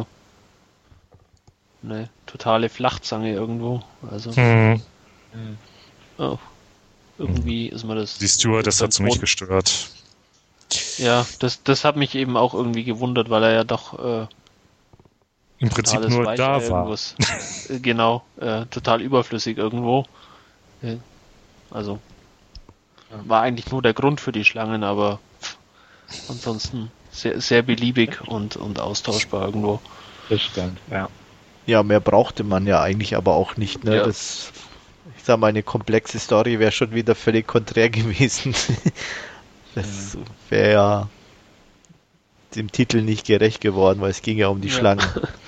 eine totale Flachzange irgendwo. Also Hm. oh, irgendwie ist mir das... Die Stewardess hat das mich gestört. Ja, das, das hat mich eben auch irgendwie gewundert, weil er ja doch äh, Im Prinzip totales nur Weichei da war. irgendwas- äh, genau, äh, total überflüssig irgendwo. Äh, also war eigentlich nur der Grund für die Schlangen, aber pff, ansonsten sehr, sehr beliebig und, und austauschbar irgendwo. Das stimmt, ja. Ja, mehr brauchte man ja eigentlich aber auch nicht. Ne? Ja. Das ich sag mal, eine komplexe Story wäre schon wieder völlig konträr gewesen. Das wäre ja dem Titel nicht gerecht geworden, weil es ging ja um die Ja. Schlangen.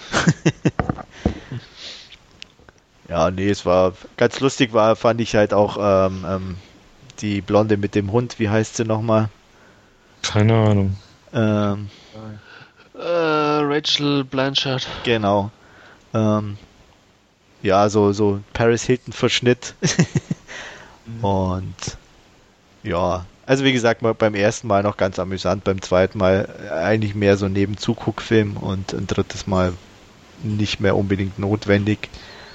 Ja, nee, es war ganz lustig, war, fand ich halt auch ähm, ähm, die Blonde mit dem Hund, wie heißt sie nochmal? Keine Ahnung. Ähm, Äh, Rachel Blanchard. genau. Ähm, ja, so, so Paris Hilton Verschnitt. Und ja, also wie gesagt, mal beim ersten Mal noch ganz amüsant, beim zweiten Mal eigentlich mehr so Nebenzuguckfilm und ein drittes Mal nicht mehr unbedingt notwendig.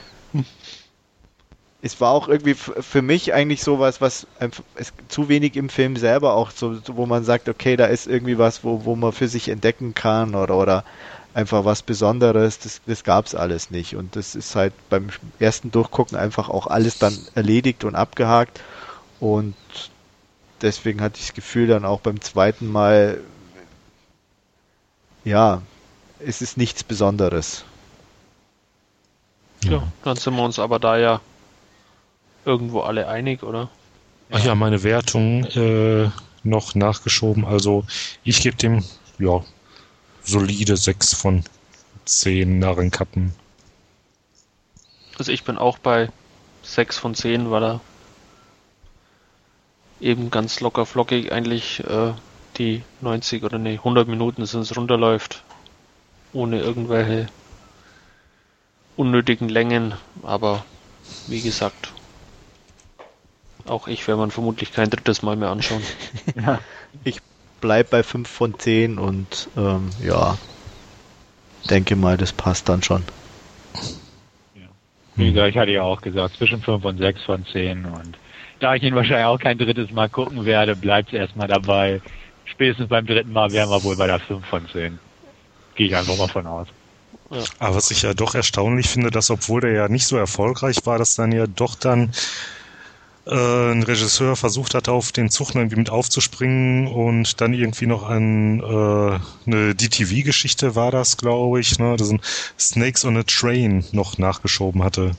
Es war auch irgendwie f- für mich eigentlich sowas, was einfach, es zu wenig im Film selber auch so, so, wo man sagt, okay, da ist irgendwie was, wo, wo man für sich entdecken kann oder, oder einfach was Besonderes, das, das gab's alles nicht. Und das ist halt beim ersten Durchgucken einfach auch alles dann erledigt und abgehakt. Und deswegen hatte ich das Gefühl dann auch beim zweiten Mal, ja, es ist nichts Besonderes. Ja, dann sind wir uns aber da ja irgendwo alle einig, oder? Ach ja, meine Wertung äh, noch nachgeschoben. Also ich gebe dem, ja, solide sechs von zehn Narrenkappen. Also ich bin auch bei sechs von zehn, weil er eben ganz locker flockig eigentlich äh, die neunzig oder nee, hundert Minuten sind es runterläuft. Ohne irgendwelche unnötigen Längen. Aber wie gesagt, auch ich werde man vermutlich kein drittes Mal mehr anschauen. Ja. Bleib bei fünf von zehn und ähm, ja, denke mal, das passt dann schon. Wie gesagt, ich hatte ja auch gesagt, zwischen fünf und sechs von zehn. Und da ich ihn wahrscheinlich auch kein drittes Mal gucken werde, bleibt es erstmal dabei. Spätestens beim dritten Mal wären wir wohl bei der fünf von zehn. Gehe ich einfach mal von aus. Aber was ich ja doch erstaunlich finde, dass obwohl der ja nicht so erfolgreich war, dass dann ja doch dann äh, ein Regisseur versucht hat, auf den Zug irgendwie mit aufzuspringen und dann irgendwie noch an äh, eine D T V-Geschichte war das, glaube ich, ne, das sind Snakes on a Train noch nachgeschoben hatte.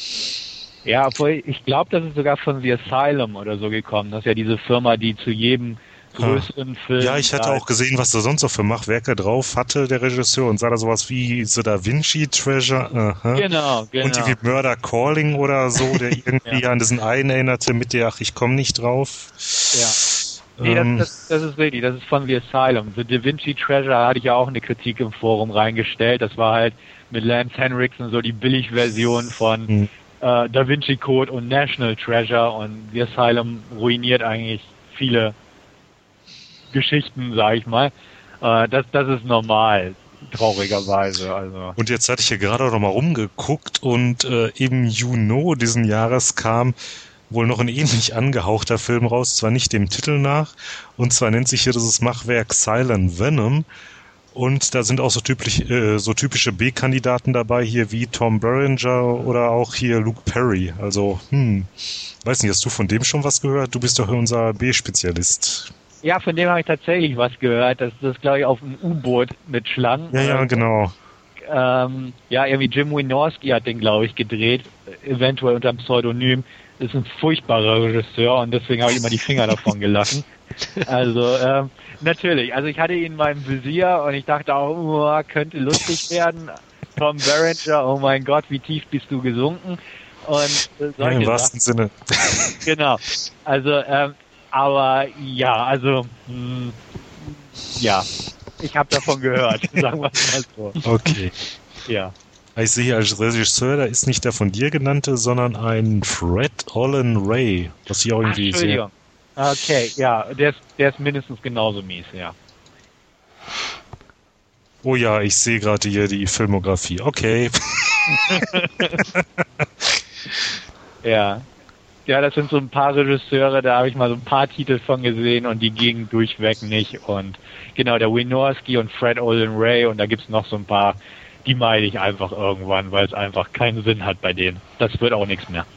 Ja, obwohl ich glaube, das ist sogar von The Asylum oder so gekommen. Das ist ja diese Firma, die zu jedem größeren Film... Ja, ich hatte da- auch gesehen, was da sonst noch für Machwerke drauf hatte, der Regisseur, und sah da sowas wie The Da Vinci Treasure, aha. Genau, genau. Und irgendwie Murder Calling oder so, der irgendwie an diesen einen erinnerte mit der, ach, ich komme nicht drauf. Ja. Nee, Ähm, das, das, das ist richtig, das ist von The Asylum. The Da Vinci Treasure hatte ich ja auch eine Kritik im Forum reingestellt. Das war halt mit Lance Henriksen so die Billigversion von Hm. äh, Da Vinci Code und National Treasure, und The Asylum ruiniert eigentlich viele Geschichten, sag ich mal. Äh, das, das ist normal, traurigerweise. Also. Und jetzt hatte ich hier gerade noch mal rumgeguckt und äh, im Juni diesen Jahres kam wohl noch ein ähnlich angehauchter Film raus, zwar nicht dem Titel nach, und zwar nennt sich hier dieses Machwerk Silent Venom. Und da sind auch so, typisch, äh, so typische B-Kandidaten dabei, hier wie Tom Berenger oder auch hier Luke Perry. Also, hm, weiß nicht, hast du von dem schon was gehört? Du bist doch unser B-Spezialist. Ja, von dem habe ich tatsächlich was gehört. Das ist, glaube ich, auf einem U-Boot mit Schlangen. Ja, ja, genau. Ähm, ja, irgendwie Jim Wynorski hat den, glaube ich, gedreht, eventuell unter einem Pseudonym. Ist ein furchtbarer Regisseur und deswegen habe ich immer die Finger davon gelassen. Also, ähm, natürlich. Also ich hatte ihn in meinem Visier und ich dachte auch, oh, könnte lustig werden. Tom Berenger, oh mein Gott, wie tief bist du gesunken? Und äh, Ja, solche im wahrsten Sinne. Genau. Also, ähm, aber ja, also, mh, ja, ich habe davon gehört, sagen wir es mal so. Okay. Ja. Ich sehe hier als Regisseur, da ist nicht der von dir genannte, sondern ein Fred Olen Ray, was ich auch Ach, irgendwie sehe. Entschuldigung. Okay, ja, der ist, der ist mindestens genauso mies, ja. Oh ja, ich sehe gerade hier die Filmografie. Okay. Ja. Ja, das sind so ein paar Regisseure, da habe ich mal so ein paar Titel von gesehen und die gingen durchweg nicht. Und genau, der Wynorski und Fred Olen Ray, und da gibt's noch so ein paar, die meide ich einfach irgendwann, weil es einfach keinen Sinn hat bei denen. Das wird auch nichts mehr.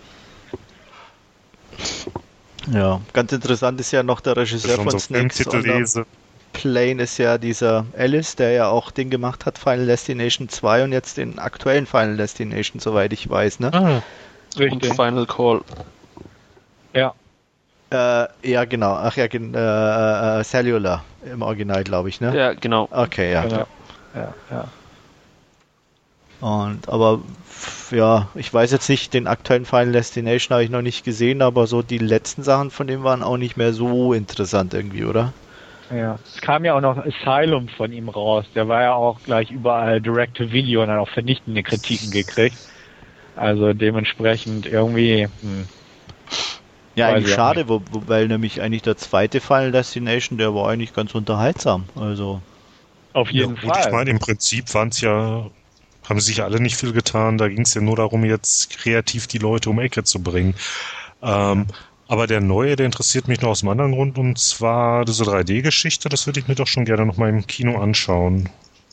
Ja, ganz interessant ist ja noch der Regisseur Schon von so Snakes Filmtitel on the lese. Plane ist ja dieser Alice, der ja auch den gemacht hat, Final Destination zwei und jetzt den aktuellen Final Destination, soweit ich weiß, ne? Ah, Richtig. Und Final Call. Ja. Äh, ja, genau. Ach ja, gen- äh, äh, Cellular im Original, glaube ich, ne? Ja, genau. Okay, ja. Genau. Ja, ja. Und aber f- ja, ich weiß jetzt nicht, den aktuellen Final Destination habe ich noch nicht gesehen, aber so die letzten Sachen von dem waren auch nicht mehr so interessant irgendwie, oder? Ja. Es kam ja auch noch Asylum von ihm raus. Der war ja auch gleich überall Direct-to-Video und hat auch vernichtende Kritiken gekriegt. Also dementsprechend irgendwie. Hm. Ja, Weiß eigentlich ich auch schade, wo, wo, weil nämlich eigentlich der zweite Final Destination, der war eigentlich ganz unterhaltsam. Also Auf jeden ja, gut, Fall. ich meine, im Prinzip waren es ja, haben sich alle nicht viel getan. Da ging es ja nur darum, jetzt kreativ die Leute um Ecke zu bringen. Ähm, aber der neue, der interessiert mich noch aus einem anderen Grund, und zwar diese drei D-Geschichte. Das würde ich mir doch schon gerne noch mal im Kino anschauen.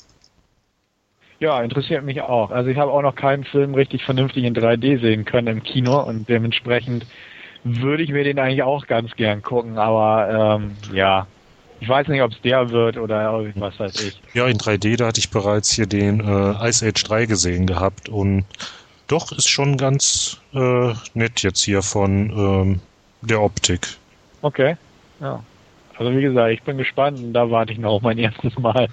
Ja, interessiert mich auch. Also ich habe auch noch keinen Film richtig vernünftig in drei D sehen können im Kino und dementsprechend würde ich mir den eigentlich auch ganz gern gucken, aber ähm, ja, ich weiß nicht, ob es der wird oder was weiß ich. Ja, in drei D, da hatte ich bereits hier den äh, Ice Age drei gesehen gehabt, und doch ist schon ganz äh, nett jetzt hier von ähm, der Optik. Okay, ja. Also wie gesagt, ich bin gespannt und da warte ich noch auf mein erstes Mal.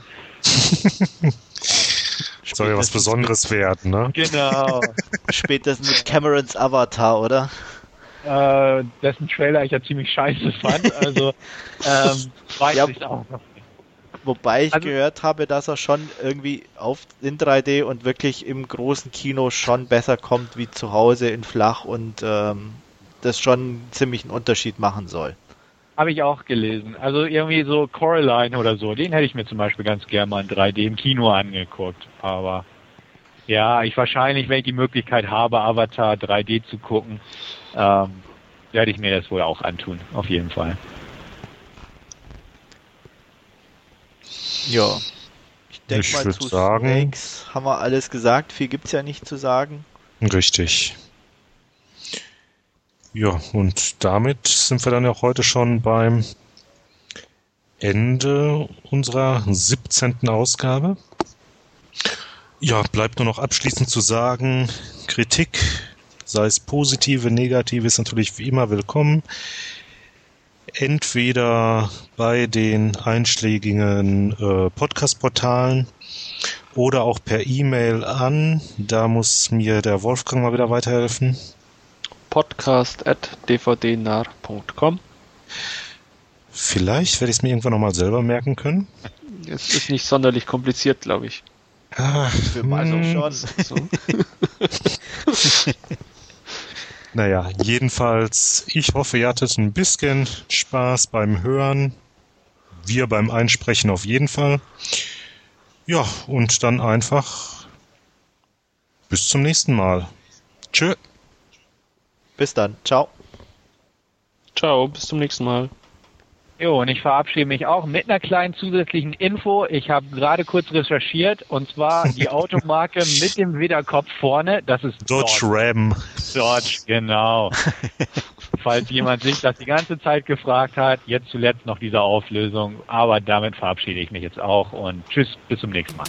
Soll ja was Besonderes werden, ne? Genau. spätestens mit Camerons Avatar, oder? äh, dessen Trailer ich ja ziemlich scheiße fand, also ähm, weiß Ja, ich auch noch. Wobei ich Also- gehört habe, dass er schon irgendwie auf in drei D und wirklich im großen Kino schon besser kommt wie zu Hause in flach und ähm, das schon ziemlich einen Unterschied machen soll. Habe ich auch gelesen. Also irgendwie so Coraline oder so, den hätte ich mir zum Beispiel ganz gerne mal in drei D im Kino angeguckt. Aber ja, ich wahrscheinlich, wenn ich die Möglichkeit habe, Avatar drei D zu gucken, ähm, werde ich mir das wohl auch antun. Auf jeden Fall. Ja. Ich denke Ich mal, würd zu sagen- Snakes haben wir alles gesagt. Viel gibt's ja nicht zu sagen. Richtig. Ja, und damit sind wir dann auch heute schon beim Ende unserer siebzehnten Ausgabe. Ja, bleibt nur noch abschließend zu sagen, Kritik, sei es positive, negative, ist natürlich wie immer willkommen. Entweder bei den einschlägigen äh, Podcast-Portalen oder auch per E-Mail an. Da muss mir der Wolfgang mal wieder weiterhelfen. podcast at d v d nar punkt com. Vielleicht werde ich es mir irgendwann nochmal selber merken können. Es ist nicht sonderlich kompliziert, glaube ich. Ah, Für also hm, schon. So. Naja, jedenfalls, ich hoffe, ihr hattet ein bisschen Spaß beim Hören. Wir beim Einsprechen auf jeden Fall. Ja, und dann einfach bis zum nächsten Mal. Tschö. Bis dann. Ciao. Ciao, bis zum nächsten Mal. Jo, und ich verabschiede mich auch mit einer kleinen zusätzlichen Info. Ich habe gerade kurz recherchiert, und zwar die Automarke mit dem Widderkopf vorne, das ist Dodge Ram. Dodge, genau. Falls jemand sich das die ganze Zeit gefragt hat, jetzt zuletzt noch diese Auflösung. Aber damit verabschiede ich mich jetzt auch und tschüss, bis zum nächsten Mal.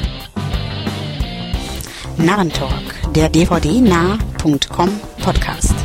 Narrentalk, der d v d nah punkt com Podcast.